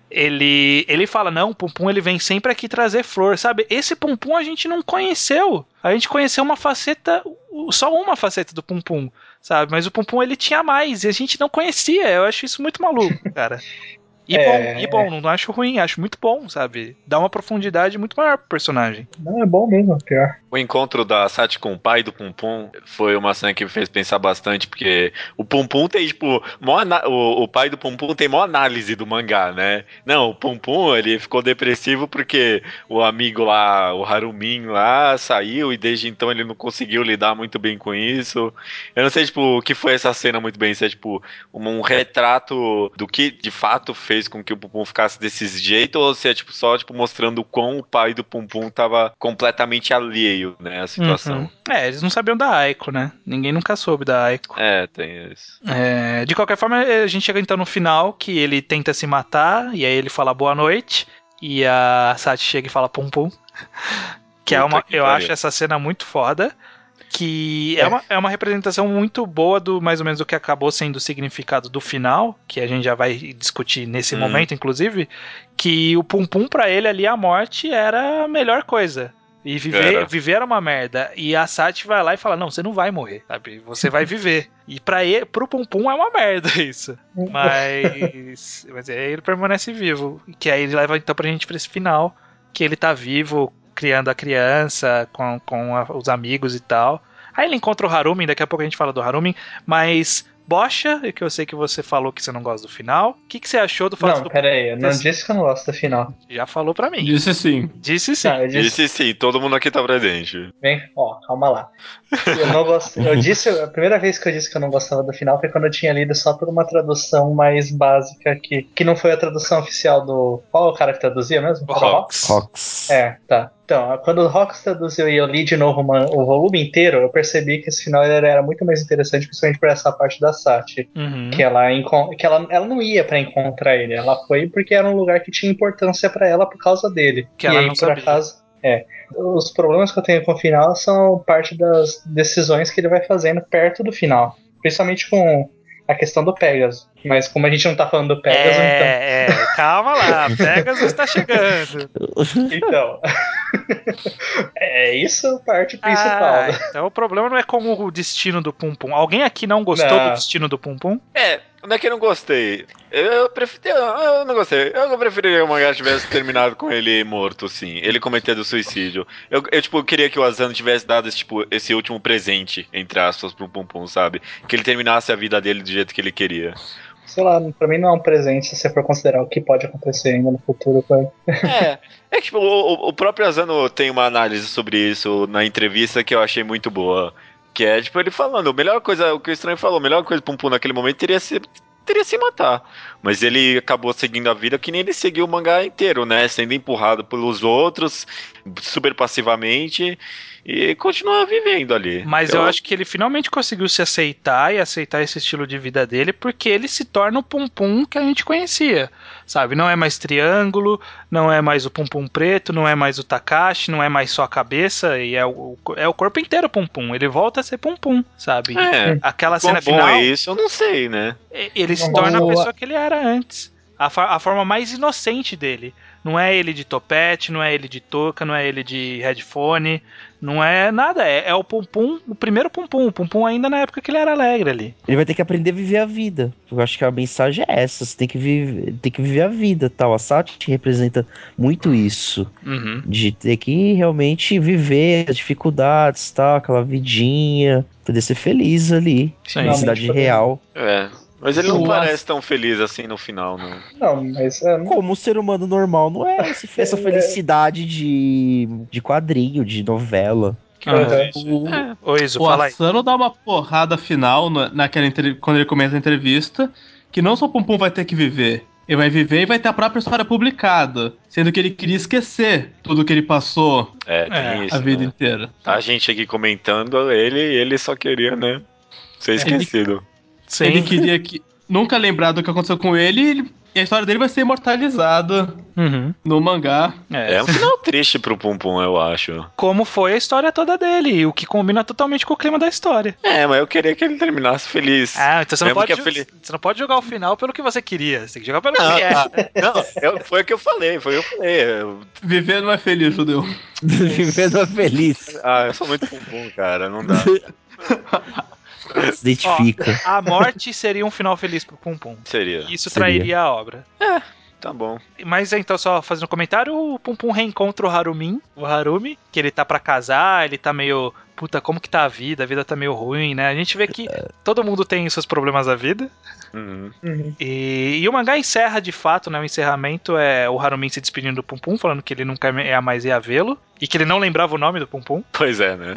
Ele, ele fala, não, o Pum Pum ele vem sempre aqui trazer flor, sabe? Esse Pum Pum a gente não conheceu. A gente conheceu uma faceta, só uma faceta do Pum Pum, sabe? Mas o Pum Pum ele tinha mais e a gente não conhecia. Eu acho isso muito maluco, cara. E É. bom, e bom, não acho ruim, acho muito bom, sabe? Dá uma profundidade muito maior pro personagem. Não, é bom mesmo, pior. O encontro da Sati com o pai do Pum Pum foi uma cena que me fez pensar bastante, porque o Pum Pum tem, tipo, mó ana- o, o pai do Pum Pum tem mó análise do mangá, né? Não, o Pum Pum, ele ficou depressivo porque o amigo lá, o Harumin lá, saiu e desde então ele não conseguiu lidar muito bem com isso. Eu não sei, tipo, o que foi essa cena muito bem, se é, tipo, um, um retrato do que de fato fez com que o Pum Pum ficasse desse jeito, ou se é, tipo, só, tipo, mostrando o quão o pai do Pum Pum tava completamente alheio, né, a situação. Uhum. É, eles não sabiam da Aiko, né? Ninguém nunca soube da Aiko. É, tem isso. É, de qualquer forma, a gente chega então no final, que ele tenta se matar, e aí ele fala boa noite, e a Sati chega e fala pum pum. Que é Puta uma, que eu pariu. acho essa cena muito foda. Que é. É. uma, é uma representação muito boa do mais ou menos o que acabou sendo o significado do final, que a gente já vai discutir nesse Hum. momento, inclusive, que o pum pum pra ele ali, a morte era a melhor coisa. E viver Era. viver era uma merda. E a Sati vai lá e fala, não, você não vai morrer, sabe? Você vai viver. E pra ele, pro Pum Pum é uma merda isso. Mas, mas aí ele permanece vivo. Que aí ele leva então pra gente pra esse final, que ele tá vivo, criando a criança, com, com a- os amigos e tal. Aí ele encontra o Harumin, daqui a pouco a gente fala do Harumin, mas Bocha, e que eu sei que você falou que você não gosta do final. O que, que você achou do fato Não, do... pera aí, eu não disse que eu não gosto do final. Já falou pra mim. Disse sim. Disse sim. Não, eu disse. Disse sim, todo mundo aqui tá presente. Bem, ó, calma lá. Eu não gosto. Eu disse, a primeira vez que eu disse que eu não gostava do final foi quando eu tinha lido só por uma tradução mais básica que, que não foi a tradução oficial do. Qual é o cara que traduzia mesmo? O Era Hawks. Rox. É, tá. Então, quando o Hawks traduziu e eu li de novo uma, o volume inteiro, eu percebi que esse final ele era muito mais interessante, principalmente por essa parte da Sati. Uhum. Que, ela, que ela, ela não ia pra encontrar ele, ela foi porque era um lugar que tinha importância pra ela por causa dele. Que e ela aí, não por sabia. acaso, é. Os problemas que eu tenho com o final são parte das decisões que ele vai fazendo perto do final. Principalmente com a questão do Pegasus. Mas como a gente não tá falando do Pegasus, então. É, é, calma lá, Pegasus está chegando. Então. É isso a parte principal. Ah, então o problema não é com o destino do Pum Pum. Alguém aqui não gostou Não. do destino do Pum Pum? É, não é que eu não gostei. Eu preferi. Eu, eu não gostei. Eu preferiria que o mangá tivesse terminado com ele morto, sim. Ele cometendo suicídio. Eu, eu tipo, queria que o Asano tivesse dado esse, tipo, esse último presente, entre aspas, pro Pum Pum, sabe? Que ele terminasse a vida dele do jeito que ele queria. Sei lá, pra mim não é um presente se você for considerar o que pode acontecer ainda no futuro com ele. É, é que tipo, o, o próprio Asano tem uma análise sobre isso na entrevista que eu achei muito boa. Que é, tipo, ele falando, a melhor coisa, o que o Estranho falou, a melhor coisa do Pum Pum naquele momento teria se, teria se matar. Mas ele acabou seguindo a vida que nem ele seguiu o mangá inteiro, né? Sendo empurrado pelos outros, super passivamente, e continuar vivendo ali. Mas eu... eu acho que ele finalmente conseguiu se aceitar e aceitar esse estilo de vida dele, porque ele se torna o Pum Pum que a gente conhecia, sabe? Não é mais triângulo, não é mais o Pum Pum preto, não é mais o Takashi, não é mais só a cabeça, e é o, é o corpo inteiro Pum Pum. Ele volta a ser Pum Pum, sabe? É, aquela cena bom final... é isso, eu não sei, né? Ele se torna a pessoa que ele era antes. A, a forma mais inocente dele. Não é ele de topete, não é ele de touca, não é ele de headphone, não é nada. É, é o Pum Pum, o primeiro Pum Pum. O Pum Pum ainda na época que ele era alegre ali. Ele vai ter que aprender a viver a vida. Eu acho que a mensagem é essa. Você tem que viver, tem que viver a vida, tal. A Sati representa muito isso. Uhum. De ter que realmente viver as dificuldades, tal. Aquela vidinha. Poder ser feliz ali. Sim. Felicidade real. É. Mas ele não Nossa. parece tão feliz assim no final, não. Não, mas. É, não... Como um ser humano normal, não é esse, essa felicidade de, de quadrinho, de novela. Uhum. O, É. Ô, Iso, o fala aí. Asano dá uma porrada final na- naquela entre- quando ele começa a entrevista, que não só o Pum Pum vai ter que viver. Ele vai viver e vai ter a própria história publicada, sendo que ele queria esquecer tudo que ele passou É, tem É, isso, a vida né? inteira. A gente aqui comentando ele, ele só queria, né? Ser esquecido. Sim. Ele queria que nunca lembrar do que aconteceu com ele e, ele- e a história dele vai ser imortalizada Uhum. no mangá. É. É um final triste pro Pum Pum, eu acho. Como foi a história toda dele, o que combina totalmente com o clima da história. É, mas eu queria que ele terminasse feliz. Ah, então você não, Mesmo pode, que a feli- você não pode jogar o final pelo que você queria. Você tem que jogar pelo Não, que é. tá. Não, eu- foi o que eu falei, foi o que eu falei. Eu- Viver não é feliz, judeu. Vivendo feliz. ah, eu sou muito Pum Pum, cara, não dá. Se identifica. Ó, a morte seria um final feliz pro Pum Pum. Seria. Isso Seria. trairia a obra. Tá bom. Mas então, só fazendo um comentário, o Pum Pum reencontra o Harumin, o Harumi, que ele tá pra casar, ele tá meio... Puta, como que tá a vida? A vida tá meio ruim, né? A gente vê que todo mundo tem seus problemas da vida. Uhum. Uhum. E, e o mangá encerra de fato, né? O encerramento é o Harumin se despedindo do Pum Pum, falando que ele nunca ia mais ia vê-lo. E que ele não lembrava o nome do Pum Pum. Pois é, né?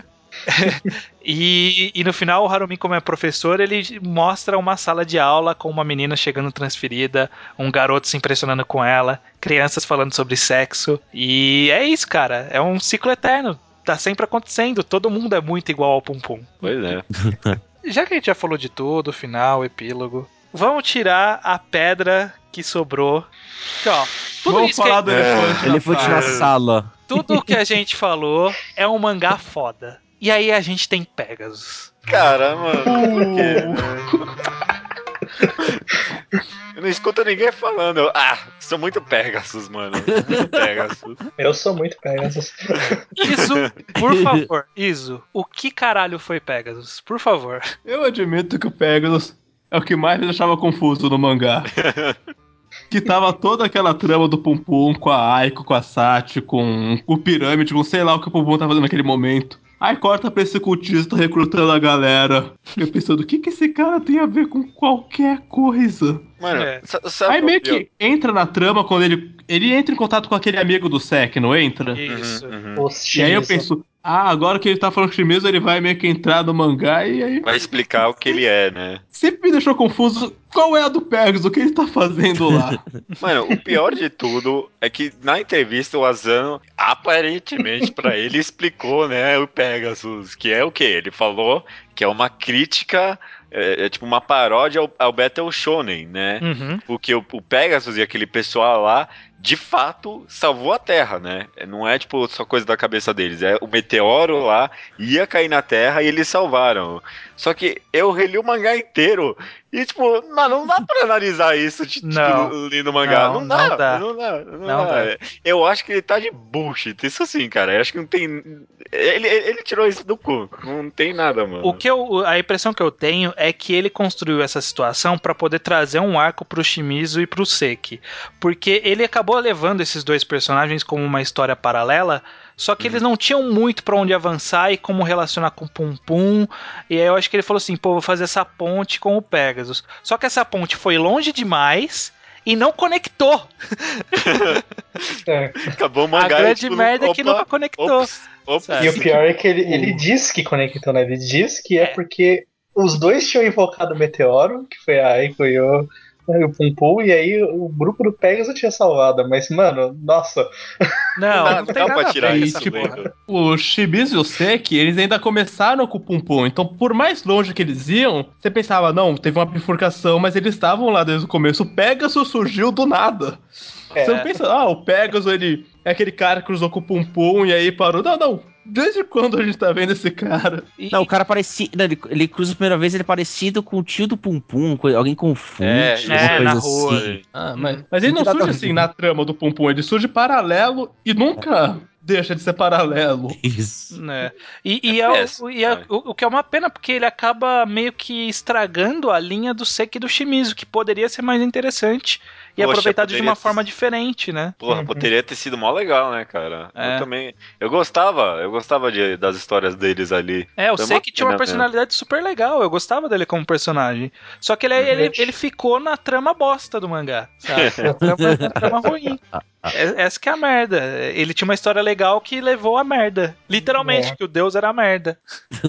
E, e no final, o Harumin, como é professor, ele mostra uma sala de aula com uma menina chegando transferida, um garoto se impressionando com ela, crianças falando sobre sexo. E é isso, cara. É um ciclo eterno. Tá sempre acontecendo. Todo mundo é muito igual ao Pum Pum. Pois é. Já que a gente já falou de tudo, final, epílogo, vamos tirar a pedra que sobrou. Que, ó, tudo Vamos isso falar que, do elefante. na Elefante na sala. sala. tudo que a gente falou é um mangá foda. E aí a gente tem Pegasus. Cara, mano, por quê, né? Eu não escuto ninguém falando. Eu, ah, sou muito Pegasus, mano. Muito Pegasus. Eu sou muito Pegasus. Iso, por favor, Iso, o que caralho foi Pegasus? Por favor. Eu admito que o Pegasus é o que mais me deixava confuso no mangá. Que tava toda aquela trama do Pum Pum com a Aiko, com a Sati, com o Pirâmide, com sei lá o que o Pum Pum tava fazendo naquele momento. Aí corta pra esse cultista recrutando a galera. Fica pensando, o que que esse cara tem a ver com qualquer coisa? Mano, É. sabe Aí o meio pior? que entra na trama quando ele... Ele entra em contato com aquele amigo do Sek, não entra? Isso. Uhum, uhum. Os E aí eu Shimizu. penso, ah, agora que ele tá falando chinês, ele vai meio que entrar no mangá e aí... Vai explicar o que ele é, né? Sempre me deixou confuso qual é a do Pegasus, o que ele tá fazendo lá. Mano, o pior de tudo é que na entrevista o Asano, aparentemente pra ele, explicou, né, o Pegasus, que é o quê? Ele falou que é uma crítica, é, é tipo uma paródia ao, ao Battle Shonen, né? Uhum. Porque o, o Pegasus e aquele pessoal lá, de fato, salvou a Terra, né? Não é tipo só coisa da cabeça deles, é o meteoro lá ia cair na Terra e eles salvaram. Só que eu reli o mangá inteiro e, tipo, mano, não dá pra analisar isso, tipo, Não. lendo o mangá. Não, Não, dá, não dá. não dá, não, Não dá. dá. Eu acho que ele tá de bullshit, isso sim, cara. Eu acho que não tem... Ele, ele tirou isso do cu. Não tem nada, mano. O que eu, a impressão que eu tenho é que ele construiu essa situação pra poder trazer um arco pro Shimizu e pro Seki. Porque ele acabou levando esses dois personagens como uma história paralela, só que eles não tinham muito pra onde avançar e como relacionar com o Pum Pum. E aí eu acho que ele falou assim, pô, vou fazer essa ponte com o Pegasus. Só que essa ponte foi longe demais e não conectou. É. Acabou o A mangá grande e, tipo, merda é que opa, nunca conectou. Ops, ops. Sabe? E o pior é que ele, ele diz que conectou, né? Ele diz que é, É. porque os dois tinham invocado o meteoro, que foi a Aiko e o, e o Pum Pum, e aí o grupo do Pegasus tinha salvado. Mas, mano, nossa. Não, dá- não, não tem dá nada pra a tirar ver E, essa isso, tipo, porra. o Shimizu e o Seki, eles ainda começaram com o Pum Pum. Então, por mais longe que eles iam, você pensava, não, teve uma bifurcação, mas eles estavam lá desde o começo. O Pegasus surgiu do nada. Você não É. pensa, ah, o Pegasus, ele é aquele cara que cruzou com o Pum Pum e aí parou. Não, não. Desde quando a gente tá vendo esse cara? E, Não, o cara parecia. Não, ele, ele cruza a primeira vez, ele é parecido com o tio do Pum Pum, co- alguém com É, flute, isso alguma É, na coisa rua. assim. Ah, mas, Uhum. mas ele Não não tem nada surge a assim ver. na trama do Pum Pum, ele surge paralelo e nunca deixa de ser paralelo. Isso. Né? E, e, É é, o, péssimo, e é vai. o, o que é uma pena, porque ele acaba meio que estragando a linha do Seki e do Shimizu, que poderia ser mais interessante e Poxa, aproveitado de poderia uma ter- forma diferente, né? Porra, Uhum. poderia ter sido mó legal, né, cara? Eu É. também. Eu gostava, eu gostava de, das histórias deles ali. É, o Foi uma Seki tinha uma pena mesmo. personalidade super legal, eu gostava dele como personagem. Só que ele, ele, ele ficou na trama bosta do mangá, sabe? Na trama, na trama ruim. É- Essa que é a merda. Ele tinha uma história legal que levou a merda. Literalmente, É. que o Deus era a merda.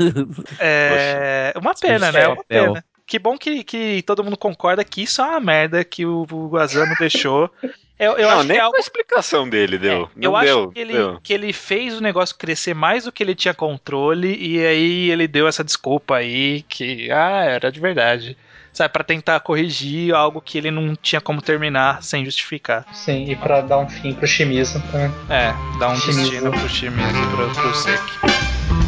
É uma pena, né? É uma Papel. pena. Que bom que, que todo mundo concorda que isso é uma merda que o, o Asano deixou. Eu, eu não, acho que nem é com algo. a explicação dele deu. É, não eu acho deu. que ele, deu. que ele fez o negócio crescer mais do que ele tinha controle, e aí ele deu essa desculpa aí que, ah, era de verdade. Sabe, pra tentar corrigir algo que ele não tinha como terminar sem justificar. Sim, e pra dar um fim pro Shimizu também. É, dá um Shimizu. destino pro Shimizu e pro, pro Seki.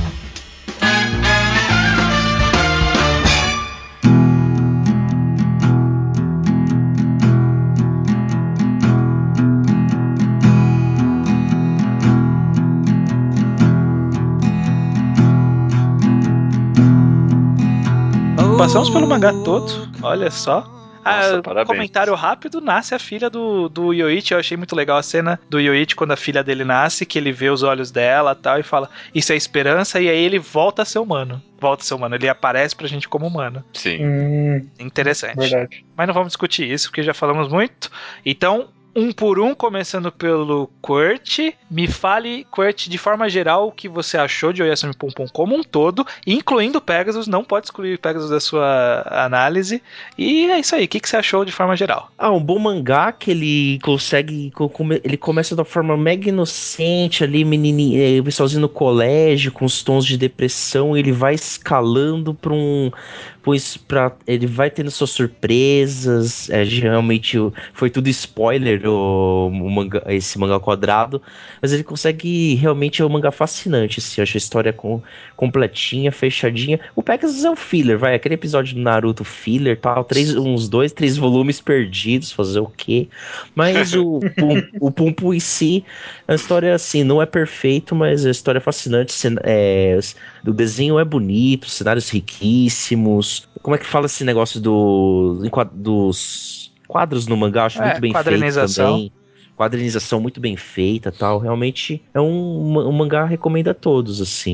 Passamos pelo mangá todo, olha só. Nossa, Ah, parabéns. comentário rápido, nasce a filha do, do Yoichi. Eu achei muito legal a cena do Yoichi quando a filha dele nasce, que ele vê os olhos dela e tal, e fala, isso é esperança, e aí ele volta a ser humano. Volta a ser humano, ele aparece pra gente como humano. Sim. Hum, Interessante. verdade. Mas não vamos discutir isso, porque já falamos muito. Então, um por um, começando pelo Kurt. Me fale, Kurt, de forma geral, o que você achou de Oyasumi Pum Pum como um todo, incluindo Pegasus. Não pode excluir Pegasus da sua análise. E é isso aí, o que, que você achou de forma geral? Ah, um bom mangá que ele consegue. co- come- Ele começa de uma forma mega inocente ali, menininho, eh, o pessoalzinho no colégio, com os tons de depressão, e ele vai escalando pra um. Pois pra, ele vai tendo suas surpresas. É, geralmente o- foi tudo spoiler, o, o mangá, esse mangá quadrado. Mas ele consegue. Realmente é um mangá fascinante. Assim, eu acho a história com, completinha, fechadinha. O Pegasus é um filler, vai. Aquele episódio do Naruto filler tal. Três, uns dois, três volumes perdidos, fazer o quê? Mas o, Pum- o Pum Pum em si, a história assim, não é perfeito, mas a história é fascinante. cen- É, o desenho é bonito, cenários riquíssimos. Como é que fala esse negócio do, enqua- dos quadros no mangá? Acho muito É, bem feito quadrinização. também. Quadrinização muito bem feita, tal. Realmente é um, um mangá recomendo a todos, assim.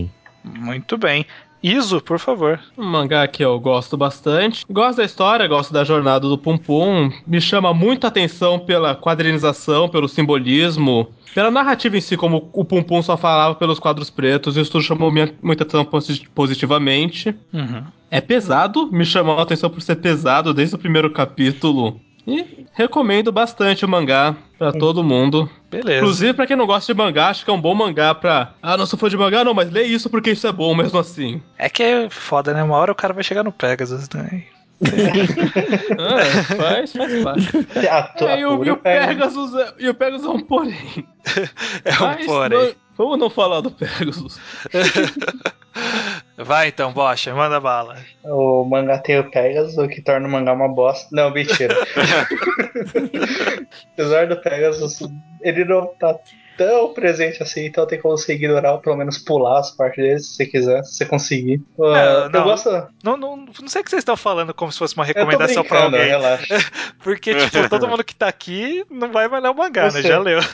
Muito bem. Iso, por favor. Um mangá que eu gosto bastante. Gosto da história, gosto da jornada do Pum Pum. Me chama muito a atenção pela quadrinização, pelo simbolismo, pela narrativa em si, como o Pum Pum só falava pelos quadros pretos. Isso tudo chamou minha, muita atenção posi- positivamente. Uhum. É pesado, me chamou a atenção por ser pesado desde o primeiro capítulo. E recomendo bastante o mangá pra todo mundo. Beleza. Inclusive, pra quem não gosta de mangá, acho que é um bom mangá pra... Ah, não sou fã de mangá, não, mas lê isso porque isso é bom mesmo assim. É que é foda, né? Uma hora o cara vai chegar no Pegasus, né? Ah, faz, faz parte. Atu- É, e, o, e, Apure o o Pegasus. Pegasus é, e o Pegasus é um porém. É um Mas porém. não- vamos não falar do Pegasus. Vai então, Bocha, manda bala. O mangá tem o Pegasus, o que torna o mangá uma bosta. Não, mentira. Apesar do Pegasus, ele não tá tão presente assim, então tem como você ignorar ou pelo menos pular as partes dele se você quiser, se você conseguir. Uh, Não, não. Eu gosto. Não, não, não sei o que vocês estão falando como se fosse uma Eu tô recomendação pra brincando, alguém. relaxa. Porque, tipo, todo mundo que tá aqui não vai mais ler o mangá, Eu né? sei. Já leu.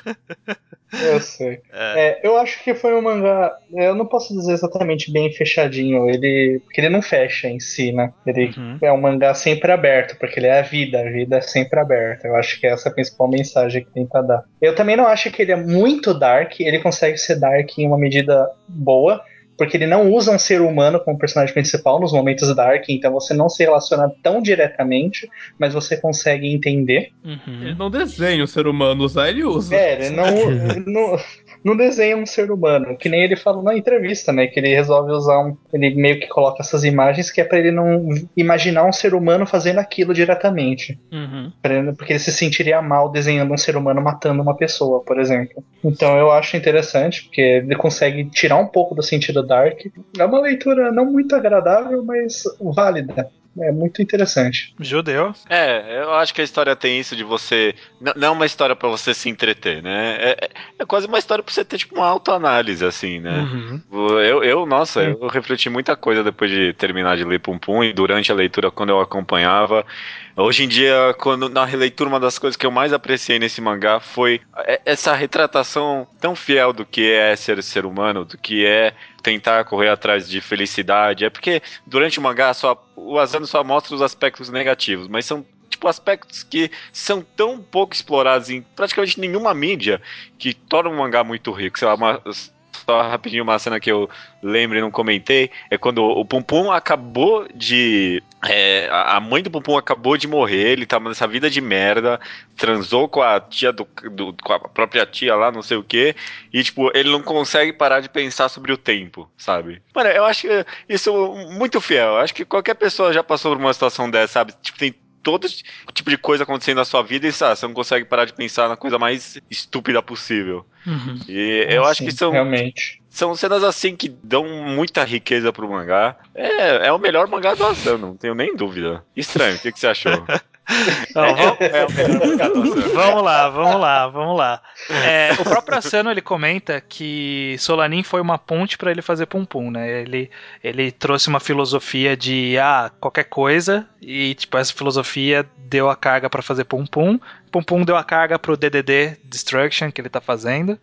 Eu sei. É. É, eu acho que foi um mangá. Eu não posso dizer exatamente bem fechadinho. Ele. Porque ele não fecha em si, né? Ele Uhum. é um mangá sempre aberto, porque ele é a vida. A vida é sempre aberta. Eu acho que essa é a principal mensagem que tenta dar. Eu também não acho que ele é muito dark. Ele consegue ser dark em uma medida boa. Porque ele não usa um ser humano como personagem principal nos momentos dark, então você não se relaciona tão diretamente, mas você consegue entender. Uhum. Ele não desenha o ser humano, usar ele usa. É, ele não, não, não desenha um ser humano, que nem ele falou na entrevista, né? Que ele resolve usar um. Ele meio que coloca essas imagens que é pra ele não imaginar um ser humano fazendo aquilo diretamente. Uhum. Pra ele- Porque ele se sentiria mal desenhando um ser humano matando uma pessoa, por exemplo. Então eu acho interessante, porque ele consegue tirar um pouco do sentido dark. É uma leitura não muito agradável, mas válida. É muito interessante. Judeu. É, eu acho que a história tem isso de você. Não, não é uma história pra você se entreter, né? É, é- é quase uma história pra você ter, tipo, uma autoanálise, assim, né? Uhum. Eu, eu, nossa, Sim. eu refleti muita coisa depois de terminar de ler Pum Pum e durante a leitura, quando eu acompanhava. Hoje em dia, quando na releitura, uma das coisas que eu mais apreciei nesse mangá foi é- essa retratação tão fiel do que é ser ser humano, do que é tentar correr atrás de felicidade. É porque durante o mangá só, o Asano só mostra os aspectos negativos, mas são tipo aspectos que são tão pouco explorados em praticamente nenhuma mídia que torna o mangá muito rico. Sei lá, uma, só rapidinho uma cena que eu lembro e não comentei, é quando o Pum Pum acabou de... É, a mãe do Pum Pum acabou de morrer, ele tá nessa vida de merda, transou com a tia do, do com a própria tia lá, não sei o que, e tipo, ele não consegue parar de pensar sobre o tempo, sabe? Mano, eu acho isso muito fiel, eu acho que qualquer pessoa já passou por uma situação dessa, sabe? Tipo, tem todo tipo de coisa acontecendo na sua vida e sabe, você não consegue parar de pensar na coisa mais estúpida possível. Uhum. E eu acho que são, realmente. são cenas assim que dão muita riqueza pro mangá. É, é o melhor mangá do Asano, não tenho nem dúvida. Estranho, o que, que você achou? Não, é, vamos... é o melhor mangá do Asano. Vamos lá, vamos lá, vamos lá. É, o próprio Asano, ele comenta que Solanin foi uma ponte pra ele fazer Pum Pum, né? Ele, ele trouxe uma filosofia de, ah, qualquer coisa, e tipo, essa filosofia deu a carga pra fazer Pum Pum. Pum Pum deu a carga pro D D D Destruction que ele tá fazendo.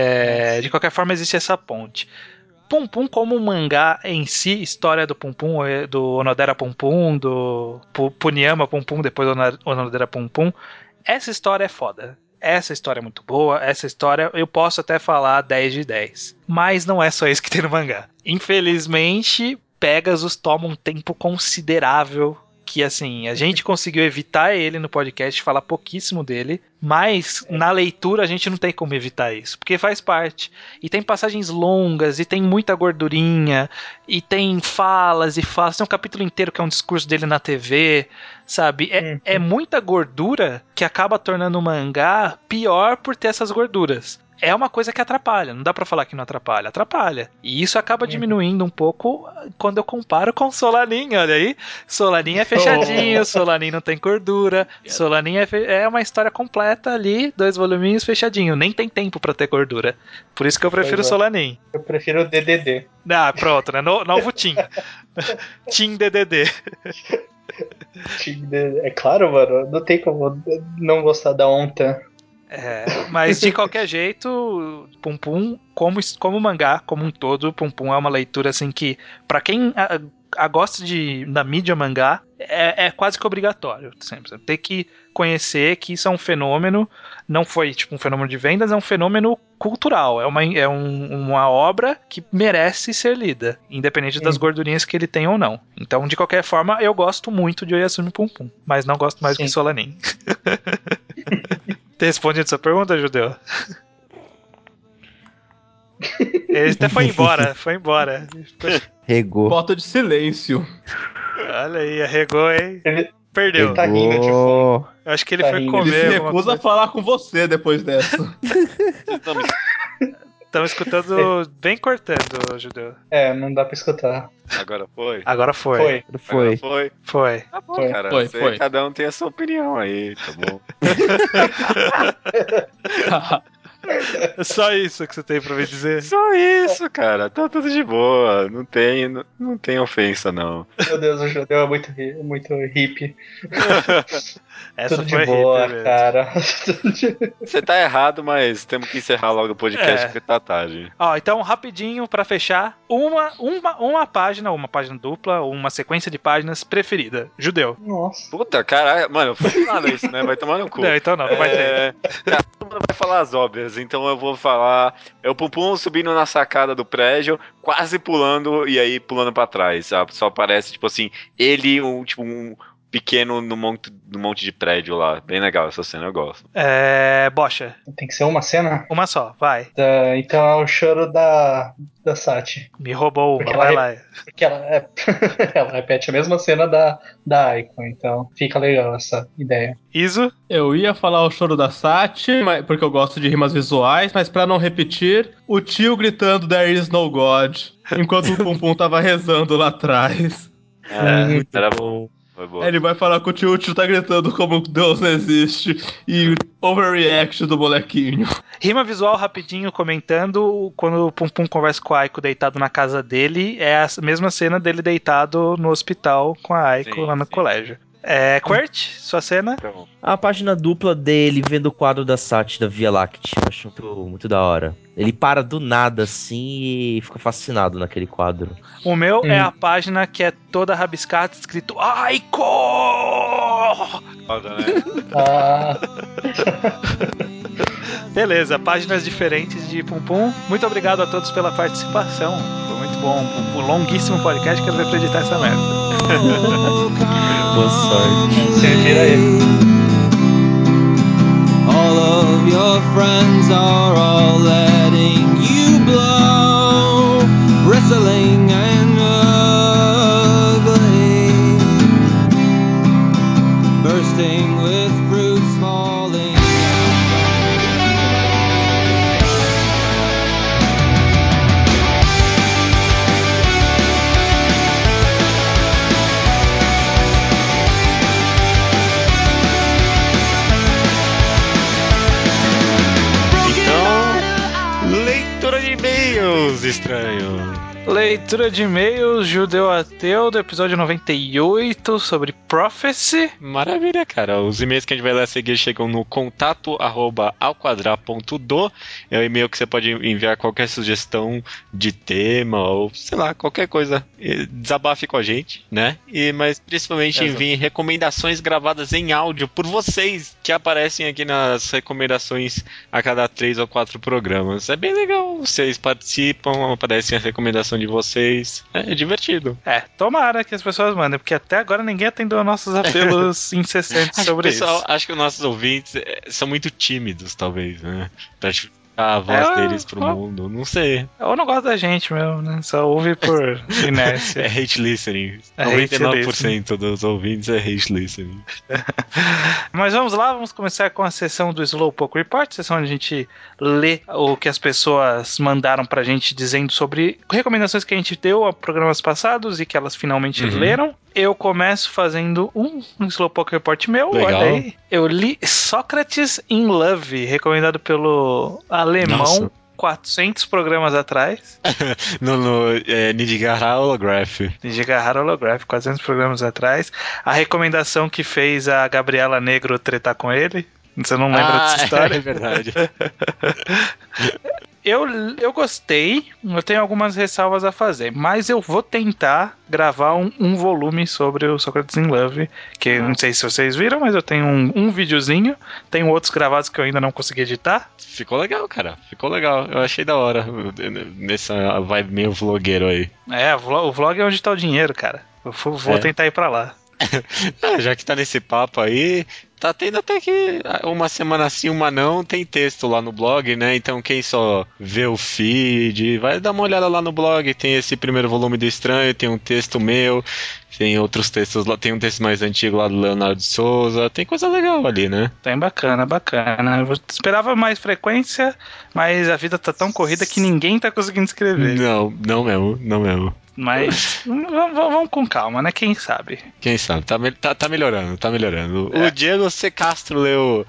É, de qualquer forma, existe essa ponte. Pum Pum como um mangá em si, história do Pum Pum, do Onodera Pum Pum, do Puniyama Pum Pum, depois do Onodera Pum Pum, essa história é foda. Essa história é muito boa, essa história eu posso até falar dez de dez. Mas não é só isso que tem no mangá. Infelizmente, Pegasus toma um tempo considerável que, assim, a gente conseguiu evitar ele no podcast, falar pouquíssimo dele, mas na leitura a gente não tem como evitar isso, porque faz parte. E tem passagens longas, e tem muita gordurinha, e tem falas e falas. Tem um capítulo inteiro que é um discurso dele na T V, sabe? É, Uhum. é muita gordura que acaba tornando o mangá pior por ter essas gorduras. É uma coisa que atrapalha, não dá pra falar que não atrapalha, atrapalha. E isso acaba diminuindo um pouco quando eu comparo com Solanin, olha aí. Solanin é fechadinho, Solanin não tem gordura, Solanin é, fe... é uma história completa ali, dois voluminhos fechadinho, nem tem tempo pra ter gordura. Por isso que eu prefiro Pois é. Solanin. Eu prefiro o D D D. Ah, pronto, né? No, novo Team. Team D D D. É claro, mano, não tem como não gostar da Onta. É, mas de qualquer jeito, Pum Pum, como, como mangá, como um todo, Pum Pum é uma leitura assim que, pra quem a, a gosta de, da mídia mangá, é, é quase que obrigatório. Sempre. Tem que conhecer que isso é um fenômeno, não foi tipo um fenômeno de vendas, é um fenômeno cultural, é uma, é um, uma obra que merece ser lida, independente das Hum. gordurinhas que ele tem ou não. Então, de qualquer forma, eu gosto muito de Oyasumi Pum Pum, mas não gosto mais do que Sim. Solanin. Ter respondido essa pergunta, Judeu? Ele até foi embora, foi embora. Regou. Falta de silêncio. Olha aí, arregou, hein? Ele, Perdeu. ele tá rindo de fundo. Eu acho que ele tá foi rindo. comer Ele se alguma recusa a coisa. falar com você depois dessa. Não, me Estamos escutando bem cortando, Judeu. É, não dá pra escutar. Agora foi? Agora foi. Foi. Agora Foi. foi? Foi. Tá bom, Foi. cara. Foi, Você- foi. Cada um tem a sua opinião aí, tá bom? É só isso que você tem pra me dizer. Só isso, cara. Tá tudo de boa. Não tem, não, não tem ofensa, não. Meu Deus, o judeu é muito, hi- muito hippie. Essa Tudo foi de boa, hippie mesmo. cara. Tudo de- Você tá errado, mas temos que encerrar logo o podcast É. porque tá tarde. Ó, então, rapidinho, pra fechar, uma, uma, uma página, uma página dupla, ou uma sequência de páginas preferida. Judeu. Nossa. Puta, caralho. Mano, foi falando isso, né? Vai tomar no cu. Não, então não, não vai ter. É, cara, todo mundo vai falar as óbvias, então eu vou falar. É o Pum Pum subindo na sacada do prédio, quase pulando e aí pulando pra trás, sabe? Só parece, tipo assim, ele, um, tipo, um pequeno no monte, no monte de prédio lá. Bem legal essa cena, eu gosto. É. Bocha. Tem que ser uma cena? Uma só, vai. Tá, então é o choro da, da Sati. Me roubou uma, Porque vai ela lá. Porque ela, é, ela repete a mesma cena da, da Aiko, então fica legal essa ideia. Iso. Eu ia falar o choro da Sati, mas- porque eu gosto de rimas visuais, mas pra não repetir, o tio gritando There is no God, enquanto o Pum Pum tava rezando lá atrás. É, Muito era bom. bom. Foi bom. Ele vai falar que o tio, o tio tá gritando como Deus não existe e overreact do molequinho. Rima visual rapidinho comentando quando o Pum Pum conversa com a Aiko deitado na casa dele, é a mesma cena dele deitado no hospital com a Aiko Sim, lá no sim. colégio. É, Quert, sua cena? Então, A página dupla dele vendo o quadro da Sati da Via Láctea. Eu acho muito, muito da hora. Ele para do nada assim e fica fascinado naquele quadro. O meu é Hum. a página que é toda rabiscada, escrito Aiko! foda, né? Ah, Beleza, páginas diferentes de Pum Pum. Muito obrigado a todos pela participação. Foi muito bom. Um, um longuíssimo podcast, quero ver pra editar essa merda. Boa sorte. você vira ele. All of your friends are all letting you blow, bristling and ugly, bursting with fruits falling Então, leitura de e-mails, estranho. Leitura de e-mails, Judeu Ateu, do episódio noventa e oito, sobre Prophecy. Maravilha, cara. Os e-mails que a gente vai ler a seguir chegam no contato arroba alquadra.do. É o e-mail que você pode enviar qualquer sugestão de tema ou, sei lá, qualquer coisa. E desabafe com a gente, né? E, mas principalmente Exato. enviem recomendações gravadas em áudio por vocês, que aparecem aqui nas recomendações a cada três ou quatro programas. É bem legal. Vocês participam, aparecem as recomendações de vocês. É divertido. É, tomara que as pessoas mandem, porque até agora ninguém atendeu nossos apelos incessantes Acho que, o sobre pessoal, isso. acho que os nossos ouvintes eh, são muito tímidos, talvez, né? Pra justificar a voz É, deles pro ó. mundo. Não sei. Ou não gosta da gente mesmo, né? Só ouve por É inércia. hate listening. É hate noventa e nove por cento dos ouvintes é hate listening. Mas vamos lá, vamos começar com a sessão do Slowpoke Report, sessão onde a gente lê o que as pessoas mandaram pra gente dizendo sobre recomendações que a gente deu a programas passados e que elas finalmente Uhum. leram. Eu começo fazendo um, um Slowpoke Report meu, Legal. olha aí. Eu li Sócrates in Love, recomendado pelo alemão Nossa. quatrocentos programas atrás. No, no é, Nidhigara Holograph. Nidhigara Holograph, quatrocentos programas atrás. A recomendação que fez a Gabriela Negro tretar com ele. Você não lembra ah, dessa história? É verdade. Eu, eu gostei, eu tenho algumas ressalvas a fazer, mas eu vou tentar gravar um, um volume sobre o Socrates in Love, que não sei se vocês viram, mas eu tenho um, um videozinho, tenho outros gravados que eu ainda não consegui editar. Ficou legal, cara. Ficou legal. Eu achei da hora nessa vibe meio vlogueiro aí. É, o vlog, o vlog é onde tá o dinheiro, cara. Eu vou, vou É. tentar ir pra lá. Ah, já que tá nesse papo aí, tá tendo até que uma semana sim, uma não, tem texto lá no blog, né? Então quem só vê o feed, vai dar uma olhada lá no blog, tem esse primeiro volume do Estranho, tem um texto meu, tem outros textos lá, tem um texto mais antigo lá do Leonardo Souza, tem coisa legal ali, né? Tem bacana, bacana. Eu esperava mais frequência, mas a vida tá tão corrida que ninguém tá conseguindo escrever. Não, não mesmo, não mesmo. Mas vamos, vamos com calma, né? Quem sabe? Quem sabe, tá, tá, tá melhorando, tá melhorando. É. O Diego C. Castro leu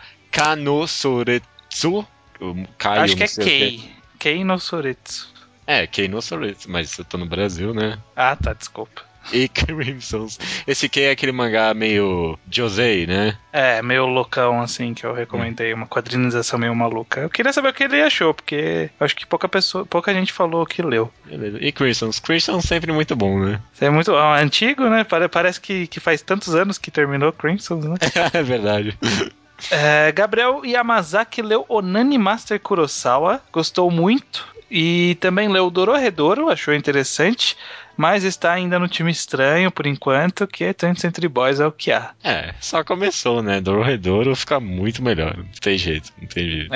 Kanosoretsu. O Caio, Acho que não é sei o quê. Kei. Kei no Soretsu. É, Kei no Soretsu, mas eu tô no Brasil, né? Ah, tá, desculpa. E Crimsons. Esse Kei é aquele mangá meio Josei, né? É, meio loucão, assim, que eu recomendei. Uma quadrinização meio maluca. Eu queria saber o que ele achou, porque eu acho que pouca, pessoa, pouca gente falou que leu. Beleza. E Crimsons. Crimsons sempre muito bom, né? Isso é muito é antigo, né? Pare- Parece que, que faz tantos anos que terminou Crimson, né? É verdade. É, Gabriel Yamazaki leu Onani Master Kurosawa, gostou muito. E também leu Dorohedoro, achou interessante, mas está ainda no time estranho por enquanto, que é Twenty Century Boys é o que há. É, só começou, né? Dorohedoro fica muito melhor. Não tem jeito, não tem jeito.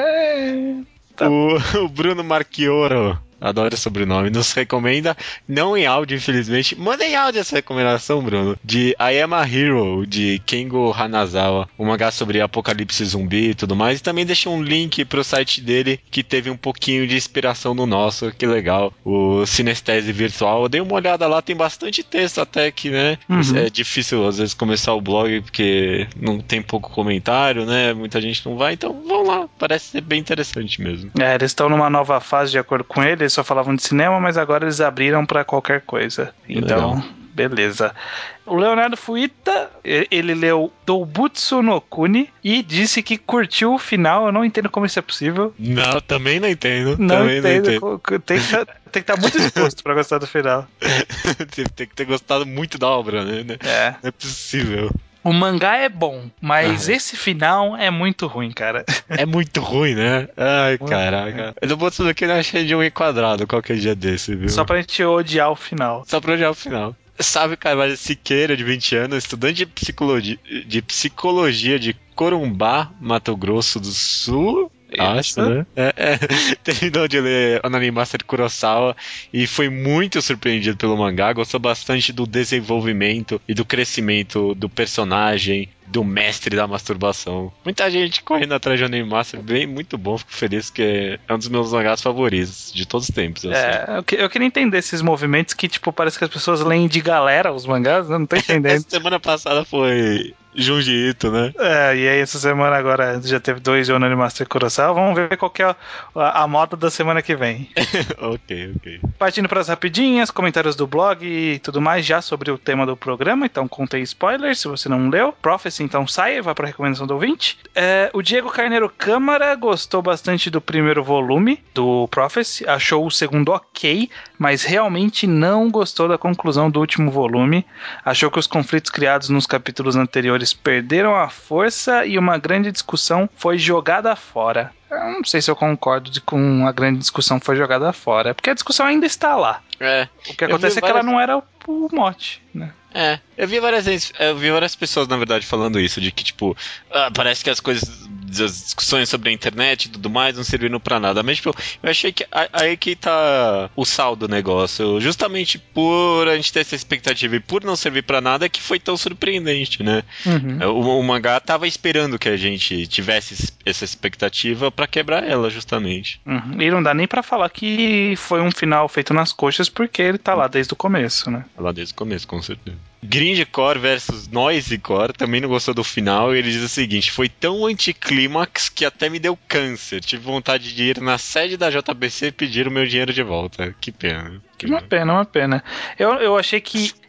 É. Tá. O, o Bruno Marchioro, adoro o sobrenome, nos recomenda, não em áudio, infelizmente. Manda em áudio essa recomendação, Bruno. De I Am a Hero, de Kengo Hanazawa. Um mangá sobre apocalipse zumbi e tudo mais. E também deixa um link pro site dele, que teve um pouquinho de inspiração no nosso. Que legal. O Sinestese Virtual. Eu dei uma olhada lá, tem bastante texto até que, né? Uhum. É difícil, às vezes, começar o blog, porque não tem pouco comentário, né? Muita gente não vai. Então, vão lá. Parece ser bem interessante mesmo. É, eles estão numa nova fase de acordo com ele, eles só falavam de cinema, mas agora eles abriram pra qualquer coisa. Então, Legal. beleza. O Leonardo Fuita, e- ele leu Doubutsu no Kuni e disse que curtiu o final. Eu não entendo como isso é possível. Não, também não entendo. Não também entendo. não entendo. co- co- Tem que tá- tem que estar muito disposto pra gostar do final. tem, tem que ter gostado muito da obra, né? É. Não é possível. O mangá é bom, mas Ah. esse final é muito ruim, cara. É muito ruim, né? Ai, caraca. Eu não vou tudo aqui, eu achei de um enquadrado qualquer dia desse, viu? Só pra gente odiar o final. Só pra olhar o final. Sabe, Carvalho Siqueira, de vinte anos, estudante de psicologia, de psicologia de Corumbá, Mato Grosso do Sul. Acho, né? É, é. Terminou de ler Onani Master Kurosawa e foi muito surpreendido pelo mangá. Gostou bastante do desenvolvimento e do crescimento do personagem, do mestre da masturbação. Muita gente correndo atrás de Onani Master, bem, muito bom. Fico feliz que é um dos meus mangás favoritos de todos os tempos. Assim. É, eu, que- eu queria entender esses movimentos que, tipo, parece que as pessoas leem de galera os mangás, né? Não tô entendendo. Essa semana passada foi Junji Ito, né? É, e aí essa semana agora já teve dois de Onani Master Kurosawa. Vamos ver qual que é a, a moda da semana que vem. ok, ok. Partindo para as rapidinhas, comentários do blog e tudo mais já sobre o tema do programa, então contei spoilers se você não leu. Prophecy, então saia, vai para a recomendação do ouvinte. É, o Diego Carneiro Câmara gostou bastante do primeiro volume do Prophecy, achou o segundo ok, mas realmente não gostou da conclusão do último volume. Achou que os conflitos criados nos capítulos anteriores perderam a força e uma grande discussão foi jogada fora. Eu não sei se eu concordo de com a grande discussão foi jogada fora, porque a discussão ainda está lá. É. O que acontece é que ela não era o, o mote, né? É, eu vi várias vezes, eu vi várias pessoas, na verdade, falando isso, de que, tipo, ah, parece que as coisas, as discussões sobre a internet e tudo mais não serviram pra nada. Mas, tipo, eu achei que a- aí que tá o sal do negócio. Justamente por a gente ter essa expectativa e por não servir pra nada é que foi tão surpreendente, né? Uhum. O, o mangá tava esperando que a gente tivesse es- essa expectativa pra quebrar ela, justamente. Uhum. E não dá nem pra falar que foi um final feito nas coxas, porque ele tá lá desde o começo, né? Lá desde o começo, com certeza. Grindcore versus Noisecore também não gostou do final e ele diz o seguinte: foi tão anticlímax que até me deu câncer. Tive vontade de ir na sede da J B C e pedir o meu dinheiro de volta. Que pena. Que Uma pena. pena, uma pena. Eu, eu achei que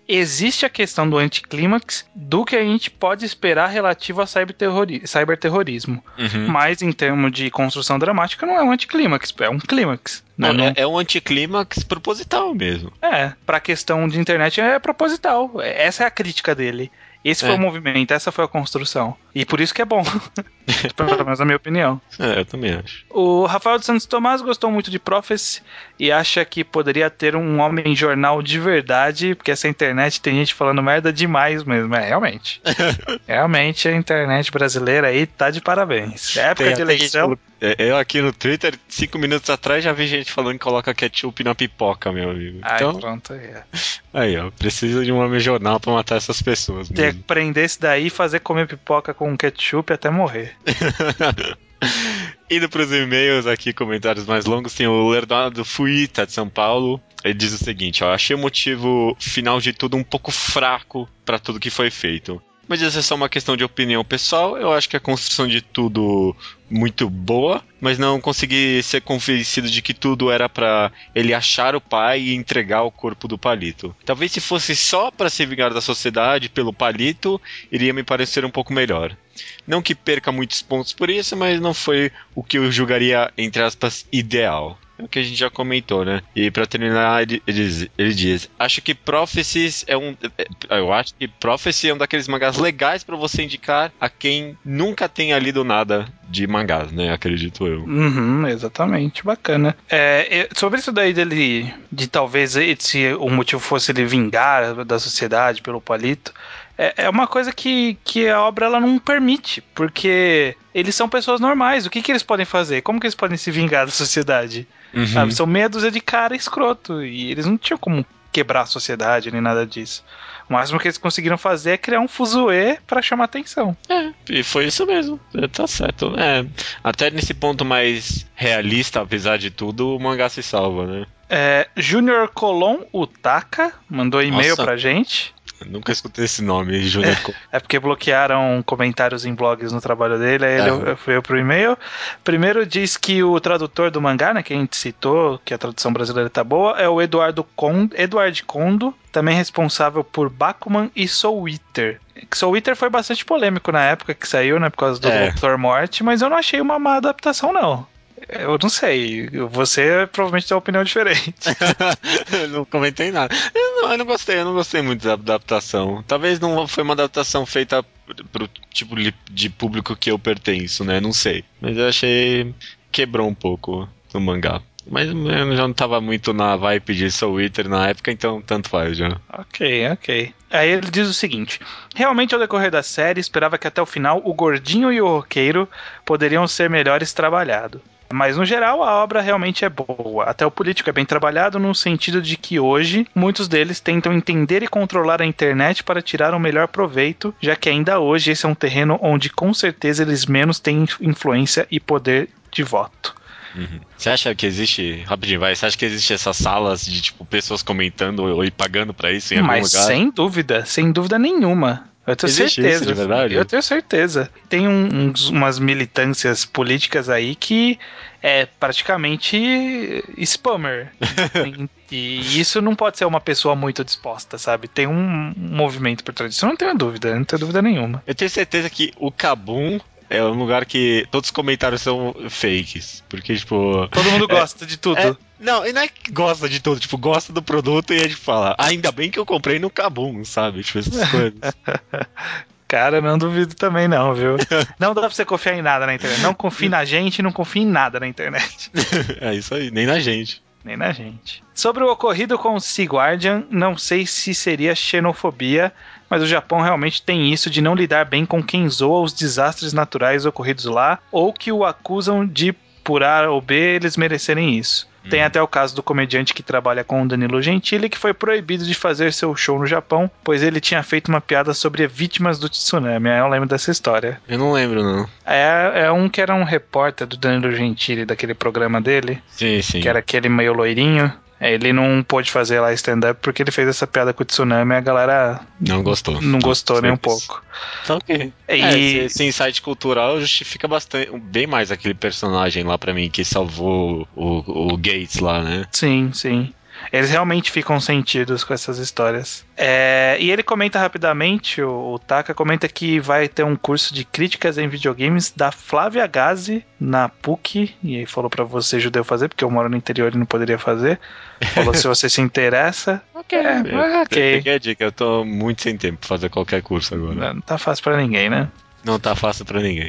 existe a questão do anticlímax do que a gente pode esperar relativo a cyberterrori- cyberterrorismo. Uhum. Mas em termos de construção dramática não é um anticlímax, é um clímax. Né? Não, Não- é, é um anticlímax proposital mesmo. É, pra questão de internet é proposital. Essa é a crítica dele. Esse É. foi o movimento, essa foi a construção. E por isso que é bom. Pelo menos na minha opinião. É, eu também acho. O Rafael dos Santos Tomás gostou muito de Prophecy e acha que poderia ter um homem jornal de verdade, porque essa internet tem gente falando merda demais mesmo. É, realmente. Realmente a internet brasileira aí tá de parabéns. É época Tem de até eleição. gente- é, eu aqui no Twitter, cinco minutos atrás, já vi gente falando que coloca ketchup na pipoca, meu amigo. Ai, Então, pronto. Aí, aí, ó, precisa de um homem jornal pra matar essas pessoas Tem mesmo. que prender esse daí e fazer comer pipoca com ketchup até morrer. Indo pros e-mails aqui, comentários mais longos, tem o Leonardo Fuita, de São Paulo. Ele diz o seguinte, ó, achei o motivo final de tudo um pouco fraco pra tudo que foi feito. Mas isso é só uma questão de opinião pessoal. Eu acho que a construção de tudo muito boa, mas não consegui ser convencido de que tudo era pra ele achar o pai e entregar o corpo do Palito. Talvez se fosse só pra se vingar da sociedade pelo Palito, iria me parecer um pouco melhor. Não que perca muitos pontos por isso, mas não foi o que eu julgaria, entre aspas, ideal. É o que a gente já comentou, né? E pra terminar, ele, ele, diz, ele diz: acho que Prophecies é um. Eu acho que Prophecy é um daqueles mangás legais pra você indicar a quem nunca tenha lido nada de mangás, né? Acredito eu. Uhum, exatamente, bacana. É, é, sobre isso daí dele, de talvez se o motivo fosse ele vingar da sociedade pelo Palito, é, é uma coisa que, que a obra ela não permite, porque eles são pessoas normais, o que, que eles podem fazer? Como que eles podem se vingar da sociedade? Uhum. Sabe? São meia dúzia de cara escroto, e eles não tinham como quebrar a sociedade nem nada disso. O máximo que eles conseguiram fazer é criar um fuzuê pra chamar atenção. É, e foi isso mesmo. É, tá certo. É, até nesse ponto mais realista, apesar de tudo, o mangá se salva, né? É, Júnior Colon Utaka mandou e-mail Nossa. pra gente. Eu nunca escutei esse nome, Júnior. É porque bloquearam comentários em blogs no trabalho dele, aí ele Aham. eu fui eu pro e-mail. Primeiro diz que o tradutor do mangá, né, que a gente citou, que a tradução brasileira tá boa, é o Eduardo Condo, Eduardo Condo, também responsável por Bakuman e Soul Eater. Soul Eater foi bastante polêmico na época que saiu, né, por causa do É. doutor Morte, mas eu não achei uma má adaptação, não. Eu não sei, você provavelmente tem uma opinião diferente. Eu não comentei nada. Eu não, eu não gostei, eu não gostei muito da adaptação. Talvez não foi uma adaptação feita pro tipo de público que eu pertenço, né? Não sei. Mas eu achei. Quebrou um pouco no mangá. Mas eu já não tava muito na vibe de Soul Eater na época, então tanto faz já. Ok, ok. Aí ele diz o seguinte: realmente ao decorrer da série esperava que até o final o gordinho e o roqueiro poderiam ser melhores trabalhados. Mas no geral a obra realmente é boa. Até o político é bem trabalhado no sentido de que hoje muitos deles tentam entender e controlar a internet para tirar o melhor proveito, já que ainda hoje esse é um terreno onde com certeza eles menos têm influência e poder de voto. Uhum. Você acha que existe, rapidinho, vai, você acha que existe essas salas de tipo pessoas comentando ou pagando pra isso em algum Mas lugar? sem dúvida, sem dúvida nenhuma. Eu tenho Existe certeza. isso de verdade? Eu tenho certeza. Tem um- uns, umas militâncias políticas aí que é praticamente spammer. E isso não pode ser uma pessoa muito disposta, sabe? Tem um movimento por trás disso. Eu não tenho dúvida, não tenho dúvida nenhuma. Eu tenho certeza que o Kabum é um lugar que todos os comentários são fakes. Porque, tipo. Todo mundo gosta de tudo. É, não, e não é que gosta de tudo, tipo, gosta do produto e a gente fala, ainda bem que eu comprei no Kabum, sabe? Tipo, essas coisas. Cara, não duvido também não, viu? Não dá pra você confiar em nada na internet. Não confie na gente, não confie em nada na internet. É isso aí, nem na gente. Nem na gente. Sobre o ocorrido com o Sea Guardian, não sei se seria xenofobia, mas o Japão realmente tem isso de não lidar bem com quem zoa os desastres naturais ocorridos lá, ou que o acusam de, por A ou B, eles merecerem isso. Hum. Tem até o caso do comediante que trabalha com o Danilo Gentili, que foi proibido de fazer seu show no Japão, pois ele tinha feito uma piada sobre vítimas do tsunami. Eu lembro dessa história. Eu não lembro, não. É, é um que era um repórter do Danilo Gentili, daquele programa dele. Sim, sim. Que era aquele meio loirinho. Ele não pôde fazer lá stand-up porque ele fez essa piada com o tsunami e a galera não gostou. Não gostou nem um pouco. Tá ok. E... É, esse, esse insight cultural justifica bastante, bem mais aquele personagem lá pra mim que salvou o, o Gates lá, né? Sim, sim. Eles realmente ficam sentidos com essas histórias. É, e ele comenta rapidamente, o, o Taka comenta que vai ter um curso de críticas em videogames da Flávia Gazi na P U C, e aí falou pra você, judeu, fazer, porque eu moro no interior e não poderia fazer. Falou se você se interessa. Ok, é, é, ok. peguei a dica, eu tô muito sem tempo pra fazer qualquer curso agora. Não tá fácil pra ninguém, né? Não tá fácil pra ninguém.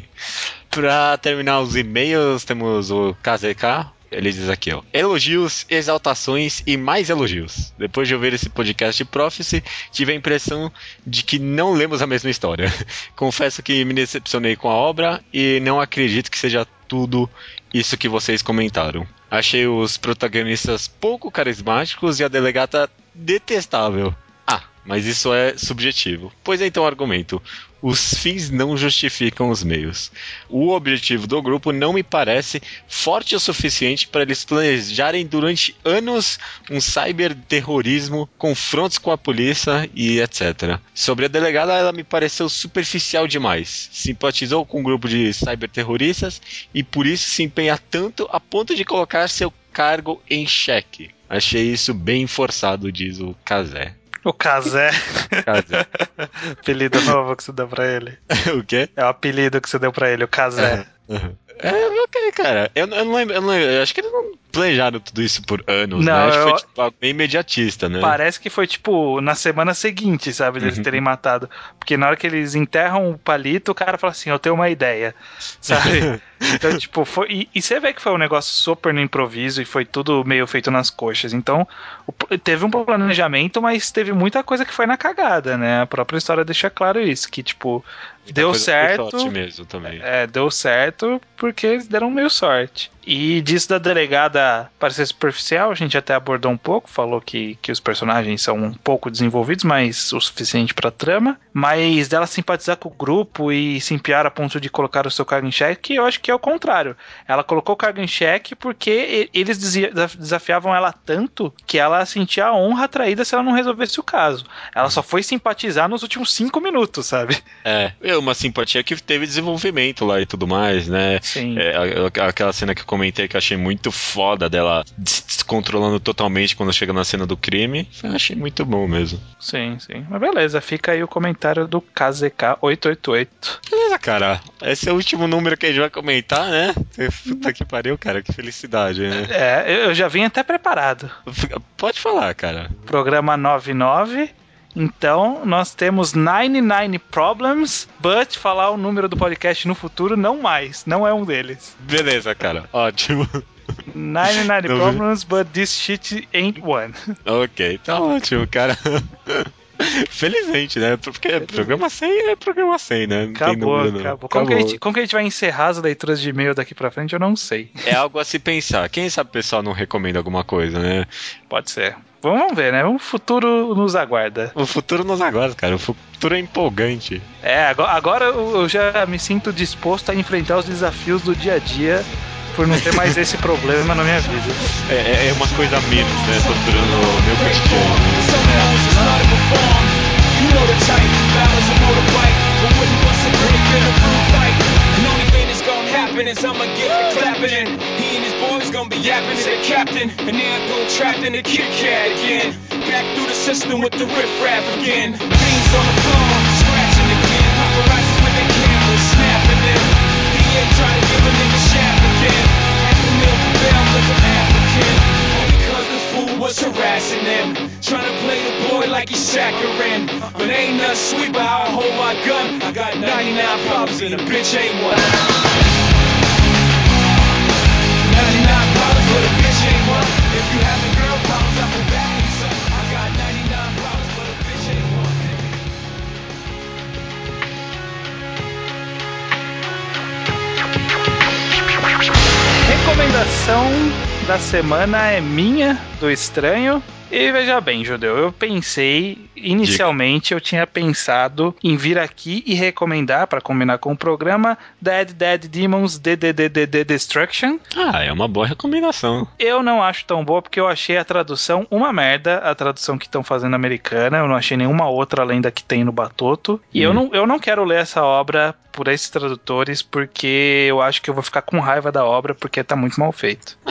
Pra terminar os e-mails, temos o K Z K. Ele diz aqui, ó: elogios, exaltações e mais elogios. Depois de ouvir esse podcast de Prophecy, tive a impressão de que não lemos a mesma história. Confesso que me decepcionei com a obra e não acredito que seja tudo isso que vocês comentaram. Achei os protagonistas pouco carismáticos e a delegata detestável. Ah, mas isso é subjetivo. Pois é, então o argumento: os fins não justificam os meios. O objetivo do grupo não me parece forte o suficiente para eles planejarem durante anos um cyberterrorismo, confrontos com a polícia e etcétera. Sobre a delegada, ela me pareceu superficial demais. Simpatizou com um grupo de cyberterroristas e por isso se empenha tanto a ponto de colocar seu cargo em xeque. Achei isso bem forçado, diz o Kazé. O Kazé. Kazé. Apelido novo que você deu pra ele. O quê? É o apelido que você deu pra ele, o Kazé. Uhum, uhum. É, ok, cara. Eu, eu, não lembro, eu não lembro. Eu acho que eles não planejaram tudo isso por anos, Não, né? Acho eu- que foi tipo, algo bem imediatista, né? Parece que foi, tipo, na semana seguinte, sabe, deles Uhum. terem matado. Porque na hora que eles enterram o palito, o cara fala assim, eu tenho uma ideia, sabe? Então, tipo, foi... E, e você vê que foi um negócio super no improviso e foi tudo meio feito nas coxas. Então, o- teve um planejamento, mas teve muita coisa que foi na cagada, né? A própria história deixa claro isso, que, tipo, Muita deu coisa por certo... sorte mesmo também. É, deu certo porque eles deram meio sorte. E disso da delegada parecer superficial, a gente até abordou um pouco, falou que, que os personagens são um pouco desenvolvidos, mas o suficiente pra trama. Mas dela simpatizar com o grupo e se empenhar a ponto de colocar o seu cargo em xeque, eu acho que é o contrário. Ela colocou o cargo em xeque porque e- eles desi- desafiavam ela tanto que ela sentia a honra atraída se ela não resolvesse o caso. Ela só foi simpatizar nos últimos cinco minutos, sabe? É, é uma simpatia que teve desenvolvimento lá e tudo mais, né? Sim. É, a- a- aquela cena que eu comentei que eu achei muito foda dela des- descontrolando totalmente quando chega na cena do crime. Eu achei muito bom mesmo. Sim, sim. Mas beleza, fica aí o comentário do K Z K oito oito oito. Beleza, cara. Esse é o último número que a gente vai comentar, né? Puta que pariu, cara. Que felicidade, né? É, eu eu já vim até preparado. Fica- Pode falar, cara. Programa noventa e nove. Então, nós temos noventa e nove Problems, but falar o número do podcast no futuro, não mais. Não é um deles. Beleza, cara. Ótimo. noventa e nove Não vi. Problems, but this shit ain't one. Ok, tá ótimo, cara. Felizmente, né? Porque programa cem é programa cem, né? Não tem Acabou, número, não. acabou. Como, que a gente, como que a gente vai encerrar as leituras de e-mail daqui pra frente, eu não sei. É algo a se pensar. Quem sabe o pessoal não recomenda alguma coisa, né? Pode ser. Vamos ver, né? O futuro nos aguarda. O futuro nos aguarda, cara. O futuro é empolgante. É, agora, agora eu já me sinto disposto a enfrentar os desafios do dia a dia por não ter mais esse problema na minha vida. É, é uma coisa a menos, né? Torturando o meu cotidiano. You know the type, balance a motorbike, but wouldn't bust a grip in a food fight. And the only thing that's gonna happen is I'ma get the clapping in. He and his boys gonna be yapping to the captain, and there I go trapped in the Kit Kat again. Back through the system with the riff rap again. Beans on the floor, scratching again. Paparazzi with their cameras, snapping in. D A trying to give a nigga shaft again. Half a meal for bail, like an African. All because the fool was harassing them. Trying to play the boy like he's saccharine. But ain't nothing sweet but how I hold my gun. I got ninety-nine problems and a bitch ain't one. ninety-nine problems but a bitch ain't one. If you having girl problems, I feel bad for you, son. I got ninety-nine problems but a bitch ain't one. Recomendação da semana é minha, do Estranho. E veja bem, Judeu, eu pensei, inicialmente eu tinha pensado em vir aqui e recomendar, para combinar com o programa, Dead Dead Demons D D D D D Destruction. Ah, é uma boa recomendação. Eu não acho tão boa porque eu achei a tradução uma merda, a tradução que estão fazendo americana, eu não achei nenhuma outra além da que tem no Batoto. E Hum. eu, não, eu não quero ler essa obra por esses tradutores porque eu acho que eu vou ficar com raiva da obra porque tá muito mal feito. É que eu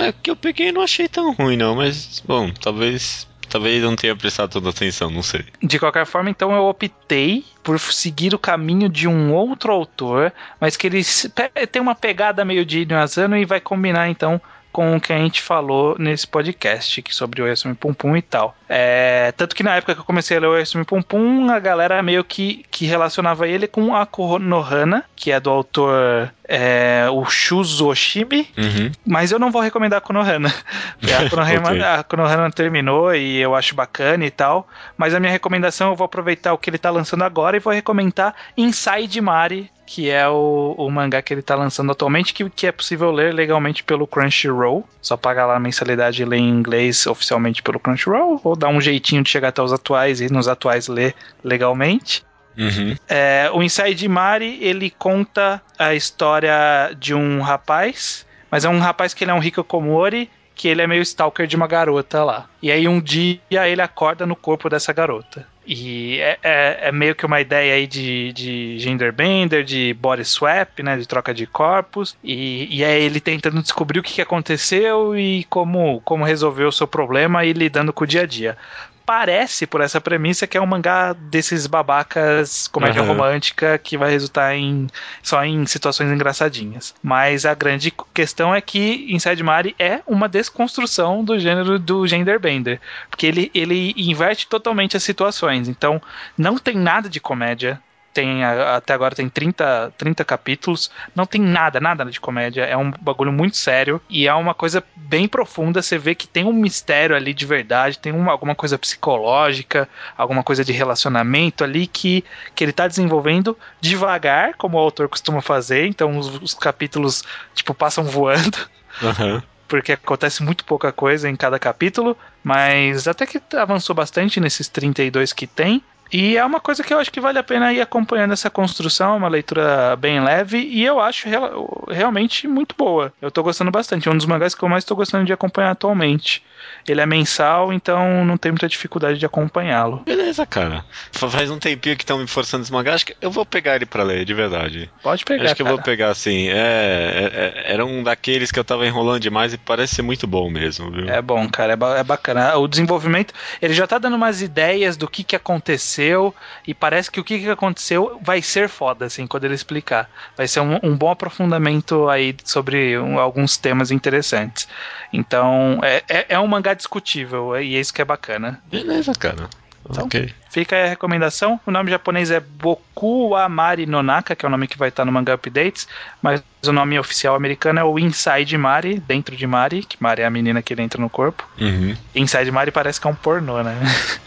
peguei e não achei tão ruim, não, mas, bom, talvez... Talvez não tenha prestado toda atenção, não sei. De qualquer forma, então, eu optei por seguir o caminho de um outro autor, mas que ele tem uma pegada meio de Inyo Asano e vai combinar, então, com o que a gente falou nesse podcast, que sobre o Oyasumi Pum Pum e tal. É, tanto que na época que eu comecei a ler o Oyasumi Pum Pum, a galera meio que, que relacionava ele com a Konohana, que é do autor é, o Shuzo Oshimi, Uhum. mas eu não vou recomendar a Konohana. A Konohana, Ok. a Konohana terminou e eu acho bacana e tal, mas a minha recomendação, eu vou aproveitar o que ele tá lançando agora e vou recomendar Inside Mari, que é o, o mangá que ele tá lançando atualmente, que, que é possível ler legalmente pelo Crunchyroll. Só pagar lá a mensalidade e ler em inglês oficialmente pelo Crunchyroll, ou dar um jeitinho de chegar até os atuais e nos atuais ler legalmente. Uhum. É, o Inside Mari, ele conta a história de um rapaz, mas é um rapaz que ele é um hikikomori, que ele é meio stalker de uma garota lá. E aí um dia ele acorda no corpo dessa garota. E é, é, é meio que uma ideia aí de, de genderbender, de body swap, né, de troca de corpos. E, e é ele tentando descobrir o que, que aconteceu e como, como resolver o seu problema e lidando com o dia a dia. Parece, por essa premissa, que é um mangá desses babacas comédia Aham. romântica que vai resultar em só em situações engraçadinhas. Mas a grande questão é que Inside Mari é uma desconstrução do gênero do genderbender, porque ele, ele inverte totalmente as situações. Então, não tem nada de comédia. Tem, até agora tem trinta, trinta capítulos, não tem nada, nada de comédia, é um bagulho muito sério e é uma coisa bem profunda. Você vê que tem um mistério ali de verdade, tem uma, alguma coisa psicológica, alguma coisa de relacionamento ali que, que ele tá desenvolvendo devagar, como o autor costuma fazer. Então os, os capítulos tipo passam voando, Aham. porque acontece muito pouca coisa em cada capítulo, mas até que avançou bastante nesses trinta e dois que tem. E é uma coisa que eu acho que vale a pena ir acompanhando essa construção, uma leitura bem leve, e eu acho real, realmente muito boa. Eu tô gostando bastante, é um dos mangás que eu mais tô gostando de acompanhar atualmente. Ele é mensal, então não tem muita dificuldade de acompanhá-lo. Beleza, cara. Fa- Faz um tempinho que estão me forçando esse mangá. Acho que eu vou pegar ele pra ler, de verdade. Pode pegar, Acho que eu cara. vou pegar, assim. É, é- é- era um daqueles que eu tava enrolando demais e parece ser muito bom mesmo, viu? É bom, cara, é, ba- é bacana. O desenvolvimento, ele já tá dando umas ideias do que que aconteceu, e parece que o que que aconteceu vai ser foda, assim, quando ele explicar. Vai ser um, um bom aprofundamento aí sobre um- alguns temas interessantes. Então, é, é, é um mangá discutível, e é isso que é bacana. Beleza, cara. Então, Ok. fica aí a recomendação. O nome japonês é Boku wa Mari no Naka, que é o nome que vai estar no Manga Updates, mas o nome oficial americano é o Inside Mari, dentro de Mari, que Mari é a menina que ele entra no corpo. Uhum. Inside Mari parece que é um pornô, né?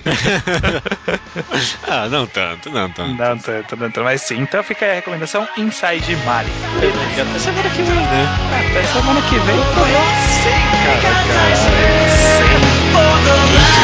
Ah, não tanto, não tanto. Não tanto, não tanto, mas sim. Então fica aí a recomendação Inside Mari. E até semana que vem, né? Até semana que vem. Eu não sei, cara. Cara, caralho. Sei.